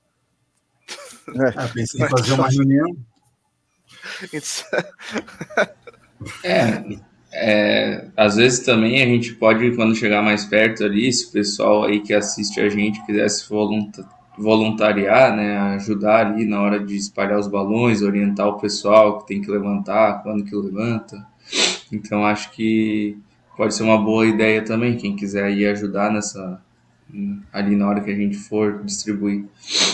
Speaker 8: Pensei em fazer uma reunião.
Speaker 6: Às vezes também a gente pode, quando chegar mais perto ali, se o pessoal aí que assiste a gente quiser se voluntariar, né, ajudar ali na hora de espalhar os balões, orientar o pessoal que tem que levantar, quando que levanta. Então acho que pode ser uma boa ideia também, quem quiser ir ajudar ali na hora que a gente for distribuir.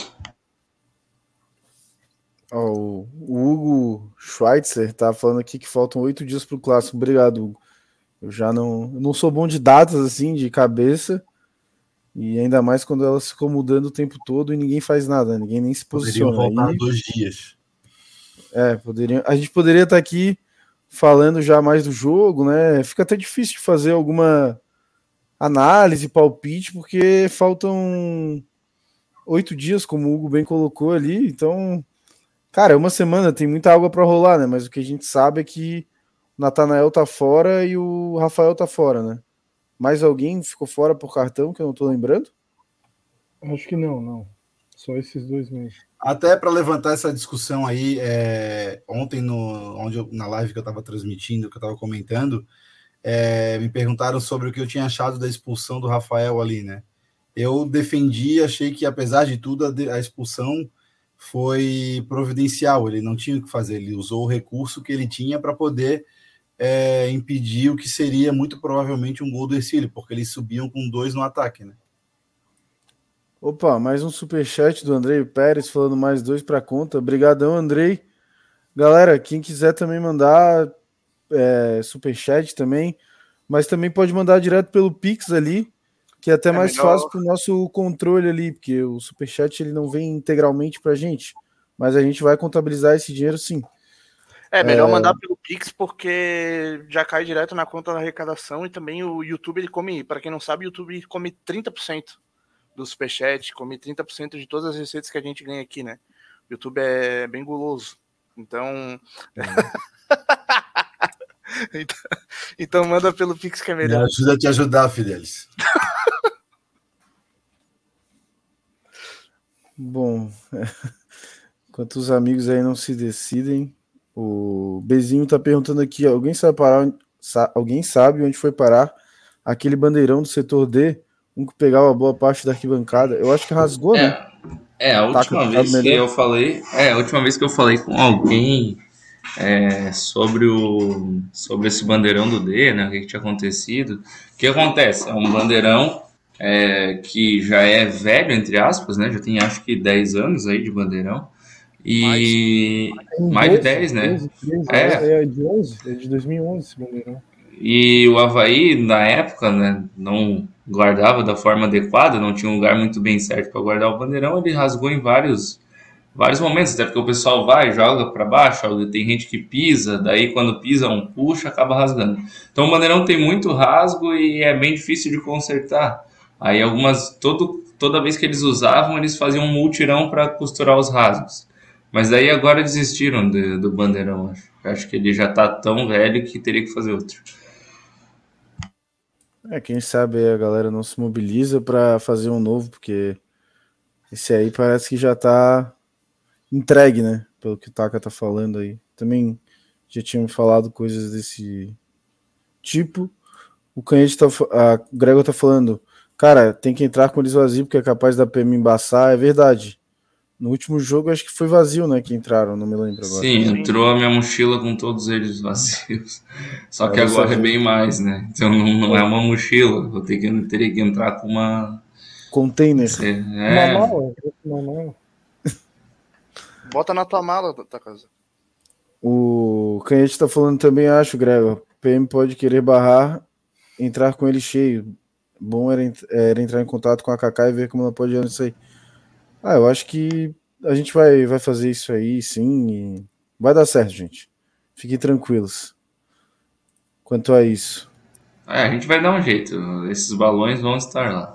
Speaker 5: O Hugo Schweitzer tá falando aqui que faltam 8 dias pro clássico. Obrigado, Hugo. Eu não sou bom de datas assim, de cabeça, e ainda mais quando elas ficam mudando o tempo todo e ninguém faz nada, ninguém nem se posiciona.
Speaker 8: Poderiam voltar 2 dias.
Speaker 5: A gente poderia estar aqui falando já mais do jogo, né? Fica até difícil de fazer alguma análise, palpite, porque faltam 8 dias, como o Hugo bem colocou ali, então... Cara, uma semana, tem muita água para rolar, né? Mas o que a gente sabe é que o Natanael tá fora e o Rafael tá fora, né? Mais alguém ficou fora por cartão que eu não tô lembrando?
Speaker 7: Acho que não. Só esses 2 mesmo.
Speaker 8: Até para levantar essa discussão aí, ontem na live que eu estava transmitindo, que eu estava comentando, me perguntaram sobre o que eu tinha achado da expulsão do Rafael ali, né? Eu defendi, achei que apesar de tudo a expulsão foi providencial, ele não tinha o que fazer, ele usou o recurso que ele tinha para poder impedir o que seria muito provavelmente um gol do Ercílio, porque eles subiam com 2 no ataque, né?
Speaker 5: Opa, mais um superchat do Andrei Pérez falando mais 2 para conta. Obrigadão, Andrei. Galera, quem quiser também mandar superchat também, mas também pode mandar direto pelo Pix ali, que é até mais fácil para o nosso controle ali, porque o superchat ele não vem integralmente para a gente, mas a gente vai contabilizar esse dinheiro sim.
Speaker 18: Melhor mandar pelo Pix, porque já cai direto na conta da arrecadação, e também o YouTube, ele come, para quem não sabe, o YouTube come 30% do superchat, come 30% de todas as receitas que a gente ganha aqui, né? O YouTube é bem guloso, então... então manda pelo Pix que é melhor.
Speaker 8: Me ajuda a te ajudar, Fidelis.
Speaker 5: Bom, enquanto os amigos aí não se decidem, o Bezinho tá perguntando aqui, alguém sabe onde foi parar aquele bandeirão do setor D, que pegava boa parte da arquibancada? Eu acho que rasgou, né?
Speaker 6: A última vez que eu falei, a última vez que eu falei com alguém sobre esse bandeirão do D, né, o que tinha acontecido. O que acontece? É um bandeirão que já é velho, entre aspas, né? Já tem acho que 10 anos aí de bandeirão. E mais de 10, né?
Speaker 7: 13, é de 11, é de 2011 esse bandeirão.
Speaker 6: E o Avaí, na época, né, não guardava da forma adequada, não tinha um lugar muito bem certo para guardar o bandeirão, ele rasgou em vários momentos, até porque o pessoal vai, joga para baixo, tem gente que pisa, daí quando pisa um puxa, acaba rasgando. Então o bandeirão tem muito rasgo e é bem difícil de consertar. Aí toda vez que eles usavam, eles faziam um multirão para costurar os rasgos. Mas daí agora desistiram do bandeirão, acho que ele já está tão velho que teria que fazer outro.
Speaker 5: Quem sabe a galera não se mobiliza para fazer um novo, porque esse aí parece que já está entregue, né? Pelo que o Taka tá falando aí. Também já tinham falado coisas desse tipo. O Canhete o Gregor tá falando, cara, tem que entrar com eles vazios porque é capaz da PM embaçar. É verdade. No último jogo acho que foi vazio, né? Que entraram, não me lembro agora.
Speaker 6: Sim, entrou a minha mochila com todos eles vazios. Só que agora é bem mais, né? Então não é uma mochila. Teria que entrar com
Speaker 5: container.
Speaker 7: Uma mala. Uma mala.
Speaker 18: Bota na tua mala, tá casa.
Speaker 5: O Canhete tá falando também, acho, Gregor. PM pode querer barrar, entrar com ele cheio. Bom era entrar em contato com a Kaká e ver como ela pode isso aí. Eu acho que a gente vai fazer isso aí, sim. E vai dar certo, gente. Fiquem tranquilos. Quanto a isso.
Speaker 6: A gente vai dar um jeito. Esses balões vão estar lá.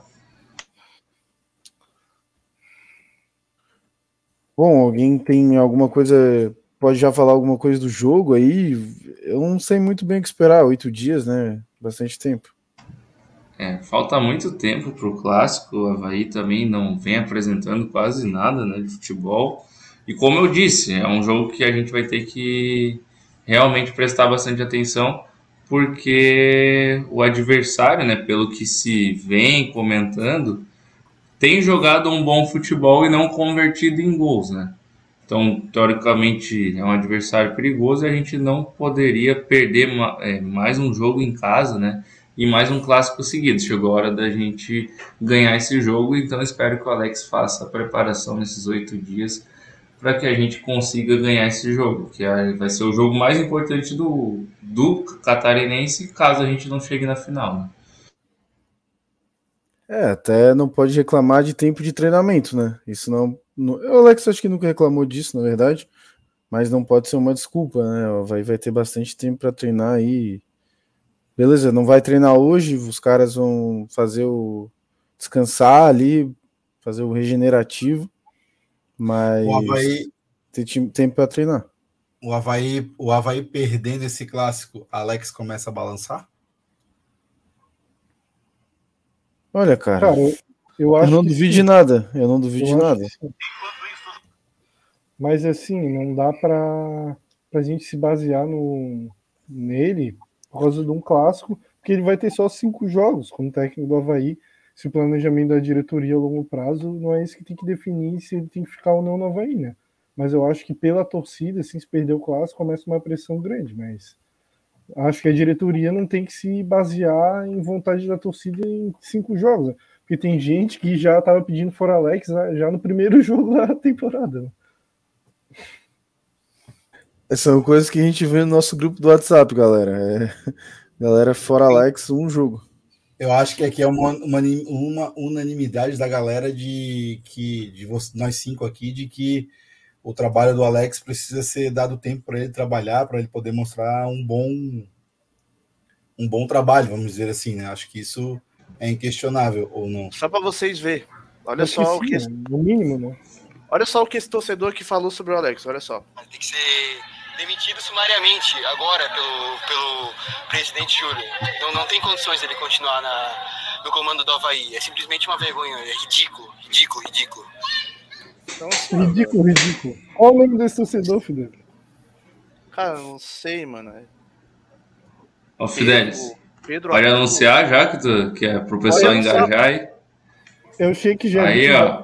Speaker 5: Bom, alguém tem alguma coisa... Pode já falar alguma coisa do jogo aí? Eu não sei muito bem o que esperar. 8 dias, né? Bastante tempo.
Speaker 6: Falta muito tempo para o Clássico. O Avaí também não vem apresentando quase nada, né, de futebol. E como eu disse, é um jogo que a gente vai ter que realmente prestar bastante atenção, porque o adversário, né, pelo que se vem comentando, tem jogado um bom futebol e não convertido em gols, né? Então, teoricamente, é um adversário perigoso e a gente não poderia perder mais um jogo em casa, né? E mais um clássico seguido. Chegou a hora da gente ganhar esse jogo, então espero que o Alex faça a preparação nesses 8 dias para que a gente consiga ganhar esse jogo, que vai ser o jogo mais importante do catarinense, caso a gente não chegue na final, né?
Speaker 5: Até não pode reclamar de tempo de treinamento, né? Isso não... O Alex acho que nunca reclamou disso, na verdade, mas não pode ser uma desculpa, né? Vai ter bastante tempo para treinar aí. Beleza, não vai treinar hoje, os caras vão fazer descansar ali, fazer o regenerativo, mas
Speaker 8: O Avaí,
Speaker 5: tem tempo para treinar.
Speaker 8: o Avaí perdendo esse clássico, Alex começa a balançar?
Speaker 5: Olha, cara,
Speaker 7: eu acho
Speaker 5: não
Speaker 7: que
Speaker 5: duvido
Speaker 7: sim.
Speaker 5: de nada. Eu não duvido de
Speaker 7: Eu acho
Speaker 5: nada.
Speaker 7: que sim. Mas assim, não dá pra gente se basear nele por causa de um clássico, porque ele vai ter só 5 jogos como técnico do Avaí. Se o planejamento da diretoria a longo prazo não é isso que tem que definir se ele tem que ficar ou não no Avaí, né? Mas eu acho que pela torcida, assim, se perder o clássico, começa uma pressão grande, mas acho que a diretoria não tem que se basear em vontade da torcida em 5 jogos, né? Porque tem gente que já estava pedindo fora Alex já no primeiro jogo da temporada, né?
Speaker 5: São coisas que a gente vê no nosso grupo do WhatsApp, galera. Galera fora Alex, um jogo.
Speaker 8: Eu acho que aqui é uma unanimidade da galera nós 5 aqui, de que o trabalho do Alex precisa ser dado tempo para ele trabalhar, para ele poder mostrar um bom trabalho, vamos dizer assim, né? Acho que isso é inquestionável, ou não?
Speaker 18: Só para vocês verem. Olha
Speaker 7: Acho
Speaker 18: só
Speaker 7: que sim, no mínimo, né?
Speaker 18: Olha só o que esse torcedor que falou sobre o Alex, olha só.
Speaker 19: Tem que ser demitido sumariamente agora pelo presidente Júlio. Não tem condições dele continuar no comando do Avaí. É simplesmente uma vergonha. É ridículo.
Speaker 18: Então, assim,
Speaker 7: Ridículo. Qual o nome desse torcedor, Fidel?
Speaker 18: Cara, não sei, mano.
Speaker 6: Ô, Fidelis,
Speaker 18: Pedro
Speaker 6: pode
Speaker 18: Arthur.
Speaker 6: anunciar já que é pro pessoal engajar aí.
Speaker 7: Eu achei que já...
Speaker 6: Aí, ó.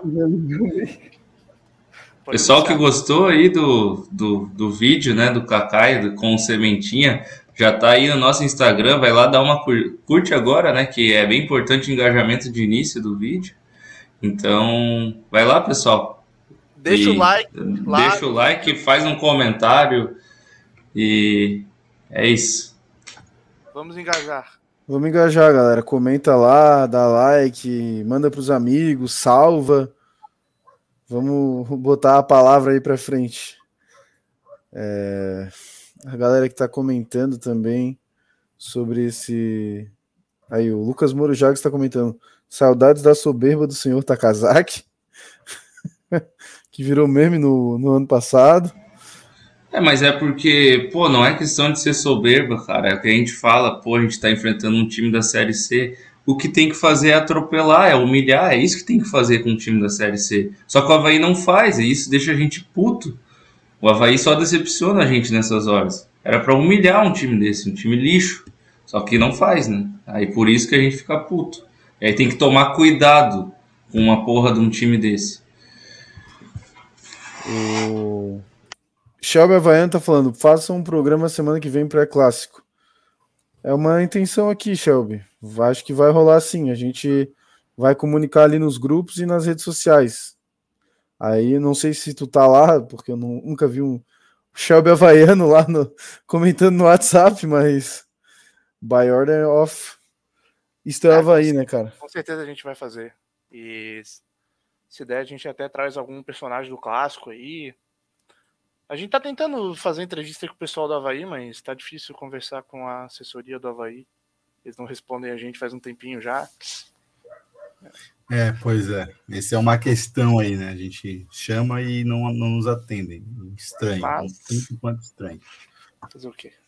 Speaker 6: Pessoal que gostou aí do vídeo, né, do Kaká com o Sementinha, já tá aí no nosso Instagram, vai lá dar uma curte agora, né, que é bem importante o engajamento de início do vídeo. Então, vai lá, pessoal.
Speaker 18: Deixa o like.
Speaker 6: Deixa o like, faz um comentário e é isso.
Speaker 18: Vamos engajar.
Speaker 5: Vamos engajar, galera. Comenta lá, dá like, manda pros amigos, salva. Vamos botar a palavra aí pra frente. A galera que tá comentando também sobre esse... Aí, o Lucas Moro Jagos tá comentando. Saudades da soberba do senhor Takazaki. Que virou meme no ano passado.
Speaker 6: Mas é porque, não é questão de ser soberba, cara. É o que a gente fala, a gente tá enfrentando um time da Série C. O que tem que fazer é atropelar, é humilhar, é isso que tem que fazer com o time da Série C. Só que o Avaí não faz, e isso deixa a gente puto. O Avaí só decepciona a gente nessas horas. Era pra humilhar um time desse, um time lixo. Só que não faz, né? Aí por isso que a gente fica puto. E aí tem que tomar cuidado com uma porra de um time desse.
Speaker 5: O Shelby Havaiano tá falando, faça um programa semana que vem pré-clássico. É uma intenção aqui, Shelby. Acho que vai rolar sim. A gente vai comunicar ali nos grupos e nas redes sociais. Aí não sei se tu tá lá, porque eu nunca vi um Shelby Havaiano lá comentando no WhatsApp, mas by order of Isto é Havaí, né, cara?
Speaker 18: Com certeza a gente vai fazer. E se der, a gente até traz algum personagem do clássico aí. A gente tá tentando fazer entrevista com o pessoal do Havaí, mas tá difícil conversar com a assessoria do Havaí. Eles não respondem a gente faz um tempinho já.
Speaker 8: Pois é. Essa é uma questão aí, né? A gente chama e não nos atendem. Estranho.
Speaker 18: Mas...
Speaker 8: Tanto quanto estranho.
Speaker 18: Fazer o quê?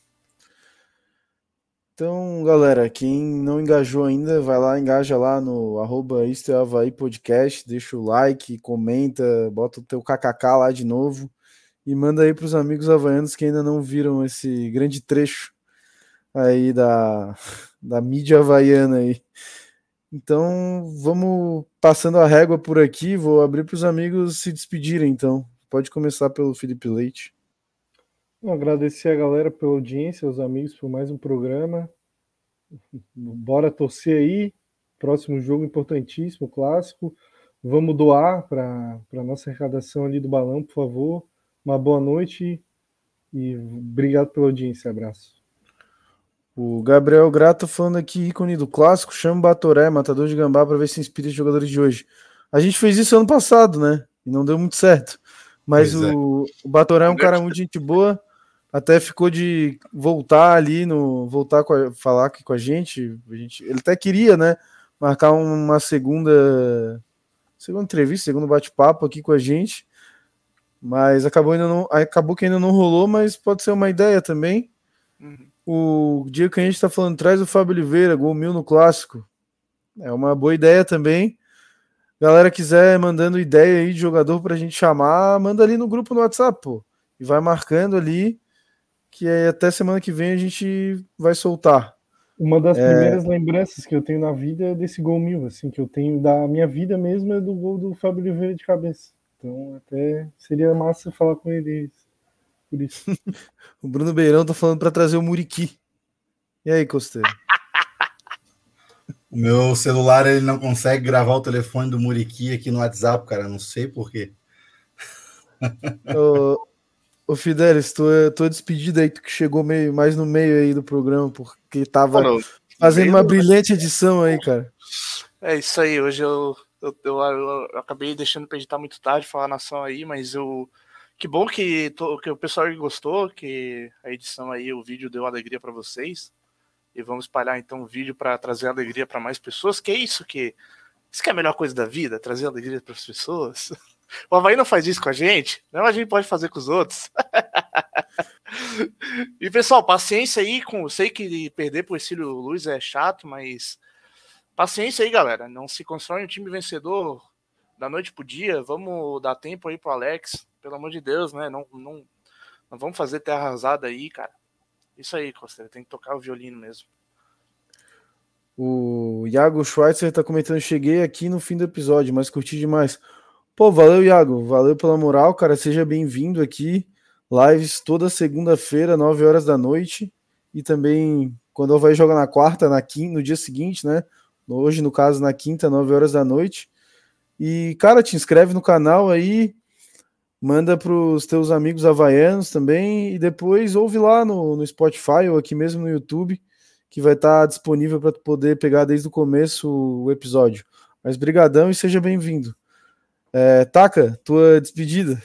Speaker 5: Então, galera, quem não engajou ainda, vai lá, engaja lá no @Isto é Havaí Podcast, deixa o like, comenta, bota o teu kkk lá de novo e manda aí para os amigos havaianos que ainda não viram esse grande trecho aí da mídia havaiana aí. Então, vamos passando a régua por aqui, vou abrir para os amigos se despedirem, então. Pode começar pelo Felipe Leite.
Speaker 7: Agradecer a galera pela audiência, os amigos por mais um programa. Bora torcer aí. Próximo jogo importantíssimo, clássico. Vamos doar para a nossa arrecadação ali do balão, por favor. Uma boa noite e obrigado pela audiência. Abraço.
Speaker 5: O Gabriel Grato falando aqui, ícone do clássico, chama o Batoré, matador de gambá, para ver se inspira os jogadores de hoje. A gente fez isso ano passado, né? E não deu muito certo. Mas o Batoré é um cara muito gente boa. Até ficou de voltar ali, falar aqui com a gente. Ele até queria, né? Marcar uma segunda entrevista, segundo bate-papo aqui com a gente. Mas acabou que ainda não rolou, mas pode ser uma ideia também.
Speaker 18: Uhum.
Speaker 5: O dia que a gente está falando, traz o Fábio Oliveira, gol 1000 no clássico. É uma boa ideia também. Galera quiser mandando ideia aí de jogador pra gente chamar, manda ali no grupo no WhatsApp, pô. E vai marcando ali, que aí até semana que vem a gente vai soltar.
Speaker 7: Uma das primeiras lembranças que eu tenho na vida é desse gol 1000, assim, que eu tenho da minha vida mesmo, é do gol do Fábio Oliveira de cabeça. Então até seria massa falar com ele por isso.
Speaker 5: O Bruno Beirão tá falando para trazer o Muriqui. E aí, Costeiro?
Speaker 8: O meu celular ele não consegue gravar o telefone do Muriqui aqui no WhatsApp, cara. Não sei por quê.
Speaker 5: Ô Fidelis, tua despedida aí, tu que chegou mais no meio aí do programa, porque tava fazendo uma brilhante edição aí, cara.
Speaker 18: É isso aí, hoje eu acabei deixando pra editar muito tarde, falar a nação aí, mas que bom que o pessoal gostou, que a edição aí, o vídeo deu alegria pra vocês. E vamos espalhar então o vídeo para trazer alegria para mais pessoas, que é isso que é a melhor coisa da vida, trazer alegria para as pessoas. O Havaí não faz isso com a gente, não, a gente pode fazer com os outros. E pessoal, paciência aí, eu sei que perder pro Ercílio Luz é chato, mas paciência aí, galera, não se constrói um time vencedor da noite pro dia, vamos dar tempo aí pro Alex, pelo amor de Deus, né, não vamos fazer terra arrasada aí, cara. Isso aí, Costa, tem que tocar o violino mesmo.
Speaker 5: O Iago Schweitzer tá comentando, cheguei aqui no fim do episódio, mas curti demais. Pô, valeu, Iago, valeu pela moral, cara, seja bem-vindo aqui. Lives toda segunda-feira, 9 horas da noite, e também quando vai jogar na quarta, no dia seguinte, né? Hoje, no caso, na quinta, 9 horas da noite. E, cara, te inscreve no canal aí, manda para os teus amigos havaianos também, e depois ouve lá no Spotify ou aqui mesmo no YouTube, que vai estar disponível para tu poder pegar desde o começo o episódio. Mas brigadão e seja bem-vindo. Taka, tua despedida.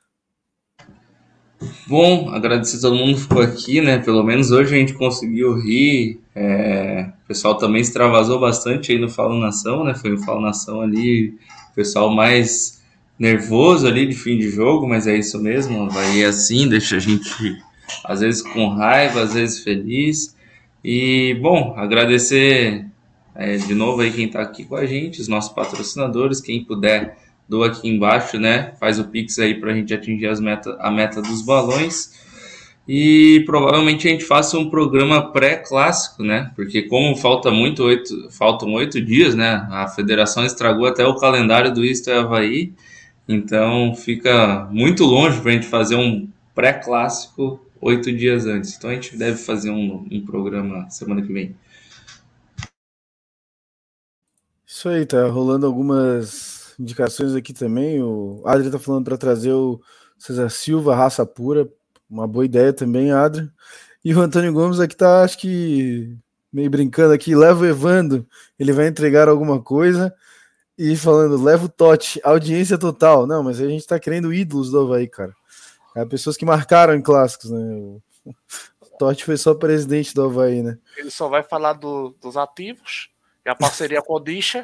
Speaker 6: Bom, agradecer a todo mundo que ficou aqui, né? Pelo menos hoje a gente conseguiu rir. O pessoal também extravasou bastante aí no Fala Nação, né? Foi o Fala Nação ali, o pessoal mais nervoso ali de fim de jogo, mas é isso mesmo, vai assim, deixa a gente às vezes com raiva, às vezes feliz. E, bom, agradecer de novo aí quem tá aqui com a gente, os nossos patrocinadores, quem puder, doa aqui embaixo, né? Faz o Pix aí pra gente atingir a meta dos balões. E provavelmente a gente faça um programa pré-clássico, né? Porque como faltam 8 dias, né? A federação estragou até o calendário do Isto é Havaí. Então fica muito longe pra gente fazer um pré-clássico 8 dias antes. Então a gente deve fazer um programa semana que vem.
Speaker 5: Isso aí, tá rolando algumas indicações aqui também. O Adri tá falando para trazer o César Silva, raça pura. Uma boa ideia também, Adri. E o Antônio Gomes aqui tá, acho que, meio brincando aqui, leva o Evandro, ele vai entregar alguma coisa. E falando, leva o Totti, audiência total. Não, mas a gente tá querendo ídolos do Avaí, cara. Pessoas que marcaram em clássicos, né? O Totti foi só presidente do Avaí, né?
Speaker 18: Ele só vai falar dos ativos e a parceria com o Dicha.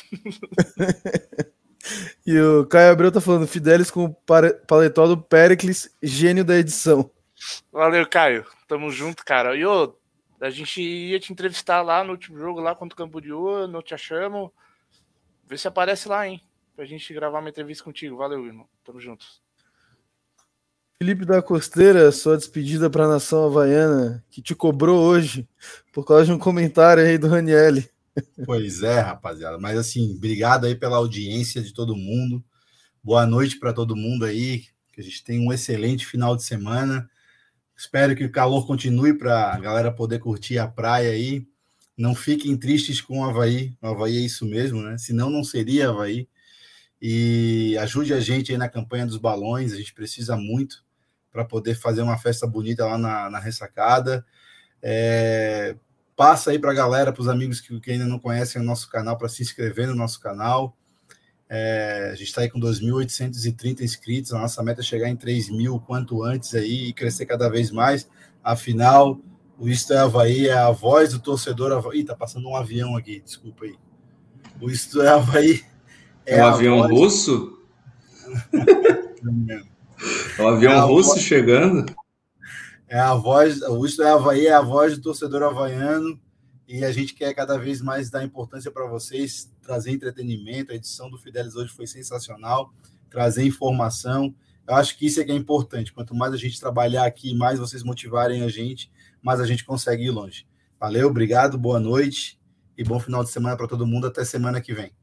Speaker 5: E o Caio Abreu tá falando, Fidelis com o paletó do Péricles, gênio da edição.
Speaker 18: Valeu, Caio. Tamo junto, cara. E a gente ia te entrevistar lá no último jogo, lá contra o Camboriú, não te achamos. Vê se aparece lá, hein? Pra gente gravar uma entrevista contigo. Valeu, irmão. Tamo juntos.
Speaker 5: Felipe da Costeira, sua despedida pra nação havaiana, que te cobrou hoje, por causa de um comentário aí do Ranielli.
Speaker 8: Pois é, rapaziada. Mas assim, obrigado aí pela audiência de todo mundo. Boa noite para todo mundo aí. Que a gente tenha um excelente final de semana. Espero que o calor continue para a galera poder curtir a praia aí. Não fiquem tristes com o Avaí. O Avaí é isso mesmo, né? Senão não seria Avaí. E ajude a gente aí na campanha dos balões. A gente precisa muito para poder fazer uma festa bonita lá na ressacada. Passa aí para a galera, para os amigos que ainda não conhecem o nosso canal, para se inscrever no nosso canal. A gente está aí com 2.830 inscritos, a nossa meta é chegar em 3.000 quanto antes aí e crescer cada vez mais. Afinal, o Isto é Avaí é a voz do torcedor Avaí. Ih, tá passando um avião aqui, desculpa aí. O Isto é Avaí
Speaker 6: é um avião russo? É um avião russo chegando?
Speaker 8: O Isto é Avaí é a voz do torcedor havaiano e a gente quer cada vez mais dar importância para vocês, trazer entretenimento. A edição do Fidelis hoje foi sensacional, trazer informação. Eu acho que isso é que é importante. Quanto mais a gente trabalhar aqui, mais vocês motivarem a gente, mais a gente consegue ir longe. Valeu, obrigado, boa noite e bom final de semana para todo mundo. Até semana que vem.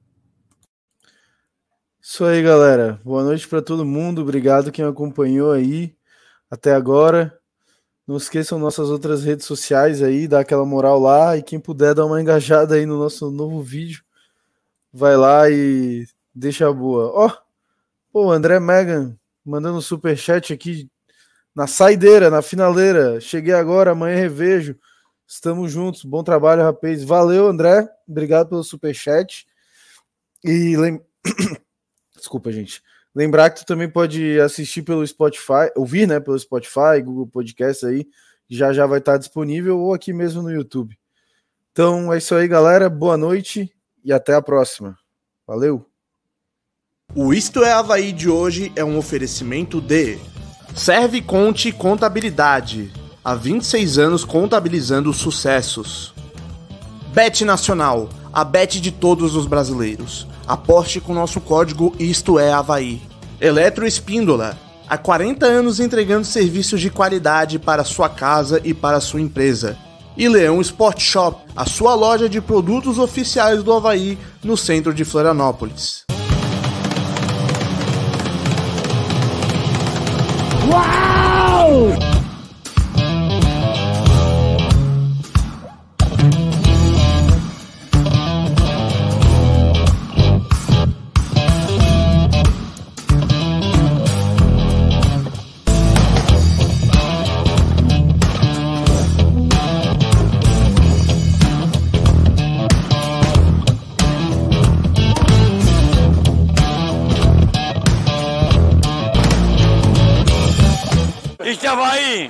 Speaker 5: Isso aí, galera. Boa noite para todo mundo. Obrigado quem acompanhou aí até agora. Não esqueçam nossas outras redes sociais aí, dá aquela moral lá. E quem puder dar uma engajada aí no nosso novo vídeo, vai lá e deixa a boa. O André Megan mandando um superchat aqui na saideira, na finaleira. Cheguei agora, amanhã revejo. Estamos juntos. Bom trabalho, rapaz. Valeu, André. Obrigado pelo superchat. E desculpa, gente. Lembrar que tu também pode assistir pelo Spotify, ouvir, né, pelo Spotify, Google Podcast aí, já vai estar disponível, ou aqui mesmo no YouTube. Então é isso aí, galera. Boa noite e até a próxima. Valeu!
Speaker 2: O Isto é Avaí de hoje é um oferecimento de Serve Conte Contabilidade. Há 26 anos contabilizando sucessos. Bet Nacional, a bet de todos os brasileiros. Aposte com nosso código Isto é Avaí. Eletro Espíndola, há 40 anos entregando serviços de qualidade para sua casa e para sua empresa. E Leão Sport Shop, a sua loja de produtos oficiais do Avaí no centro de Florianópolis.
Speaker 3: Uau!
Speaker 4: Isto é Avaí!